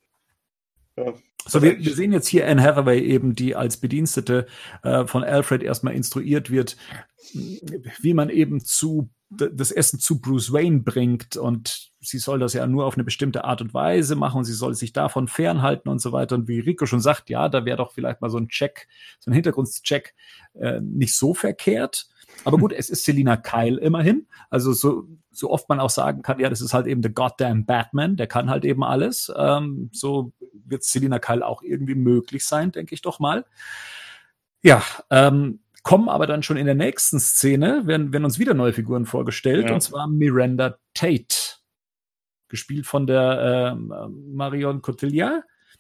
ja. So, wir sehen jetzt hier Anne Hathaway eben, die als Bedienstete von Alfred erstmal instruiert wird, wie man eben das Essen zu Bruce Wayne bringt, und sie soll das ja nur auf eine bestimmte Art und Weise machen und sie soll sich davon fernhalten und so weiter. Und wie Rico schon sagt, ja, da wäre doch vielleicht mal so ein Hintergrundcheck nicht so verkehrt. Aber gut, es ist Selina Kyle immerhin. Also so oft man auch sagen kann, ja, das ist halt eben der goddamn Batman, der kann halt eben alles. So wird Selina Kyle auch irgendwie möglich sein, denke ich doch mal. Ja, kommen aber dann schon in der nächsten Szene, werden uns wieder neue Figuren vorgestellt, und zwar Miranda Tate, gespielt von der Marion Cotillard,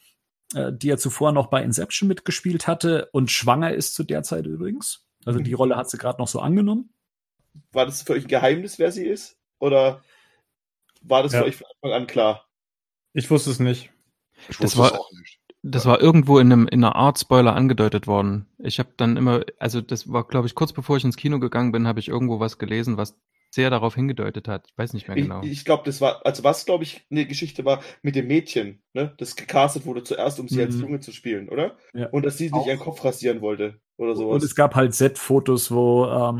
die ja zuvor noch bei Inception mitgespielt hatte und schwanger ist zu der Zeit übrigens. Also die Rolle hat sie gerade noch so angenommen. War das für euch ein Geheimnis, wer sie ist? Oder war das für euch von Anfang an klar? Ich wusste es nicht. Ich wusste es auch nicht. Das war irgendwo in einer Art Spoiler angedeutet worden. Ich habe dann immer, also das war, glaube ich, kurz bevor ich ins Kino gegangen bin, habe ich irgendwo was gelesen, was sehr darauf hingedeutet hat. Ich weiß nicht mehr genau. Ich glaube, das war, also was, glaube ich, eine Geschichte war mit dem Mädchen, ne? Das gecastet wurde zuerst, um sie als Junge zu spielen, oder? Ja. Und dass sie nicht ihren Kopf rasieren wollte oder sowas. Und es gab halt Set-Fotos, wo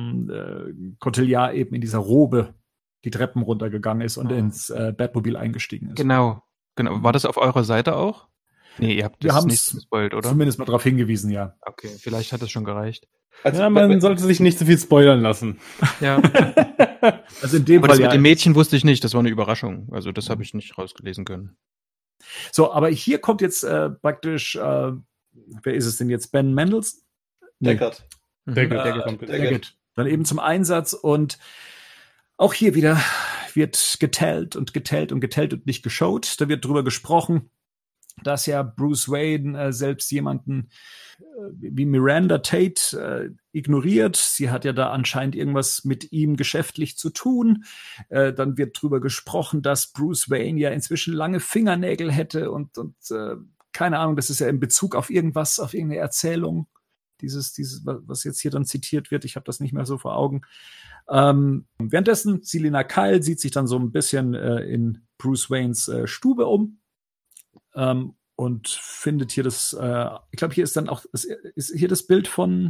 Cotillard eben in dieser Robe die Treppen runtergegangen ist und ins Batmobil eingestiegen ist. Genau. War das auf eurer Seite auch? Nee, ihr habt das nicht gespoilt, oder? Zumindest mal darauf hingewiesen, ja. Okay, vielleicht hat es schon gereicht. Also, ja, man sollte sich nicht so viel spoilern lassen. Ja. Also in dem Aber Fall das mit dem Mädchen wusste ich nicht, das war eine Überraschung. Also das habe ich nicht rausgelesen können. So, aber hier kommt jetzt praktisch, wer ist es denn jetzt? Ben Mendelsohn? Deckard. Deckard. Dann eben zum Einsatz, und auch hier wieder wird getellt und nicht geschaut. Da wird drüber gesprochen, dass ja Bruce Wayne selbst jemanden wie Miranda Tate ignoriert. Sie hat ja da anscheinend irgendwas mit ihm geschäftlich zu tun. Dann wird drüber gesprochen, dass Bruce Wayne ja inzwischen lange Fingernägel hätte und keine Ahnung, das ist ja in Bezug auf irgendwas, auf irgendeine Erzählung. Dieses, was jetzt hier dann zitiert wird, ich habe das nicht mehr so vor Augen. Währenddessen, Selina Kyle sieht sich dann so ein bisschen in Bruce Waynes Stube um. Und findet hier ich glaube, hier ist dann auch, ist hier das Bild von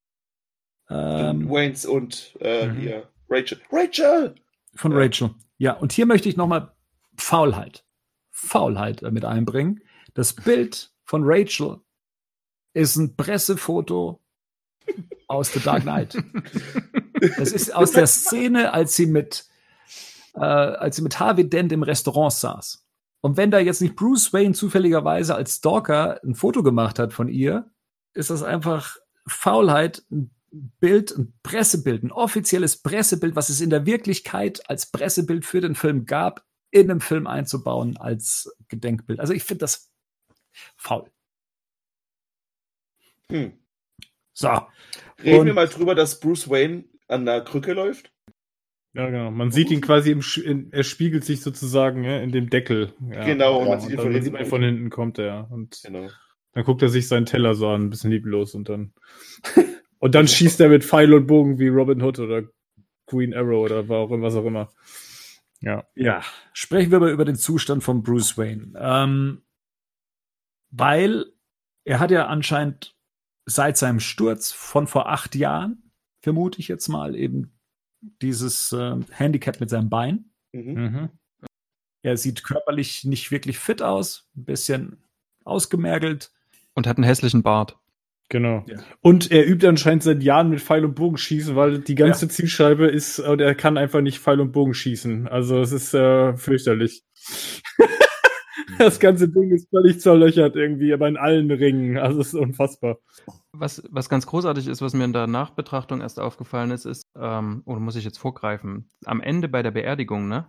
Waynes und hier Rachel! Von Rachel. Ja, und hier möchte ich nochmal Faulheit mit einbringen. Das Bild von Rachel ist ein Pressefoto aus The Dark Knight. Das ist aus der Szene, als sie mit Harvey Dent im Restaurant saß. Und wenn da jetzt nicht Bruce Wayne zufälligerweise als Stalker ein Foto gemacht hat von ihr, ist das einfach Faulheit, ein Bild, ein Pressebild, ein offizielles Pressebild, was es in der Wirklichkeit als Pressebild für den Film gab, in einem Film einzubauen als Gedenkbild. Also ich finde das faul. So. Reden wir mal drüber, dass Bruce Wayne an der Krücke läuft. Ja, genau. Man sieht ihn quasi er spiegelt sich sozusagen in dem Deckel. Ja. Genau, und ja, man sieht ihn von hinten kommt er. Und genau. Dann guckt er sich seinen Teller so an, ein bisschen lieblos, und dann schießt er mit Pfeil und Bogen wie Robin Hood oder Green Arrow oder was auch immer. Ja. Ja. Sprechen wir mal über den Zustand von Bruce Wayne. Weil er hat ja anscheinend seit seinem Sturz von vor 8 Jahren, vermute ich jetzt mal, eben dieses Handicap mit seinem Bein. Er sieht körperlich nicht wirklich fit aus, ein bisschen ausgemergelt. Und hat einen hässlichen Bart. Genau. Ja. Und er übt anscheinend seit Jahren mit Pfeil- und Bogenschießen, weil die ganze Zielscheibe ist, und er kann einfach nicht Pfeil- und Bogenschießen. Also es ist fürchterlich. Das ganze Ding ist völlig zerlöchert irgendwie, aber in allen Ringen. Also es ist unfassbar. Was ganz großartig ist, was mir in der Nachbetrachtung erst aufgefallen ist, oder muss ich jetzt vorgreifen, am Ende bei der Beerdigung, ne?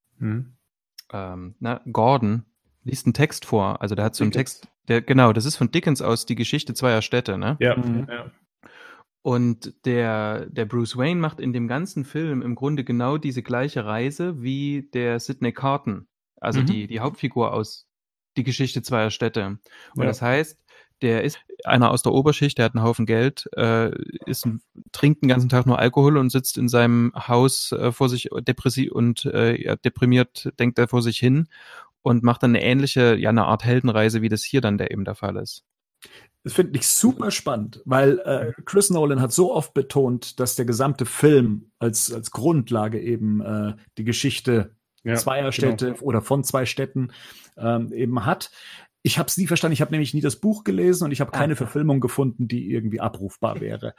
Gordon liest einen Text vor. Also der hat so einen Text, das ist von Dickens aus Die Geschichte zweier Städte, ne? Ja. Und der Bruce Wayne macht in dem ganzen Film im Grunde genau diese gleiche Reise wie der Sidney Carton, also die Hauptfigur aus Die Geschichte zweier Städte. Und das heißt, der ist einer aus der Oberschicht, der hat einen Haufen Geld, trinkt den ganzen Tag nur Alkohol und sitzt in seinem Haus vor sich deprimiert, denkt er vor sich hin und macht dann eine Art Heldenreise, wie das hier dann eben der Fall ist. Das finde ich super spannend, weil Chris Nolan hat so oft betont, dass der gesamte Film als Grundlage eben die Geschichte zweier Städte oder von zwei Städten eben hat. Ich habe es nie verstanden. Ich habe nämlich nie das Buch gelesen und ich habe keine Verfilmung gefunden, die irgendwie abrufbar wäre.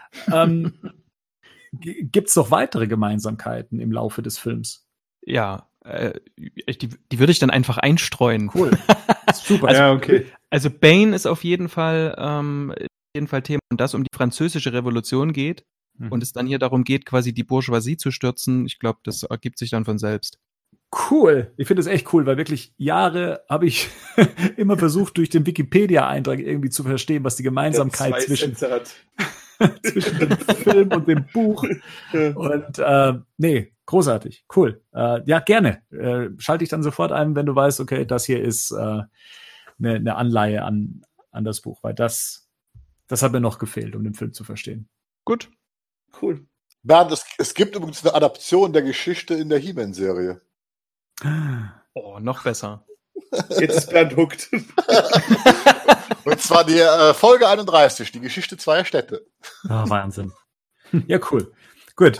Gibt es noch weitere Gemeinsamkeiten im Laufe des Films? Ja, die würde ich dann einfach einstreuen. Cool. Super. Also, ja, okay. Also Bane ist auf jeden Fall Thema, und das um die französische Revolution geht und es dann hier darum geht, quasi die Bourgeoisie zu stürzen. Ich glaube, das ergibt sich dann von selbst. Cool. Ich finde es echt cool, weil wirklich Jahre habe ich immer versucht, durch den Wikipedia-Eintrag irgendwie zu verstehen, was die Gemeinsamkeit zwischen dem Film und dem Buch. Und großartig. Cool. Ja, gerne. Schalte ich dann sofort ein, wenn du weißt, okay, das hier ist eine Anleihe an das Buch, weil das hat mir noch gefehlt, um den Film zu verstehen. Gut. Cool. Bernd, es gibt übrigens eine Adaption der Geschichte in der He-Man-Serie. Oh, noch besser. Jetzt ist Bernd hooked. Und zwar die Folge 31, die Geschichte zweier Städte. Wahnsinn. Ja, cool. Gut.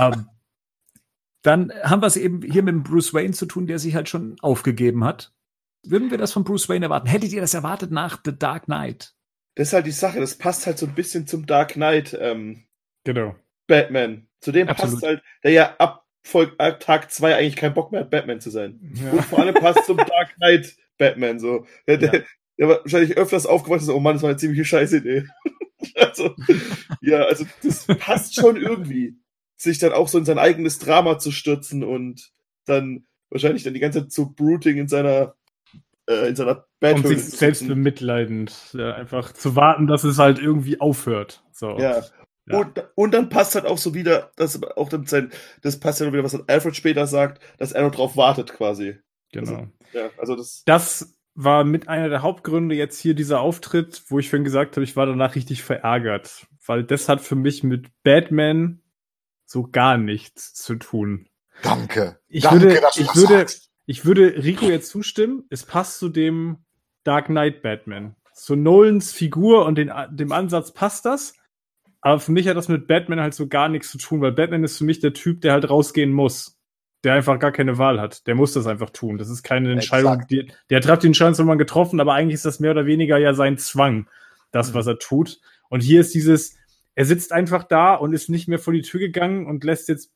Dann haben wir es eben hier mit Bruce Wayne zu tun, der sich halt schon aufgegeben hat. Würden wir das von Bruce Wayne erwarten? Hättet ihr das erwartet nach The Dark Knight? Das ist halt die Sache, das passt halt so ein bisschen zum Dark Knight Genau. Batman. Zu dem Absolut. passt halt, der ja ab Tag 2 eigentlich keinen Bock mehr hat, Batman zu sein. Ja. Und vor allem passt zum Dark Knight Batman so. Der war wahrscheinlich öfters aufgewacht und so, oh Mann, das war eine ziemliche Scheißidee. Also das passt schon irgendwie, sich dann auch so in sein eigenes Drama zu stürzen und dann wahrscheinlich dann die ganze Zeit so brooding in seiner Und sich selbst bemitleidend. Ja, einfach zu warten, dass es halt irgendwie aufhört. So. Ja. Und dann passt halt auch so wieder, das passt ja noch wieder, was dann Alfred später sagt, dass er noch drauf wartet quasi. Genau. Also das war mit einer der Hauptgründe jetzt hier dieser Auftritt, wo ich vorhin gesagt habe, ich war danach richtig verärgert. Weil das hat für mich mit Batman so gar nichts zu tun. Danke. Ich Danke, würde, dass du ich das würde, sagst. ich würde Rico jetzt zustimmen, es passt zu dem Dark Knight Batman. Zu Nolans Figur und dem Ansatz passt das. Aber für mich hat das mit Batman halt so gar nichts zu tun, weil Batman ist für mich der Typ, der halt rausgehen muss. Der einfach gar keine Wahl hat. Der muss das einfach tun. Das ist keine Entscheidung. Der hat die Entscheidung mal getroffen, aber eigentlich ist das mehr oder weniger ja sein Zwang, das, was er tut. Und hier ist er sitzt einfach da und ist nicht mehr vor die Tür gegangen und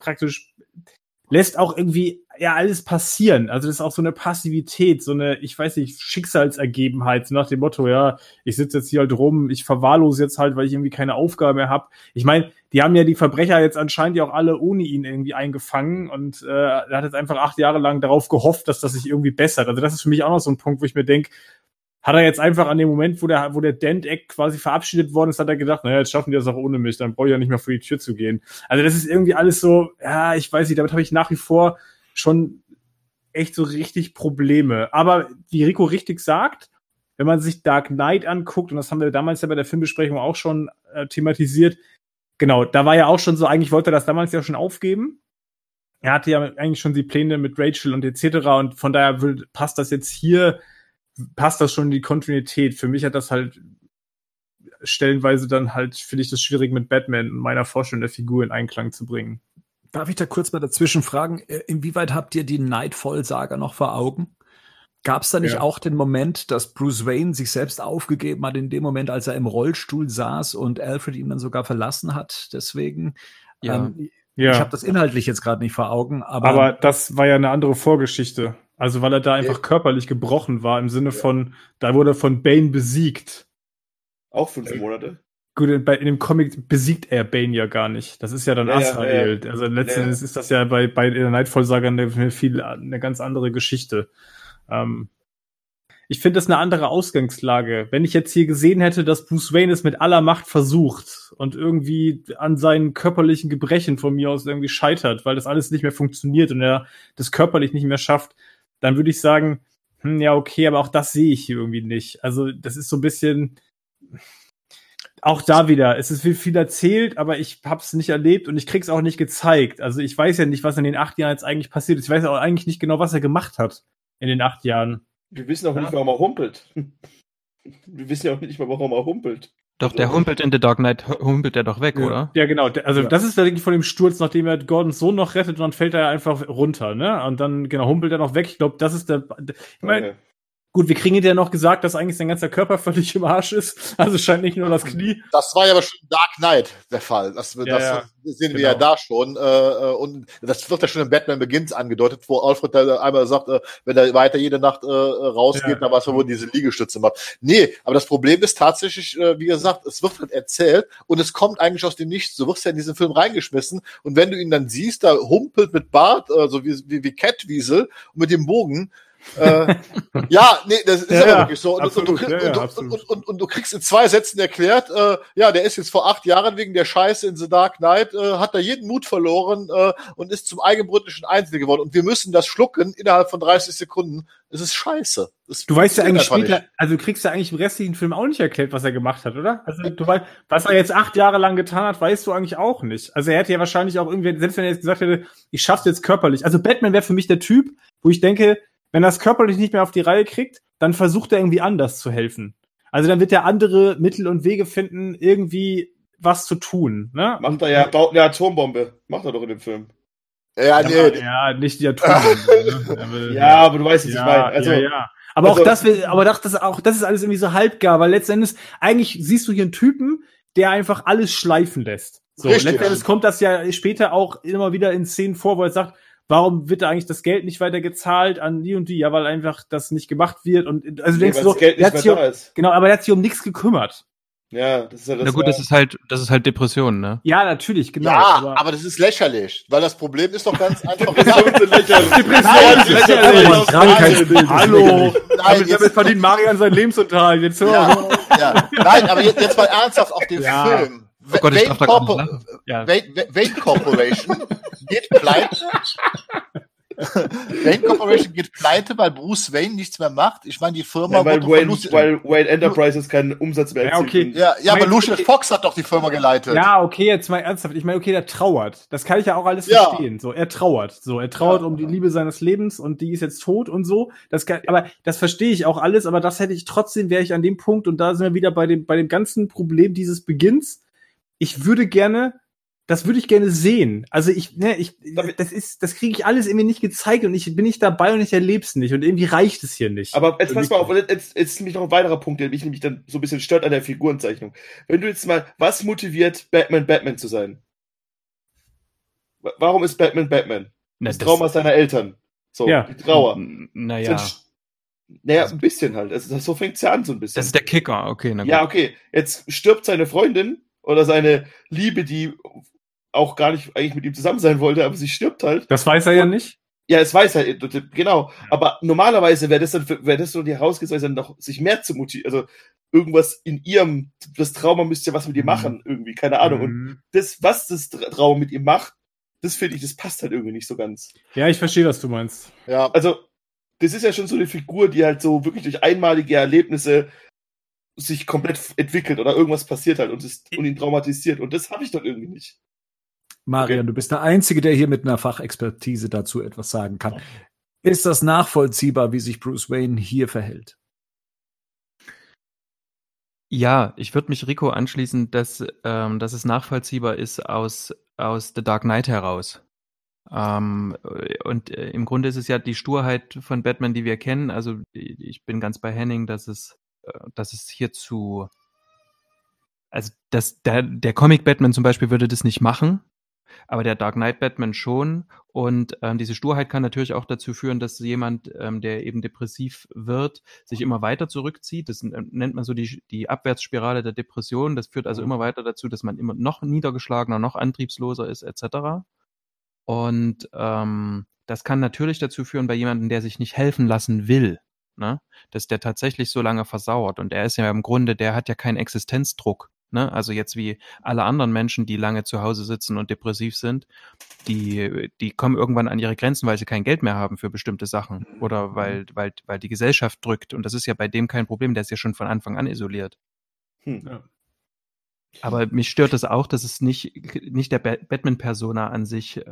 lässt auch irgendwie alles passieren. Also das ist auch so eine Passivität, so eine, ich weiß nicht, Schicksalsergebenheit, so nach dem Motto, ja, ich sitze jetzt hier halt rum, ich verwahrlose jetzt halt, weil ich irgendwie keine Aufgabe mehr habe. Ich meine, die haben ja die Verbrecher jetzt anscheinend ja auch alle ohne ihn irgendwie eingefangen und er hat jetzt einfach 8 Jahre lang darauf gehofft, dass das sich irgendwie bessert. Also das ist für mich auch noch so ein Punkt, wo ich mir denke, hat er jetzt einfach an dem Moment, wo der Dent-Act quasi verabschiedet worden ist, hat er gedacht, naja, jetzt schaffen die das auch ohne mich, dann brauche ich ja nicht mehr vor die Tür zu gehen. Also das ist irgendwie alles so, ja, ich weiß nicht, damit habe ich nach wie vor schon echt so richtig Probleme. Aber wie Rico richtig sagt, wenn man sich Dark Knight anguckt, und das haben wir damals ja bei der Filmbesprechung auch schon thematisiert, genau, da war ja auch schon so, eigentlich wollte er das damals ja schon aufgeben. Er hatte ja eigentlich schon die Pläne mit Rachel und etc. Und von daher passt das jetzt hier, passt das schon in die Kontinuität. Für mich hat das halt stellenweise dann halt, finde ich das schwierig mit Batman und meiner Vorstellung der Figur in Einklang zu bringen. Darf ich da kurz mal dazwischen fragen, inwieweit habt ihr die Nightfall-Saga noch vor Augen? Gab es da nicht Ja. auch den Moment, dass Bruce Wayne sich selbst aufgegeben hat, in dem Moment, als er im Rollstuhl saß und Alfred ihn dann sogar verlassen hat? Deswegen, Ja. Ja. ich habe das inhaltlich jetzt gerade nicht vor Augen, Aber das war ja eine andere Vorgeschichte. Also weil er da einfach körperlich gebrochen war, im Sinne von, da wurde er von Bane besiegt. Auch 5 Monate. Gut, in dem Comic besiegt er Bane ja gar nicht. Das ist ja dann Ja, ja, Azrael. ja. Also letzten Ja, ja. Endes ist das ja bei der Nightfall-Saga eine ganz andere Geschichte. Ich finde das eine andere Ausgangslage. Wenn ich jetzt hier gesehen hätte, dass Bruce Wayne es mit aller Macht versucht und irgendwie an seinen körperlichen Gebrechen von mir aus irgendwie scheitert, weil das alles nicht mehr funktioniert und er das körperlich nicht mehr schafft, dann würde ich sagen, ja, okay, aber auch das sehe ich hier irgendwie nicht. Also das ist so ein bisschen, auch da wieder, es ist viel erzählt, aber ich hab's nicht erlebt und ich krieg's auch nicht gezeigt. Also ich weiß ja nicht, was in den 8 Jahren jetzt eigentlich passiert ist. Ich weiß auch eigentlich nicht genau, was er gemacht hat in den 8 Jahren. Wir wissen auch nicht, warum er humpelt. Wir wissen ja auch nicht mal, warum er humpelt. Doch, der humpelt in The Dark Knight, humpelt der doch weg, oder? Ja, genau. Also das ist wirklich von dem Sturz, nachdem er Gordons Sohn noch rettet und dann fällt er einfach runter, ne? Und dann, genau, humpelt er noch weg. Ich glaube, das ist der, ich meine, Okay. gut, wir kriegen ja noch gesagt, dass eigentlich sein ganzer Körper völlig im Arsch ist. Also scheint nicht nur das Knie. Das war ja aber schon in Dark Knight der Fall. Das Ja, sehen wir genau. ja da schon. Und das wird ja schon in Batman Begins angedeutet, wo Alfred da einmal sagt, wenn er weiter jede Nacht rausgeht, Ja. dann weiß man, wo er diese Liegestütze macht. Nee, aber das Problem ist tatsächlich, wie gesagt, es wird halt erzählt und es kommt eigentlich aus dem Nichts. Du wirst ja in diesen Film reingeschmissen und wenn du ihn dann siehst, da humpelt mit Bart, so wie Catwiesel und mit dem Bogen, ja, nee, das ist Ja, aber ja, wirklich so. absolut, absolut. Und du kriegst in 2 Sätzen erklärt, ja, der ist jetzt vor 8 Jahren wegen der Scheiße in The Dark Knight, hat da jeden Mut verloren und ist zum eigenbrötlichen Einzelnen geworden. Und wir müssen das schlucken innerhalb von 30 Sekunden. Es ist scheiße. Du weißt ja eigentlich einfach später, nicht. also du kriegst ja eigentlich im restlichen Film auch nicht erklärt, was er gemacht hat, oder? Also du weißt, was er jetzt 8 Jahre lang getan hat, weißt du eigentlich auch nicht. Also er hätte ja wahrscheinlich auch irgendwie, selbst wenn er jetzt gesagt hätte, ich schaff's jetzt körperlich. Also Batman wäre für mich der Typ, wo ich denke, wenn er es körperlich nicht mehr auf die Reihe kriegt, dann versucht er irgendwie anders zu helfen. Also dann wird er andere Mittel und Wege finden, irgendwie was zu tun. Ne? Macht er ja, baut eine Atombombe. Macht er doch in dem Film. Ja, nee, Ja, nicht die Atombombe. Ne? Ja, aber du weißt, was ich meine. Also, ja. Aber also- auch das ist alles irgendwie so halbgar, weil letztendlich, eigentlich siehst du hier einen Typen, der einfach alles schleifen lässt. So, Richtig. letztendlich kommt das ja später auch immer wieder in Szenen vor, wo er sagt, warum wird da eigentlich das Geld nicht weiter gezahlt an die und die? Ja, weil einfach das nicht gemacht wird und, also du denkst weil so, das Geld der nicht hat mehr sich da um, ist. genau, aber der hat sich um nichts gekümmert. Ja, das ist ja das. Na gut, das ist halt Depression, ne? Ja, natürlich, genau. ja, aber das ist lächerlich, weil das Problem ist doch ganz einfach. Depressionen sind lächerlich. Depression ist lächerlich. Aber ein Krankheitsbild ist Hallo, Nein, damit verdient Marian seinen Lebensunterhalt. Jetzt hör Ja, ja. Nein, aber jetzt mal ernsthaft auf den Ja. Film. Oh Gott, ich darf da gar nicht Corpo- lachen. Ja. Wayne Corporation geht pleite. Wayne Corporation geht pleite, weil Bruce Wayne nichts mehr macht. Ich meine, die Firma Ja, weil wurde von Wayne Enterprises keinen Umsatz mehr Ja, erzielt. okay. ja, aber Meinst du, Lucius Fox hat doch die Firma geleitet. Ja, okay, jetzt mal ernsthaft. Ich meine, okay, der trauert. Das kann ich ja auch alles Ja. verstehen. So, er trauert. So, er trauert um die Liebe seines Lebens und die ist jetzt tot und so. Aber das verstehe ich auch alles. Aber das hätte ich trotzdem, wäre ich an dem Punkt und da sind wir wieder bei dem ganzen Problem dieses Beginns. Das würde ich gerne sehen. Also das kriege ich alles irgendwie nicht gezeigt und ich bin nicht dabei und ich erlebe es nicht und irgendwie reicht es hier nicht. Aber jetzt pass mal auf, jetzt ist nämlich noch ein weiterer Punkt, der mich nämlich dann so ein bisschen stört an der Figurenzeichnung. Wenn du jetzt mal, was motiviert Batman zu sein? Warum ist Batman? Das Trauma seiner Eltern. So, Ja. die Trauer. Naja, Naja, ein bisschen halt. Also, so fängt's ja an, so ein bisschen. das ist der Kicker, okay, na gut. Ja, okay. Jetzt stirbt seine Freundin oder seine Liebe, die auch gar nicht eigentlich mit ihm zusammen sein wollte, aber sie stirbt halt. Das weiß er ja nicht. Ja, es weiß er, genau. Aber normalerweise wäre das so die Herausgesetzte noch, sich mehr zu motivieren, also irgendwas in ihrem, das Trauma müsste ja was mit ihr machen, irgendwie, keine Ahnung. Und das, was das Trauma mit ihm macht, das finde ich, das passt halt irgendwie nicht so ganz. Ja, ich verstehe, was du meinst. Ja. Also, das ist ja schon so eine Figur, die halt so wirklich durch einmalige Erlebnisse sich komplett entwickelt oder irgendwas passiert halt und ihn traumatisiert. Und das habe ich doch irgendwie nicht. Marian, du bist der Einzige, der hier mit einer Fachexpertise dazu etwas sagen kann. Ist das nachvollziehbar, wie sich Bruce Wayne hier verhält? Ja, ich würde mich Rico anschließen, dass es nachvollziehbar ist aus The Dark Knight heraus. Im Grunde ist es ja die Sturheit von Batman, die wir kennen. Also ich bin ganz bei Henning, dass es hierzu, also der Comic Batman zum Beispiel würde das nicht machen, aber der Dark Knight Batman schon. Und diese Sturheit kann natürlich auch dazu führen, dass jemand, der eben depressiv wird, sich immer weiter zurückzieht. Das nennt man so die Abwärtsspirale der Depression. Das führt also immer weiter dazu, dass man immer noch niedergeschlagener, noch antriebsloser ist, etc. Und das kann natürlich dazu führen, bei jemandem, der sich nicht helfen lassen will, ne, dass der tatsächlich so lange versauert. Und er ist ja im Grunde, der hat ja keinen Existenzdruck. Ne? Also jetzt wie alle anderen Menschen, die lange zu Hause sitzen und depressiv sind, die kommen irgendwann an ihre Grenzen, weil sie kein Geld mehr haben für bestimmte Sachen oder weil die Gesellschaft drückt. Und das ist ja bei dem kein Problem, der ist ja schon von Anfang an isoliert. Ja. Aber mich stört es auch, dass es nicht der Batman-Persona an sich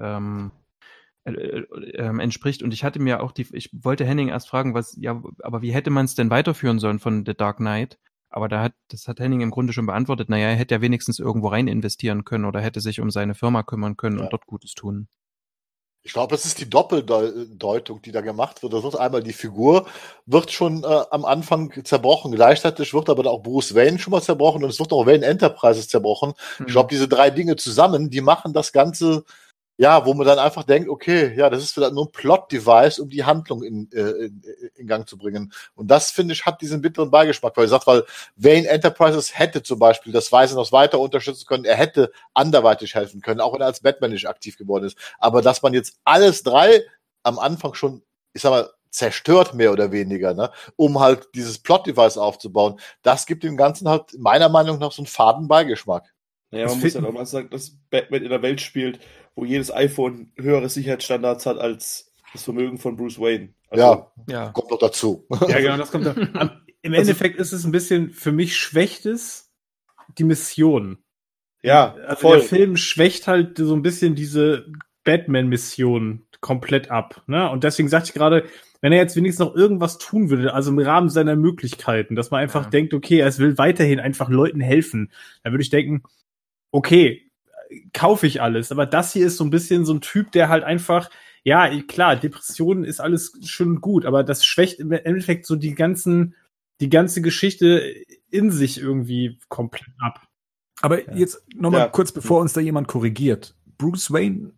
entspricht. Und ich hatte mir auch ich wollte Henning erst fragen, aber wie hätte man es denn weiterführen sollen von The Dark Knight? Aber das hat Henning im Grunde schon beantwortet. Naja, er hätte ja wenigstens irgendwo rein investieren können oder hätte sich um seine Firma kümmern können und dort Gutes tun. Ich glaube, es ist die Doppeldeutung, die da gemacht wird. Das wird einmal die Figur wird schon am Anfang zerbrochen. Gleichzeitig wird aber auch Bruce Wayne schon mal zerbrochen und es wird auch Wayne Enterprises zerbrochen. Ich glaube, diese 3 Dinge zusammen, die machen das Ganze, ja, wo man dann einfach denkt, okay, ja, das ist vielleicht nur ein Plot-Device, um die Handlung in Gang zu bringen. Und das, finde ich, hat diesen bitteren Beigeschmack, weil Wayne Enterprises hätte zum Beispiel das Weiße noch weiter unterstützen können, er hätte anderweitig helfen können, auch wenn er als Batman nicht aktiv geworden ist. Aber dass man jetzt alles 3 am Anfang schon, ich sag mal, zerstört, mehr oder weniger, ne, um halt dieses Plot-Device aufzubauen, das gibt dem Ganzen halt meiner Meinung nach so einen faden Beigeschmack. Naja, man muss halt auch mal sagen, dass Batman in einer Welt spielt, wo jedes iPhone höhere Sicherheitsstandards hat als das Vermögen von Bruce Wayne. Also, ja, kommt noch dazu. Ja, genau, das kommt da. Im Endeffekt ist es ein bisschen, für mich schwächt es die Mission. Ja, also voll. Der Film schwächt halt so ein bisschen diese Batman-Mission komplett ab. Ne? Und deswegen sagte ich gerade, wenn er jetzt wenigstens noch irgendwas tun würde, also im Rahmen seiner Möglichkeiten, dass man einfach denkt, okay, er will weiterhin einfach Leuten helfen, dann würde ich denken, okay, kaufe ich alles. Aber das hier ist so ein bisschen so ein Typ, der halt einfach, ja, klar, Depressionen ist alles schön und gut, aber das schwächt im Endeffekt so die ganze Geschichte in sich irgendwie komplett ab. Aber jetzt nochmal kurz, bevor uns da jemand korrigiert. Bruce Wayne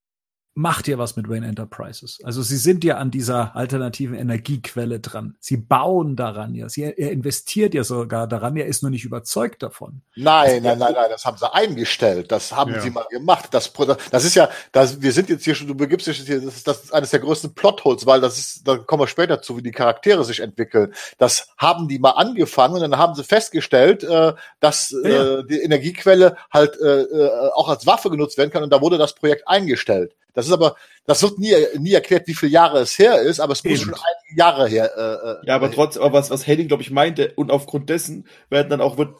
macht ja was mit Wayne Enterprises. Also sie sind ja an dieser alternativen Energiequelle dran. Sie bauen daran ja. Er investiert ja sogar daran. Er ist nur nicht überzeugt davon. Nein, das haben sie eingestellt. Das haben sie mal gemacht. Das ist ja, wir sind jetzt hier schon, du begibst dich hier, das ist eines der größten Plotholes, weil da kommen wir später zu, wie die Charaktere sich entwickeln. Das haben die mal angefangen und dann haben sie festgestellt, dass die Energiequelle halt auch als Waffe genutzt werden kann und da wurde das Projekt eingestellt. Das wird nie erklärt, wie viele Jahre es her ist, aber es muss schon einige Jahre her. Aber was Henning, glaube ich, meinte, und aufgrund dessen Wayne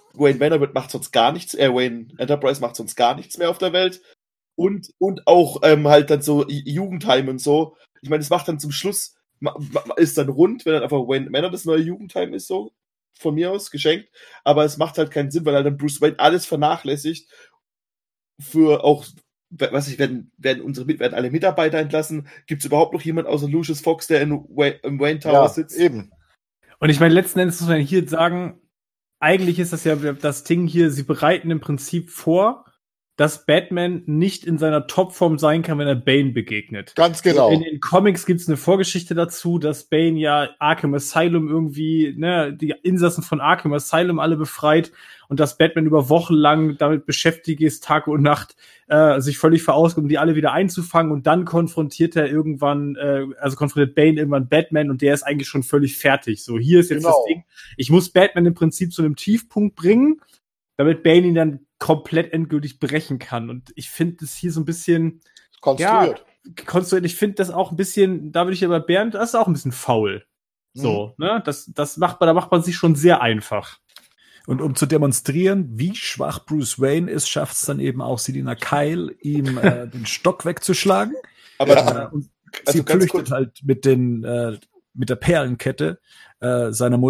Enterprise macht sonst gar nichts mehr auf der Welt. Und auch halt dann so Jugendheim und so. Ich meine, es macht dann zum Schluss, ist dann rund, wenn dann einfach Wayne Manor das neue Jugendheim ist, so von mir aus geschenkt. Aber es macht halt keinen Sinn, weil halt dann Bruce Wayne alles vernachlässigt für auch, werden alle Mitarbeiter entlassen? Gibt es überhaupt noch jemand außer Lucius Fox, der im Wayne Tower sitzt? Eben. Und ich meine, letzten Endes muss man hier sagen, eigentlich ist das ja das Ding hier, sie bereiten im Prinzip vor, dass Batman nicht in seiner Topform sein kann, wenn er Bane begegnet. Ganz genau. In den Comics gibt's eine Vorgeschichte dazu, dass Bane ja Arkham Asylum irgendwie, ne, die Insassen von Arkham Asylum alle befreit und dass Batman über Wochen lang damit beschäftigt ist, Tag und Nacht, sich völlig verausgabt, um die alle wieder einzufangen und dann konfrontiert Bane irgendwann Batman und der ist eigentlich schon völlig fertig. So, hier ist jetzt das Ding, ich muss Batman im Prinzip zu einem Tiefpunkt bringen, damit Bane ihn dann komplett endgültig brechen kann. Und ich finde das hier so ein bisschen konstruiert. Ich finde das auch ein bisschen, da würde ich aber Bernd, das ist auch ein bisschen faul. So, ne? Da macht man sich schon sehr einfach. Und um zu demonstrieren, wie schwach Bruce Wayne ist, schafft es dann eben auch Selina Kyle, ihm den Stock wegzuschlagen. Aber und sie flüchtet halt mit der Perlenkette seiner Mutter.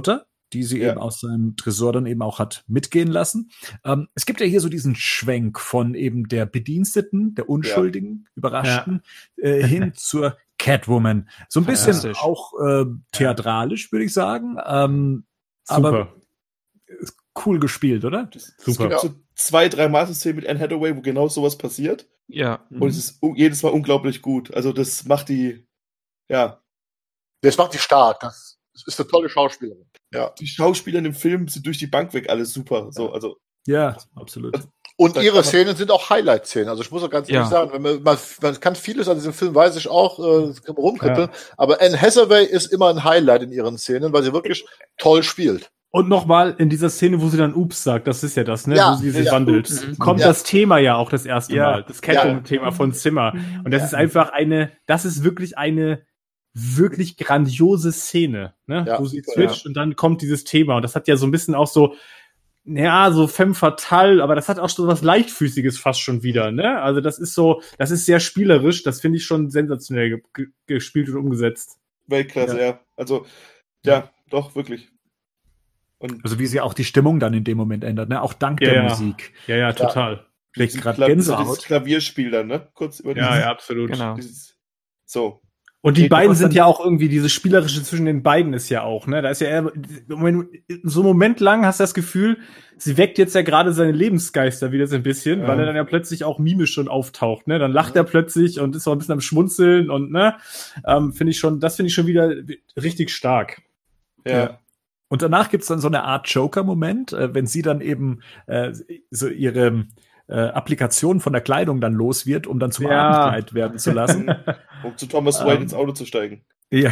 die sie eben aus seinem Tresor dann eben auch hat mitgehen lassen. Es gibt ja hier so diesen Schwenk von eben der Bediensteten, der Unschuldigen, Überraschten, hin zur Catwoman. So ein bisschen auch theatralisch, würde ich sagen. Aber cool gespielt, oder? Es gibt so 2-3 Mal-Szenen mit Anne Hathaway, wo genau sowas passiert. Ja. Und es ist jedes Mal unglaublich gut. Also das macht die, Das macht die stark. Das ist eine tolle Schauspielerin. Ja. Die Schauspieler in dem Film sind durch die Bank weg alles super. So, also. Ja, absolut. Und ihre Szenen sind auch Highlight-Szenen. Also ich muss auch ganz ehrlich sagen, wenn man kann vieles an diesem Film, weiß ich auch, rumkrippeln, aber Anne Hathaway ist immer ein Highlight in ihren Szenen, weil sie wirklich toll spielt. Und nochmal in dieser Szene, wo sie dann Ups sagt, das ist ja das, ne, Ja, wo sie sich wandelt, kommt das Thema ja auch das erste Mal, das Catwoman-Thema von Zimmer. Und das ist einfach das ist wirklich eine wirklich grandiose Szene, ne, wo sie switcht und dann kommt dieses Thema. Und das hat ja so ein bisschen auch so, so femme fatale, aber das hat auch so was Leichtfüßiges fast schon wieder, ne? Also das ist sehr spielerisch, das finde ich schon sensationell gespielt und umgesetzt. Weltklasse, ja. Also, doch, wirklich. Und also wie sie auch die Stimmung dann in dem Moment ändert, ne? Auch dank der Musik. Ja, total. Kriegt gerade Gänsehaut. Dieses Klavierspiel dann, ne? Kurz über absolut. Genau. So. Und die beiden sind ja auch irgendwie, dieses Spielerische zwischen den beiden ist ja auch, ne? Da ist ja eher, so einen Moment lang hast du das Gefühl, sie weckt jetzt ja gerade seine Lebensgeister wieder so ein bisschen, weil er dann ja plötzlich auch mimisch schon auftaucht, ne? Dann lacht er plötzlich und ist auch ein bisschen am Schmunzeln und, ne? Finde ich schon wieder richtig stark. Ja. Und danach gibt's dann so eine Art Joker-Moment, wenn sie dann eben so ihre Applikation von der Kleidung dann los wird, um dann zum Abendkleid werden zu lassen. Um zu Thomas Wayne ins Auto zu steigen. Ja.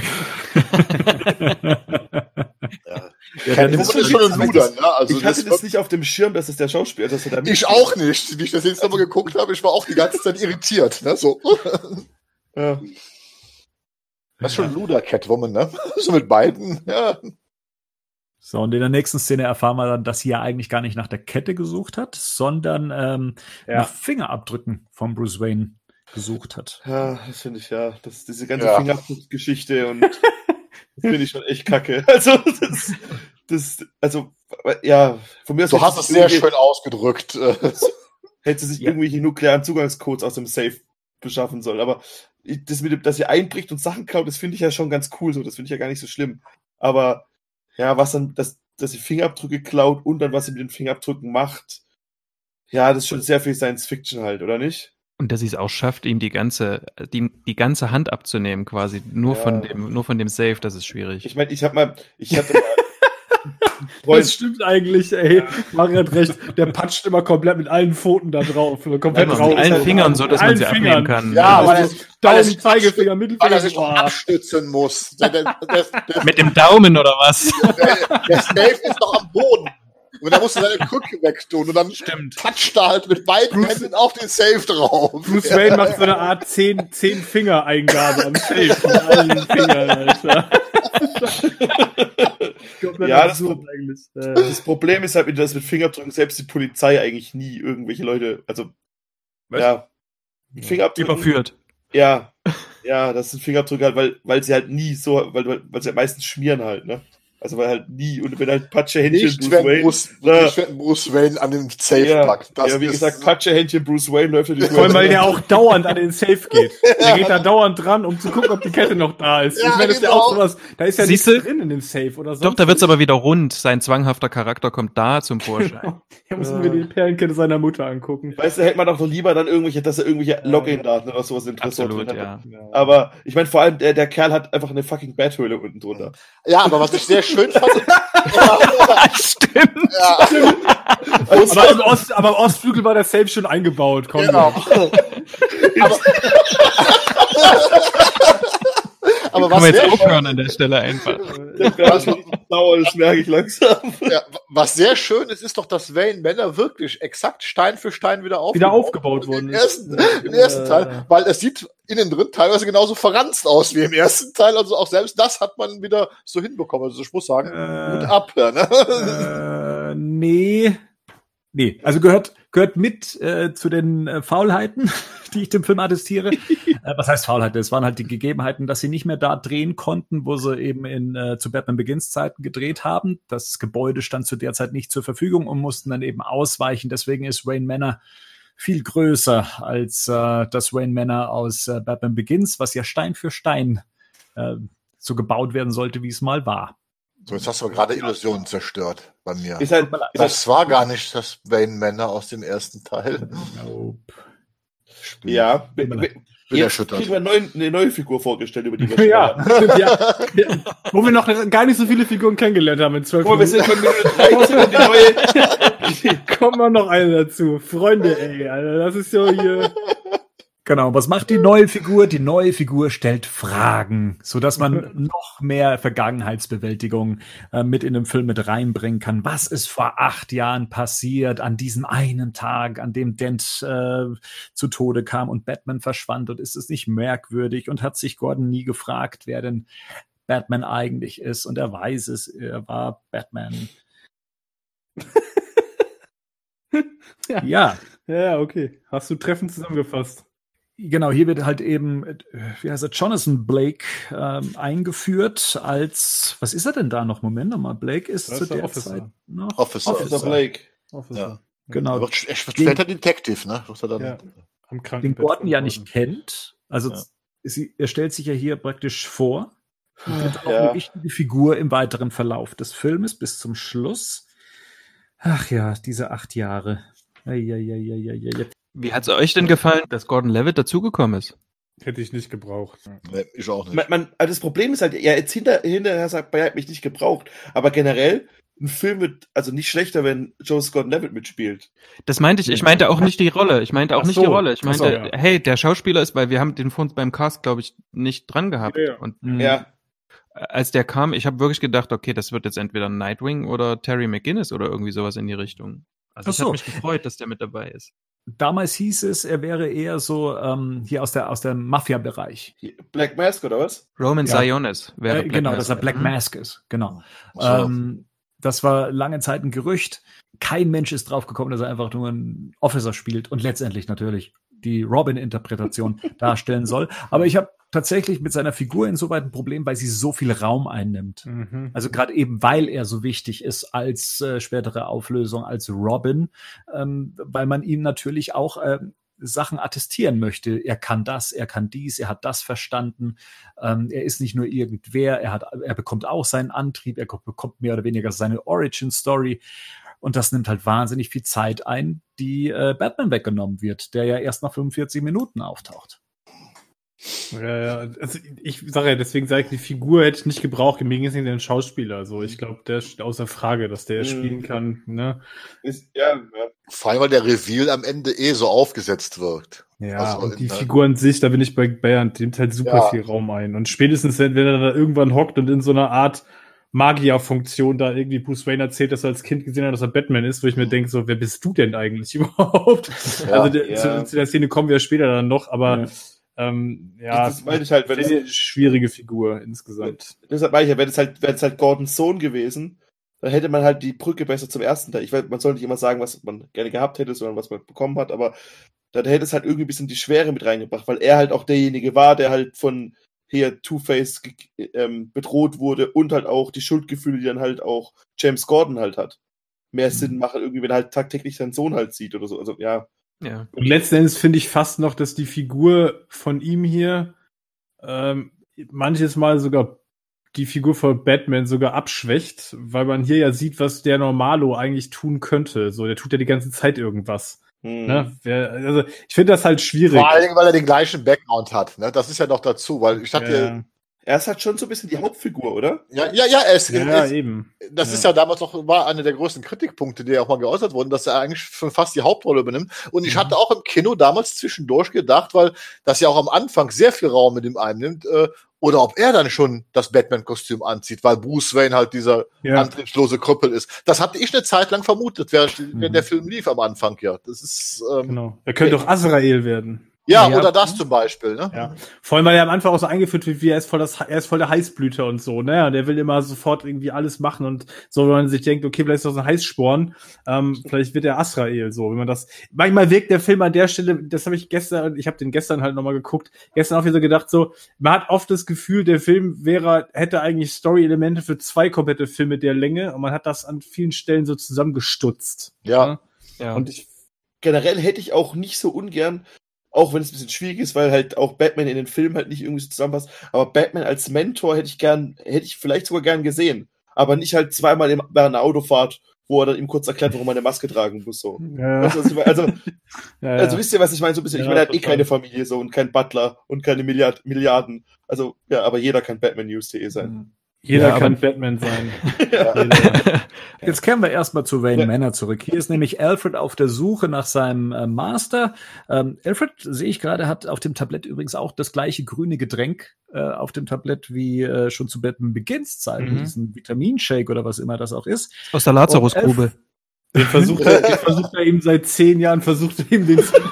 Das ist schon ein Luder, ne? Also ich hatte das nicht auf dem Schirm, dass es der Schauspieler ist. Ich auch nicht. Wie ich das jetzt nochmal geguckt habe, ich war auch die ganze Zeit irritiert, ne? So. Ja. Das ist schon Luder Catwoman, ne? So mit beiden, ja. So, und in der nächsten Szene erfahren wir dann, dass sie ja eigentlich gar nicht nach der Kette gesucht hat, sondern nach Fingerabdrücken von Bruce Wayne gesucht hat. Ja, das finde ich, diese ganze Fingerabdrucksgeschichte und das finde ich schon echt kacke. Also, von mir aus. Du hast es sehr schön ausgedrückt. Hätte sie sich irgendwelche nuklearen Zugangscodes aus dem Safe beschaffen sollen. Aber das mit dem, dass sie einbricht und Sachen klaut, das finde ich ja schon ganz cool so. Das finde ich ja gar nicht so schlimm. Aber was dann, dass sie Fingerabdrücke klaut und dann was sie mit den Fingerabdrücken macht, das ist schon sehr viel Science Fiction halt, oder nicht? Und dass sie es auch schafft, ihm die ganze Hand abzunehmen, quasi nur von dem Safe, das ist schwierig. Ich meine, ich hatte mal das stimmt eigentlich, ey. Mario hat recht. Der patscht immer komplett mit allen Pfoten da drauf. Komplett drauf. Mit allen Fingern, so dass man sie abnehmen kann. Ja, also Daumen, Zeigefinger, Mittelfinger. Weil er sich noch abstützen muss. Mit dem Daumen oder was? Der Safe ist noch am Boden. Und da musst du seine Krücke wegtun. Und dann patscht er halt mit beiden Händen auf den Safe drauf. Bruce Wayne macht so eine Art 10-Finger-Eingabe am Safe. Mit allen Fingern, Alter. Das Problem ist halt, dass mit Fingerabdrücken selbst die Polizei eigentlich nie irgendwelche Leute, also mit Fingerabdrücken überführt. Ja, das sind Fingerabdrücke halt, weil sie halt nie so, weil sie halt meistens schmieren halt, ne? Also weil halt nie, und wenn halt Patschehändchen Bruce Wayne an den Safe packt. Wie gesagt, Patschehändchen Bruce Wayne läuft durch. Vor allem, weil der auch dauernd an den Safe geht. Der geht da dauernd dran, um zu gucken, ob die Kette noch da ist. Ich meine, das ist ja auch sowas, da ist ja nichts drin in dem Safe oder so. Doch, da wird's aber wieder rund. Sein zwanghafter Charakter kommt da zum Vorschein. Da müssen wir die Perlenkette seiner Mutter angucken. Weißt du, hätte man doch noch lieber dann dass er irgendwelche Login-Daten oder sowas im Tresor drin hat. Ja. Aber ich meine, vor allem, der Kerl hat einfach eine fucking Betthöhle unten drunter. Ja, aber was ich sehr schön fand. Stimmt. Ja. Aber im Ostflügel war der Safe schon eingebaut. Komm, genau. Aber was jetzt aufhören an der Stelle einfach. Das merke ich langsam. Ja, was sehr schön ist doch, dass Wayne Manor wirklich exakt Stein für Stein wieder aufgebaut worden ist. Im ersten Teil, weil es sieht innen drin teilweise genauso verranzt aus wie im ersten Teil. Also auch selbst das hat man wieder so hinbekommen. Also ich muss sagen, gut ab. Ja, ne? Nee. Nee, also gehört mit zu den Faulheiten, die ich dem Film attestiere. Was heißt Faulheiten? Es waren halt die Gegebenheiten, dass sie nicht mehr da drehen konnten, wo sie eben zu Batman Begins Zeiten gedreht haben. Das Gebäude stand zu der Zeit nicht zur Verfügung und mussten dann eben ausweichen. Deswegen ist Wayne Manor viel größer als das Wayne Manor aus Batman Begins, was ja Stein für Stein so gebaut werden sollte, wie es mal war. So, jetzt hast du aber gerade Illusionen zerstört bei mir. Ist halt, Das war gar nicht das Wayne Manor aus dem ersten Teil. Nope. ja, Bin jetzt erschüttert. kriegen wir eine neue Figur vorgestellt, über die wir Ja, sprechen. ja. Wo wir noch gar nicht so viele Figuren kennengelernt haben in 12 Guck mal, wir sind bei Minute 13 und die neue. Kommt mal noch eine dazu. Freunde, ey, Alter, das ist so hier. Genau, was macht die neue Figur? Die neue Figur stellt Fragen, sodass man noch mehr Vergangenheitsbewältigung mit in den Film mit reinbringen kann. Was ist vor 8 Jahren passiert, an diesem einen Tag, an dem Dent zu Tode kam und Batman verschwand? Und ist es nicht merkwürdig? Und hat sich Gordon nie gefragt, wer denn Batman eigentlich ist? Und er weiß es, er war Batman. Ja. Ja, okay. Hast du treffend zusammengefasst. Genau, hier wird halt eben, wie heißt er, Jonathan Blake eingeführt als, was ist er denn da noch? Moment nochmal, Blake ist Das zu ist der der Officer. Zeit noch Officer Blake. Officer. Genau. Er wird später Detective, ne? Wird er dann, Ja. Am Den Krankenbett Gordon von ja nicht kennt. Also Ja. er stellt sich ja hier praktisch vor. Und wird auch Ja. eine wichtige Figur im weiteren Verlauf des Filmes bis zum Schluss. Ach ja, diese 8 Jahre. Eieieiei. Wie hat's euch denn gefallen, dass Gordon Levitt dazugekommen ist? Hätte ich nicht gebraucht. Nee, ich auch nicht. Also das Problem ist halt, ja, jetzt hinterher sagt man, er hat mich nicht gebraucht. Aber generell, ein Film wird also nicht schlechter, wenn Joseph Gordon-Levitt mitspielt. Das meinte ich. Ich meinte auch nicht die Rolle. Ich meinte auch Ach nicht so. die Rolle. Ich Ach so, meinte, ja. hey, der Schauspieler ist, weil wir haben den von uns beim Cast, glaube ich, nicht dran gehabt. Ja. Und Ja, als der kam, ich habe wirklich gedacht, okay, das wird jetzt entweder Nightwing oder Terry McGinnis oder irgendwie sowas in die Richtung. Also Ach ich so. habe mich gefreut, dass der mit dabei ist. Damals hieß es, er wäre eher so hier aus dem Mafia-Bereich. Black Mask oder was? Roman Ja. Sionis wäre Black Genau, Mask. dass er Black Mask ist. Genau. So. Das war lange Zeit ein Gerücht. Kein Mensch ist drauf gekommen, dass er einfach nur einen Officer spielt und letztendlich natürlich die Robin-Interpretation darstellen soll. Aber ich habe tatsächlich mit seiner Figur insoweit ein Problem, weil sie so viel Raum einnimmt. Mhm. Also gerade eben, weil er so wichtig ist als spätere Auflösung als Robin, weil man ihm natürlich auch Sachen attestieren möchte. Er kann das, er kann dies, er hat das verstanden. Er ist nicht nur irgendwer, er bekommt auch seinen Antrieb, er bekommt mehr oder weniger seine Origin-Story. Und das nimmt halt wahnsinnig viel Zeit ein, die Batman weggenommen wird, der ja erst nach 45 Minuten auftaucht. Ja. Also ich sage ja, deswegen sage ich, die Figur hätte ich nicht gebraucht. Mir ging es nicht um den Schauspieler. Also ich glaube, der steht außer Frage, dass der spielen kann. Ne? Ja. Vor allem, weil der Reveal am Ende so aufgesetzt wirkt. Ja, Also, und die Figur an sich, da bin ich bei Bernd, die nimmt halt super Ja. viel Raum ein. Und spätestens, wenn er da irgendwann hockt und in so einer Art Magierfunktion da irgendwie Bruce Wayne erzählt, dass er als Kind gesehen hat, dass er Batman ist, wo ich mir denke, so, wer bist du denn eigentlich überhaupt? Ja. Also Ja. zu der Szene kommen wir später dann noch, aber Das meine ich halt, wenn es, eine schwierige Figur insgesamt. deshalb meine ich ja, wäre es halt Gordons Sohn gewesen, dann hätte man halt die Brücke besser zum ersten Teil. Ich weiß, man soll nicht immer sagen, was man gerne gehabt hätte, sondern was man bekommen hat, aber dann hätte es halt irgendwie ein bisschen die Schwere mit reingebracht, weil er halt auch derjenige war, der halt von hier Two-Face bedroht wurde und halt auch die Schuldgefühle, die dann halt auch James Gordon halt hat. Mehr Sinn machen, irgendwie, wenn er halt tagtäglich seinen Sohn halt sieht oder so. Also, ja. Ja. Und letzten Endes finde ich fast noch, dass die Figur von ihm hier manches Mal sogar die Figur von Batman sogar abschwächt, weil man hier ja sieht, was der Normalo eigentlich tun könnte. So, der tut ja die ganze Zeit irgendwas. Ne? Also ich finde das halt schwierig. Vor allen Dingen, weil er den gleichen Background hat. Ne? Das ist ja noch dazu, weil ich hatte Er ist halt schon so ein bisschen die Hauptfigur, oder? er ist, eben. das ist ja damals noch, war einer der größten Kritikpunkte, die auch mal geäußert wurden, dass er eigentlich schon fast die Hauptrolle übernimmt. Und ich hatte auch im Kino damals zwischendurch gedacht, weil das ja auch am Anfang sehr viel Raum mit ihm einnimmt, oder ob er dann schon das Batman-Kostüm anzieht, weil Bruce Wayne halt dieser antriebslose Krüppel ist. Das hatte ich eine Zeit lang vermutet, wenn der Film lief am Anfang, ja. Das ist, Genau. Er könnte auch Azrael werden. Ja, Ja. oder das zum Beispiel, ne? Ja. Vor allem, weil er am Anfang auch so eingeführt wird, wie er ist voll der Heißblüter und so, ne? Und er will immer sofort irgendwie alles machen und so, wenn man sich denkt, okay, vielleicht ist das ein Heißsporn, vielleicht wird er Asrael so, wenn man das. Manchmal wirkt der Film an der Stelle, das habe ich habe den gestern halt nochmal geguckt, gestern auch wieder so gedacht, so, man hat oft das Gefühl, der Film hätte eigentlich Story-Elemente für 2 komplette Filme der Länge und man hat das an vielen Stellen so zusammengestutzt. Ja. Ja. Und generell hätte ich auch nicht so ungern, auch wenn es ein bisschen schwierig ist, weil halt auch Batman in den Film halt nicht irgendwie so zusammenpasst, aber Batman als Mentor hätte ich vielleicht sogar gern gesehen. Aber nicht halt zweimal bei einer Autofahrt, wo er dann ihm kurz erklärt, warum er eine Maske tragen muss. So. Ja. Weißt du, was ich meine? Also, Ja, also wisst ihr, was ich meine? So ein bisschen. Ich meine, er hat total. keine Familie so und kein Butler und keine Milliarden. Also, ja, aber jeder kann BatmanNews.de sein. Jeder Ja, kann aber- Batman sein. Jetzt kehren wir erstmal zu Wayne Manor zurück. Hier ist nämlich Alfred auf der Suche nach seinem Master. Alfred, sehe ich gerade, hat auf dem Tablett übrigens auch das gleiche grüne Getränk auf dem Tablett wie schon zu Batman Begins Zeiten, diesen Vitaminshake oder was immer das auch ist. Aus der Lazarusgrube. Den versucht er eben seit 10 Jahren, den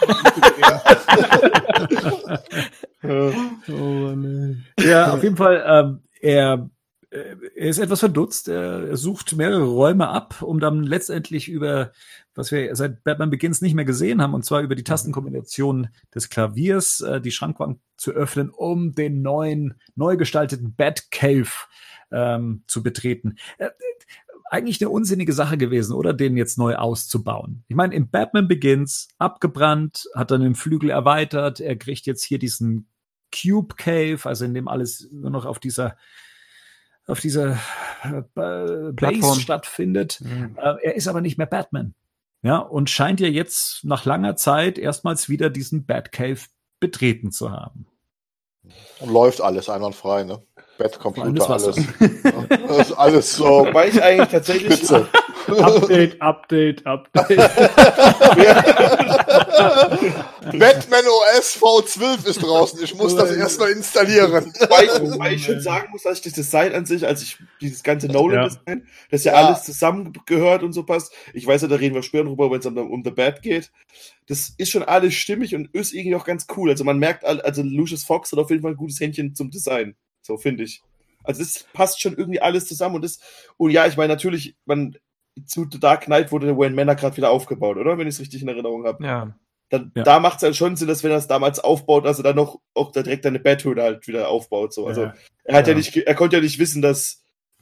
Ja, auf jeden Fall, er ist etwas verdutzt. Er sucht mehrere Räume ab, um dann letztendlich über, was wir seit Batman Begins nicht mehr gesehen haben, und zwar über die Tastenkombination des Klaviers, die Schrankwand zu öffnen, um den neu gestalteten Batcave zu betreten. Eigentlich eine unsinnige Sache gewesen, oder? Den jetzt neu auszubauen. Ich meine, in Batman Begins abgebrannt, hat dann den Flügel erweitert, er kriegt jetzt hier diesen Cube Cave, also in dem alles nur noch auf dieser Base Plattform stattfindet. Er ist aber nicht mehr Batman. Ja, und scheint ja jetzt nach langer Zeit erstmals wieder diesen Batcave betreten zu haben. Und läuft alles einwandfrei, ne? Bettcomputer, Alles alles. Das ist alles so. Wobei ich eigentlich tatsächlich. Spitze. Update. Batman OS V12 ist draußen. Ich muss das erstmal installieren. Wobei ich schon sagen muss, dass ich das Design an sich, als ich dieses ganze Nolan-Design, das ja alles zusammengehört und so passt. Ich weiß ja, da reden wir später drüber, wenn es um The Bat geht. Das ist schon alles stimmig und ist irgendwie auch ganz cool. Also man merkt, also Lucius Fox hat auf jeden Fall ein gutes Händchen zum Design. So finde ich. Also es passt schon irgendwie alles zusammen und ja, ich meine natürlich, zu The Dark Knight wurde der Wayne Manor gerade wieder aufgebaut, oder? Wenn ich es richtig in Erinnerung habe. Ja. Da macht es halt schon Sinn, dass wenn er es damals aufbaut, dass er dann noch auch direkt eine Bathöhle halt wieder aufbaut. So. Also er konnte ja nicht wissen, dass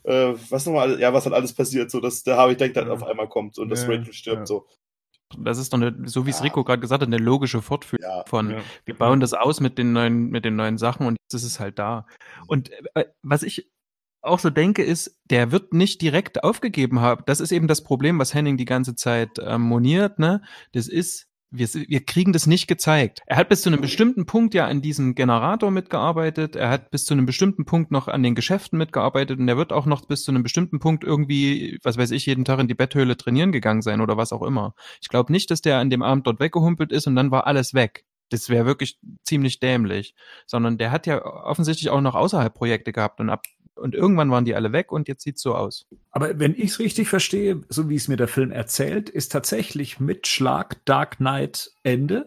was halt alles passiert, so dass der Harvey Dent dann auf einmal kommt und dass Rachel stirbt. So. Das ist doch so wie es Rico gerade gesagt hat, eine logische Fortführung von wir bauen das aus mit den neuen Sachen und jetzt ist es halt da. Und was ich auch so denke, ist, der wird nicht direkt aufgegeben haben. Das ist eben das Problem, was Henning die ganze Zeit moniert, ne? Das ist, wir kriegen das nicht gezeigt. Er hat bis zu einem bestimmten Punkt ja an diesem Generator mitgearbeitet, er hat bis zu einem bestimmten Punkt noch an den Geschäften mitgearbeitet und er wird auch noch bis zu einem bestimmten Punkt irgendwie, was weiß ich, jeden Tag in die Betthöhle trainieren gegangen sein oder was auch immer. Ich glaube nicht, dass der an dem Abend dort weggehumpelt ist und dann war alles weg. Das wäre wirklich ziemlich dämlich. Sondern der hat ja offensichtlich auch noch außerhalb Projekte gehabt und irgendwann waren die alle weg und jetzt sieht's so aus. Aber wenn ich es richtig verstehe, so wie es mir der Film erzählt, ist tatsächlich mit Schlag Dark Knight Ende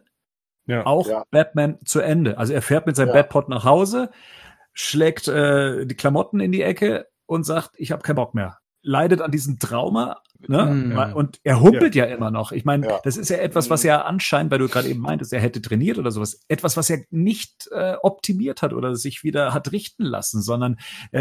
auch Batman zu Ende. Also er fährt mit seinem Batpod nach Hause, schlägt die Klamotten in die Ecke und sagt, ich habe keinen Bock mehr. Leidet an diesem Trauma, ne? Und er humpelt ja immer noch. Ich meine, das ist ja etwas, was er anscheinend, weil du gerade eben meintest, er hätte trainiert oder sowas, etwas, was er nicht optimiert hat oder sich wieder hat richten lassen, sondern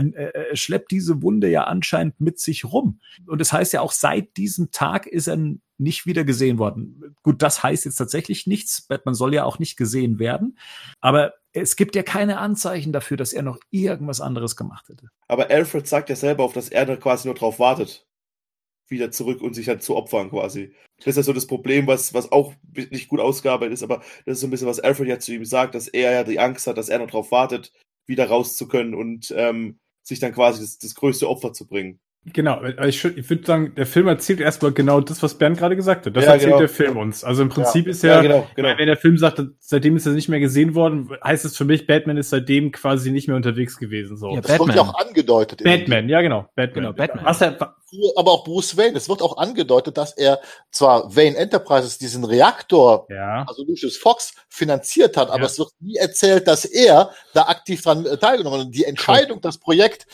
er schleppt diese Wunde ja anscheinend mit sich rum. Und das heißt ja auch, seit diesem Tag ist er nicht wieder gesehen worden. Gut, das heißt jetzt tatsächlich nichts. Batman soll ja auch nicht gesehen werden. Aber es gibt ja keine Anzeichen dafür, dass er noch irgendwas anderes gemacht hätte. Aber Alfred sagt ja selber auf, dass er da quasi nur drauf wartet, wieder zurück und sich halt zu opfern quasi. Das ist ja so das Problem, was auch nicht gut ausgearbeitet ist, aber das ist so ein bisschen, was Alfred ja zu ihm sagt, dass er ja die Angst hat, dass er noch drauf wartet, wieder raus zu können und sich dann quasi das größte Opfer zu bringen. Genau, ich würde sagen, der Film erzählt erstmal genau das, was Bernd gerade gesagt hat. Das Ja, erzählt genau. der Film uns. Also im Prinzip ist Ja, ja, genau. wenn der Film sagt, seitdem ist er nicht mehr gesehen worden, heißt es für mich, Batman ist seitdem quasi nicht mehr unterwegs gewesen. So. Ja, Das wird ja auch angedeutet. Batman, ja genau. Genau, Batman. Was er, Aber auch Bruce Wayne. Es wird auch angedeutet, dass er zwar Wayne Enterprises diesen Reaktor, ja. also Lucius Fox, finanziert hat, aber Ja. es wird nie erzählt, dass er da aktiv dran teilgenommen hat. Und die Entscheidung, das Projekt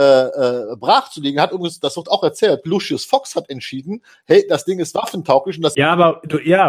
brach zu liegen, hat übrigens, das wird auch erzählt, Lucius Fox hat entschieden, hey, das Ding ist waffentauglich und das Ja, aber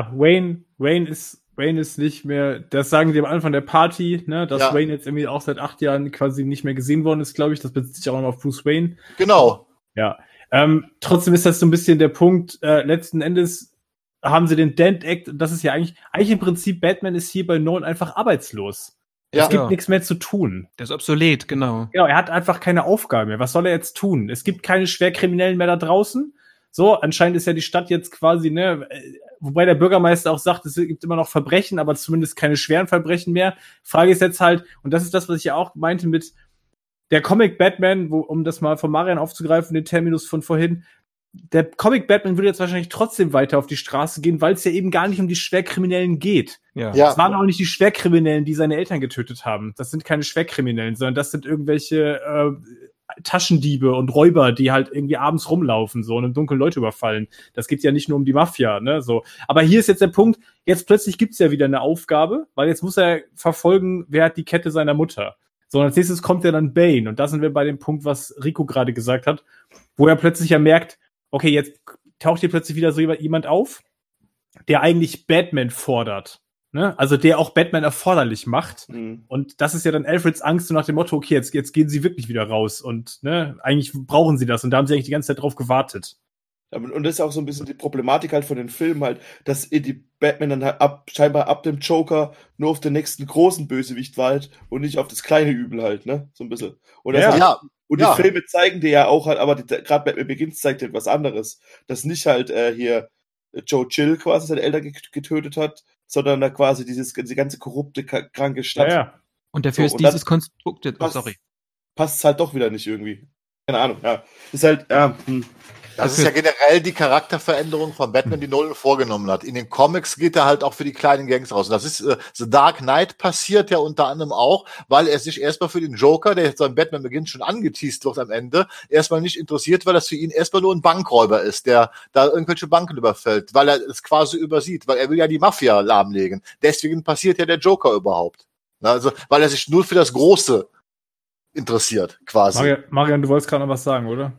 Wayne ist nicht mehr, das sagen die am Anfang der Party, ne, dass Ja. Wayne jetzt irgendwie auch seit 8 Jahren quasi nicht mehr gesehen worden ist, glaube ich. Das bezieht sich auch noch auf Bruce Wayne. genau. Ja. Trotzdem ist das so ein bisschen der Punkt, letzten Endes haben sie den Dent Act, und das ist ja eigentlich im Prinzip, Batman ist hier bei Nolan einfach arbeitslos. Ja. Es gibt Ja. nichts mehr zu tun. Der ist obsolet, genau. Genau, er hat einfach keine Aufgabe mehr. Was soll er jetzt tun? Es gibt keine Schwerkriminellen mehr da draußen. So, anscheinend ist ja die Stadt jetzt quasi, ne, wobei der Bürgermeister auch sagt, es gibt immer noch Verbrechen, aber zumindest keine schweren Verbrechen mehr. Frage ist jetzt halt, und das ist das, was ich ja auch meinte mit der Comic Batman, um das mal von Marian aufzugreifen, den Terminus von vorhin, der Comic Batman würde jetzt wahrscheinlich trotzdem weiter auf die Straße gehen, weil es ja eben gar nicht um die Schwerkriminellen geht. Ja. Ja. Es waren auch nicht die Schwerkriminellen, die seine Eltern getötet haben. Das sind keine Schwerkriminellen, sondern das sind irgendwelche Taschendiebe und Räuber, die halt irgendwie abends rumlaufen so und im Dunkeln Leute überfallen. Das geht ja nicht nur um die Mafia, ne? So. Aber hier ist jetzt der Punkt, jetzt plötzlich gibt's ja wieder eine Aufgabe, weil jetzt muss er verfolgen, wer hat die Kette seiner Mutter. So, und als nächstes kommt ja dann Bane. Und da sind wir bei dem Punkt, was Rico gerade gesagt hat, wo er plötzlich ja merkt, okay, jetzt taucht hier plötzlich wieder so jemand auf, der eigentlich Batman fordert. Ne? Also der auch Batman erforderlich macht. Mhm. Und das ist ja dann Alfreds Angst so nach dem Motto, okay, jetzt gehen sie wirklich wieder raus. Und ne, eigentlich brauchen sie das. Und da haben sie eigentlich die ganze Zeit drauf gewartet. Und das ist auch so ein bisschen die Problematik halt von den Filmen halt, dass die Batman dann halt scheinbar ab dem Joker nur auf den nächsten großen Bösewicht wartet und nicht auf das kleine Übel halt, ne? So ein bisschen. Und, das Ja. halt, Ja, und ja. die Filme zeigen dir ja auch halt, aber gerade Batman Begins zeigt dir was anderes. Dass nicht halt hier Joe Chill quasi seine Eltern getötet hat, sondern da quasi diese ganze korrupte, kranke Stadt. Ja. Und dafür So, und ist dieses dann Konstrukt jetzt, passt halt doch wieder nicht irgendwie. Keine Ahnung, ja. Ist halt, ja, Das ist ja generell die Charakterveränderung von Batman, die Nolan vorgenommen hat. In den Comics geht er halt auch für die kleinen Gangs raus. Und das ist The Dark Knight passiert ja unter anderem auch, weil er sich erstmal für den Joker, der jetzt beim Batman Begins schon angeteased wird am Ende, erstmal nicht interessiert, weil das für ihn erstmal nur ein Bankräuber ist, der da irgendwelche Banken überfällt, weil er es quasi übersieht, weil er will ja die Mafia lahmlegen. Deswegen passiert ja der Joker überhaupt. Also, weil er sich nur für das Große interessiert, quasi. Marian, du wolltest gerade noch was sagen, oder?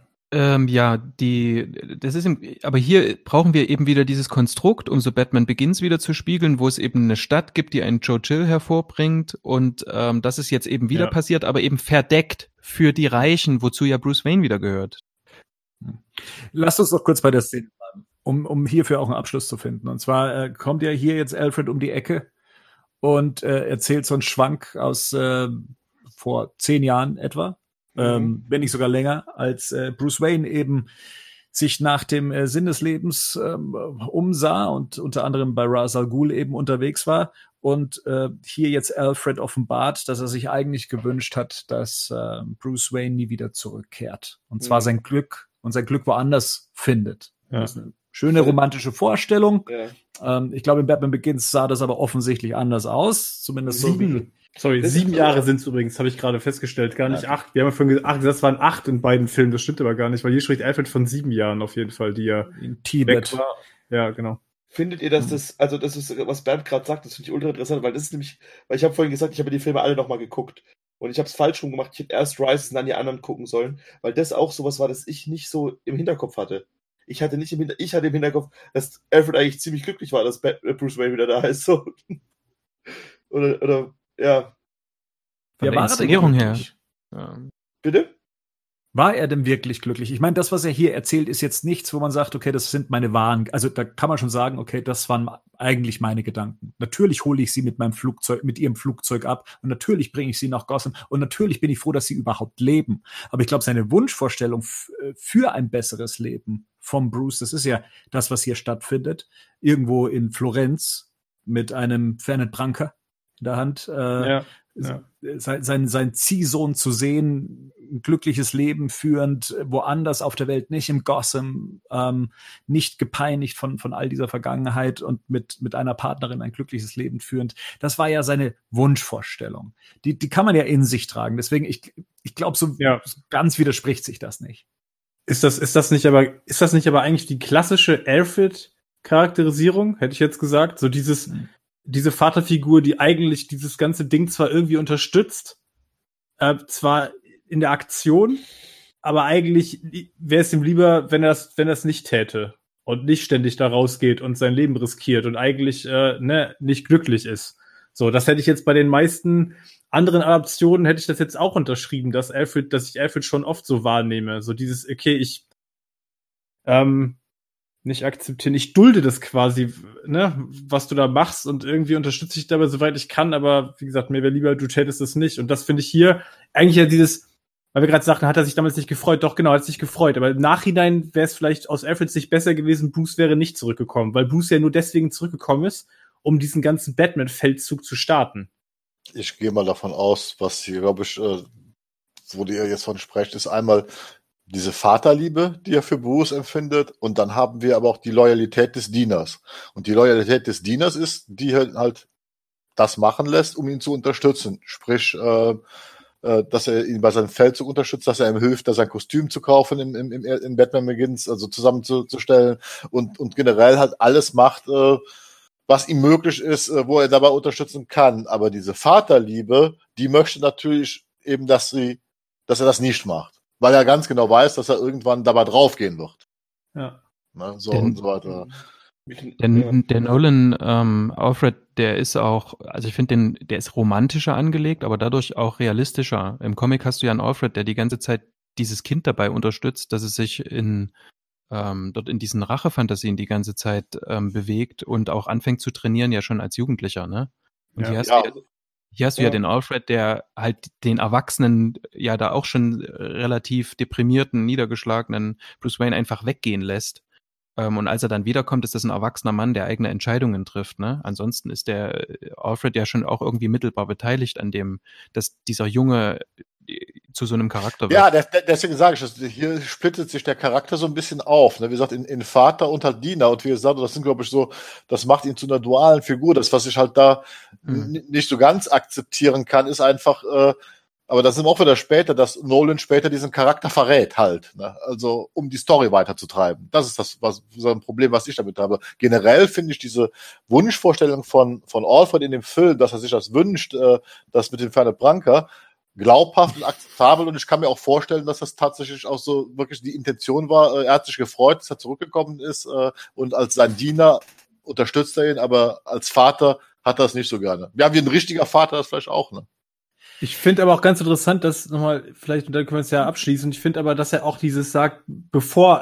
Ja, aber hier brauchen wir eben wieder dieses Konstrukt, um so Batman Begins wieder zu spiegeln, wo es eben eine Stadt gibt, die einen Joe Chill hervorbringt und das ist jetzt eben wieder passiert, aber eben verdeckt für die Reichen, wozu ja Bruce Wayne wieder gehört. Lasst uns doch kurz bei der Szene bleiben, um hierfür auch einen Abschluss zu finden. Und zwar kommt ja hier jetzt Alfred um die Ecke und erzählt so einen Schwank aus vor 10 Jahren etwa. Wenn nicht sogar länger, als Bruce Wayne eben sich nach dem Sinn des Lebens umsah und unter anderem bei Ra's al Ghul eben unterwegs war und hier jetzt Alfred offenbart, dass er sich eigentlich gewünscht hat, dass Bruce Wayne nie wieder zurückkehrt und zwar sein Glück woanders findet. Ja. Das ist eine schöne romantische Vorstellung. ja. Ich glaube, in Batman Begins sah das aber offensichtlich anders aus, zumindest so wie 7 Jahre sind es übrigens, habe ich gerade festgestellt, gar nicht 8. Wir haben ja vorhin gesagt, es waren 8 in beiden Filmen, das stimmt aber gar nicht, weil hier spricht Alfred von 7 Jahren auf jeden Fall, die er in weg Tibet. war. Ja, genau. Findet ihr, dass das ist, was Bernd gerade sagt, das finde ich ultra interessant, weil das ist nämlich, weil ich habe vorhin gesagt, ich habe die Filme alle nochmal geguckt und ich habe es falsch rum gemacht, ich hätte erst Rises und dann die anderen gucken sollen, weil das auch sowas war, das ich nicht so im Hinterkopf hatte. Ich hatte im Hinterkopf, dass Alfred eigentlich ziemlich glücklich war, dass Bruce Wayne wieder da ist, so. oder, ja. Von Ja, der war er denn Inszenierung her. glücklich? Bitte? War er denn wirklich glücklich? Ich meine, das, was er hier erzählt, ist jetzt nichts, wo man sagt, okay, das sind meine wahren, also da kann man schon sagen, okay, das waren eigentlich meine Gedanken. Natürlich hole ich sie mit ihrem Flugzeug ab und natürlich bringe ich sie nach Gotham und natürlich bin ich froh, dass sie überhaupt leben. Aber ich glaube, seine Wunschvorstellung für ein besseres Leben vom Bruce, das ist ja das, was hier stattfindet, irgendwo in Florenz mit einem Fernet Branca, in der Hand. Ja. Sein Ziehsohn zu sehen, ein glückliches Leben führend, woanders auf der Welt, nicht im Gotham, nicht gepeinigt von all dieser Vergangenheit und mit einer Partnerin ein glückliches Leben führend. Das war ja seine Wunschvorstellung. Die kann man ja in sich tragen. Deswegen, ich glaube, so ganz widerspricht sich das nicht. Ist das nicht aber eigentlich die klassische Alfred-Charakterisierung, hätte ich jetzt gesagt? So diese Vaterfigur, die eigentlich dieses ganze Ding zwar irgendwie unterstützt, zwar in der Aktion, aber eigentlich wäre es ihm lieber, wenn er es nicht täte und nicht ständig da rausgeht und sein Leben riskiert und eigentlich nicht glücklich ist. So, das hätte ich jetzt bei den meisten anderen Adaptionen hätte ich das jetzt auch unterschrieben, dass ich Alfred schon oft so wahrnehme. So dieses, okay, ich nicht akzeptieren, ich dulde das quasi, ne, was du da machst und irgendwie unterstütze ich dabei, soweit ich kann, aber wie gesagt, mir wäre lieber, du tätest es nicht. Und das finde ich hier eigentlich ja dieses, weil wir gerade sagten, hat er sich damals nicht gefreut? Doch, genau, hat sich gefreut. Aber im Nachhinein wäre es vielleicht aus Alfreds Sicht besser gewesen, Bruce wäre nicht zurückgekommen, weil Bruce ja nur deswegen zurückgekommen ist, um diesen ganzen Batman-Feldzug zu starten. Ich gehe mal davon aus, was hier, glaube ich, wo ihr jetzt von sprecht, ist einmal diese Vaterliebe, die er für Bruce empfindet, und dann haben wir aber auch die Loyalität des Dieners. Und die Loyalität des Dieners ist, die halt das machen lässt, um ihn zu unterstützen. Sprich, dass er ihn bei seinem Feldzug unterstützt, dass er ihm hilft, da sein Kostüm zu kaufen in Batman Begins, also zusammenzustellen und generell halt alles macht, was ihm möglich ist, wo er dabei unterstützen kann. Aber diese Vaterliebe, die möchte natürlich eben, dass er das nicht macht. Weil er ganz genau weiß, dass er irgendwann dabei draufgehen wird. Ja. Ne, so und so weiter. Der Nolan Alfred, der ist auch, also ich finde der ist romantischer angelegt, aber dadurch auch realistischer. Im Comic hast du ja einen Alfred, der die ganze Zeit dieses Kind dabei unterstützt, dass es sich dort in diesen Rachefantasien die ganze Zeit bewegt und auch anfängt zu trainieren, ja schon als Jugendlicher, ne? Und hier hast du ja den Alfred, der halt den Erwachsenen, ja da auch schon relativ deprimierten, niedergeschlagenen Bruce Wayne einfach weggehen lässt. Und als er dann wiederkommt, ist das ein erwachsener Mann, der eigene Entscheidungen trifft, ne? Ansonsten ist der Alfred ja schon auch irgendwie mittelbar beteiligt an dem, dass dieser Junge zu so einem Charakter wird. Ja, deswegen sage ich, hier splittet sich der Charakter so ein bisschen auf. Ne? Wie gesagt, in Vater und halt Diener. Und wie gesagt, das sind, glaube ich, so, das macht ihn zu einer dualen Figur. Das, was ich halt da nicht so ganz akzeptieren kann, ist einfach, aber das sind wir auch wieder später, dass Nolan später diesen Charakter verrät halt. Ne? Also, um die Story weiterzutreiben. Das ist so ein Problem, was ich damit habe. Generell finde ich diese Wunschvorstellung von Alfred in dem Film, dass er sich das wünscht, das mit dem Ferne Branca, glaubhaft und akzeptabel, und ich kann mir auch vorstellen, dass das tatsächlich auch so wirklich die Intention war. Er hat sich gefreut, dass er zurückgekommen ist, und als sein Diener unterstützt er ihn, aber als Vater hat er es nicht so gerne. Ja, wie ein richtiger Vater das vielleicht auch, ne? Ich finde aber auch ganz interessant, dass nochmal, vielleicht, und dann können wir es ja abschließen, ich finde aber, dass er auch dieses sagt, bevor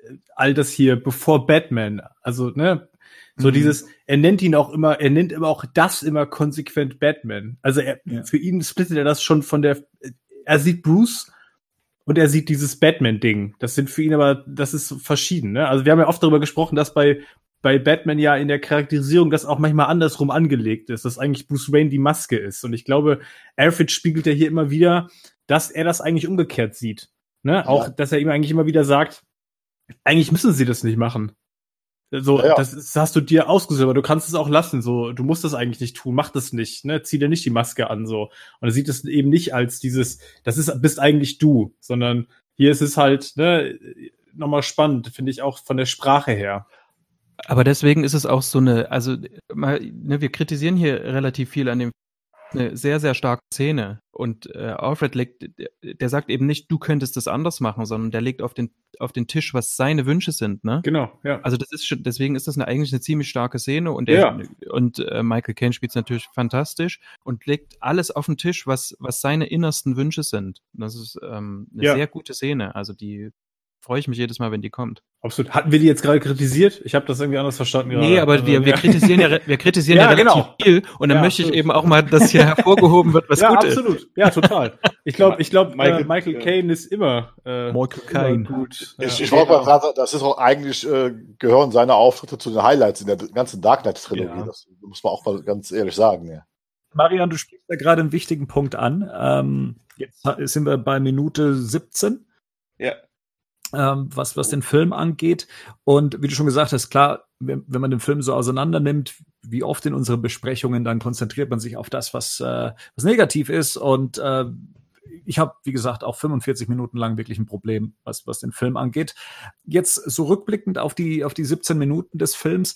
Batman, also, ne, so dieses, er nennt immer auch das immer konsequent Batman. Also für ihn splittet er das schon er sieht Bruce und er sieht dieses Batman-Ding. Das ist verschieden, ne? Also wir haben ja oft darüber gesprochen, dass bei Batman ja in der Charakterisierung das auch manchmal andersrum angelegt ist, dass eigentlich Bruce Wayne die Maske ist. Und ich glaube, Alfred spiegelt ja hier immer wieder, dass er das eigentlich umgekehrt sieht. Ne? Auch, dass er ihm eigentlich immer wieder sagt, eigentlich müssen sie das nicht machen. So, das hast du dir ausgesucht, aber du kannst es auch lassen, so, du musst das eigentlich nicht tun, mach das nicht, ne, zieh dir nicht die Maske an, so. Und er sieht es eben nicht als bist eigentlich du, sondern hier ist es halt, ne, nochmal spannend, finde ich auch von der Sprache her. Aber deswegen ist es auch so wir kritisieren hier relativ viel an dem, eine sehr, sehr starke Szene. Und Alfred der sagt eben nicht, du könntest das anders machen, sondern der legt auf den Tisch, was seine Wünsche sind, ne? Genau, ja. Also deswegen ist das eigentlich eine ziemlich starke Szene, und Michael Caine spielt es natürlich fantastisch und legt alles auf den Tisch, was seine innersten Wünsche sind. Das ist eine sehr gute Szene. Also die freue ich mich jedes Mal, wenn die kommt. Absolut. Hatten wir die jetzt gerade kritisiert? Ich habe das irgendwie anders verstanden gerade. Nee, aber wir kritisieren ja relativ viel, und dann möchte ich eben auch mal, dass hier hervorgehoben wird, was gut ist. Ja, absolut. Ja, total. Ich glaube, Michael Caine ist immer gut. Ich wollte mal fragen, das ist auch eigentlich, gehören seine Auftritte zu den Highlights in der ganzen Dark Knight Trilogie. Ja. Das muss man auch mal ganz ehrlich sagen, ja. Marian, du sprichst da gerade einen wichtigen Punkt an. Jetzt sind wir bei Minute 17. Ja. Was den Film angeht. Und wie du schon gesagt hast, klar, wenn man den Film so auseinander nimmt, wie oft in unseren Besprechungen, dann konzentriert man sich auf das, was negativ ist. Und ich habe, wie gesagt, auch 45 Minuten lang wirklich ein Problem, was den Film angeht. Jetzt so rückblickend auf die 17 Minuten des Films,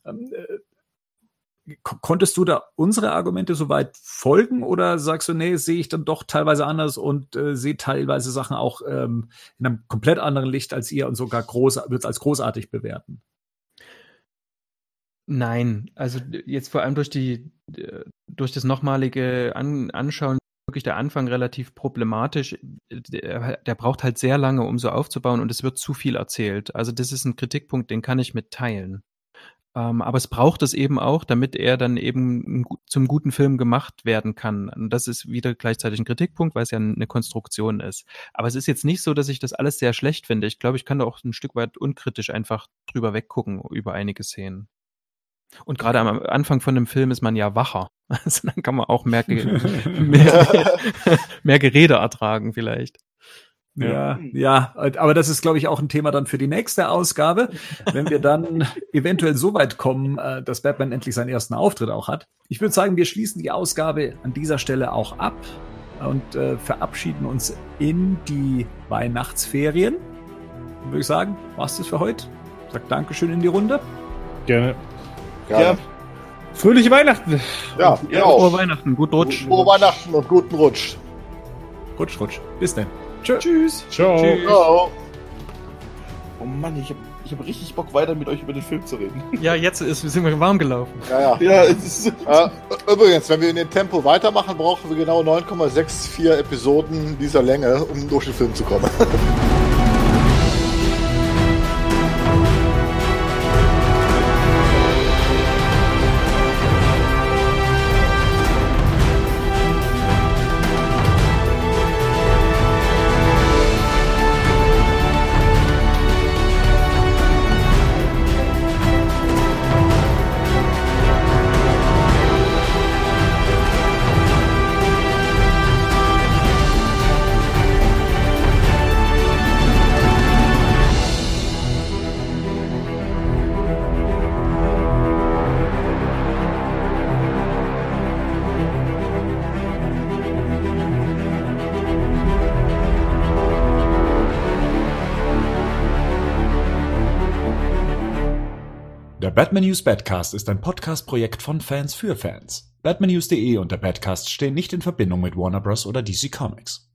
konntest du da unsere Argumente soweit folgen oder sagst du, nee, sehe ich dann doch teilweise anders und sehe teilweise Sachen auch in einem komplett anderen Licht als ihr und sogar würde es als großartig bewerten? Nein, also jetzt vor allem durch das nochmalige Anschauen wirklich der Anfang relativ problematisch. Der braucht halt sehr lange, um so aufzubauen und es wird zu viel erzählt. Also das ist ein Kritikpunkt, den kann ich mitteilen. Aber es braucht es eben auch, damit er dann eben zum guten Film gemacht werden kann. Und das ist wieder gleichzeitig ein Kritikpunkt, weil es ja eine Konstruktion ist. Aber es ist jetzt nicht so, dass ich das alles sehr schlecht finde. Ich glaube, ich kann da auch ein Stück weit unkritisch einfach drüber weggucken über einige Szenen. Und gerade am Anfang von dem Film ist man ja wacher. Also dann kann man auch mehr Gerede ertragen vielleicht. Ja, aber das ist, glaube ich, auch ein Thema dann für die nächste Ausgabe, wenn wir dann eventuell so weit kommen, dass Batman endlich seinen ersten Auftritt auch hat. Ich würde sagen, wir schließen die Ausgabe an dieser Stelle auch ab und verabschieden uns in die Weihnachtsferien. Dann würde ich sagen, war's das für heute. Sag Dankeschön in die Runde. Gerne. Ja. Fröhliche Weihnachten. Ja, Frohe Weihnachten, guten Rutsch. Frohe Weihnachten und guten Rutsch. Rutsch. Bis dann. Tschüss. Ciao. Tschüss. Ciao. Oh Mann, ich hab richtig Bock, weiter mit euch über den Film zu reden. Ja, jetzt sind wir warm gelaufen. Ja. Ja, es ist Übrigens, wenn wir in dem Tempo weitermachen, brauchen wir genau 9,64 Episoden dieser Länge, um durch den Film zu kommen. Der Batman News Badcast ist ein Podcast-Projekt von Fans für Fans. Batmannews.de und der Badcast stehen nicht in Verbindung mit Warner Bros. Oder DC Comics.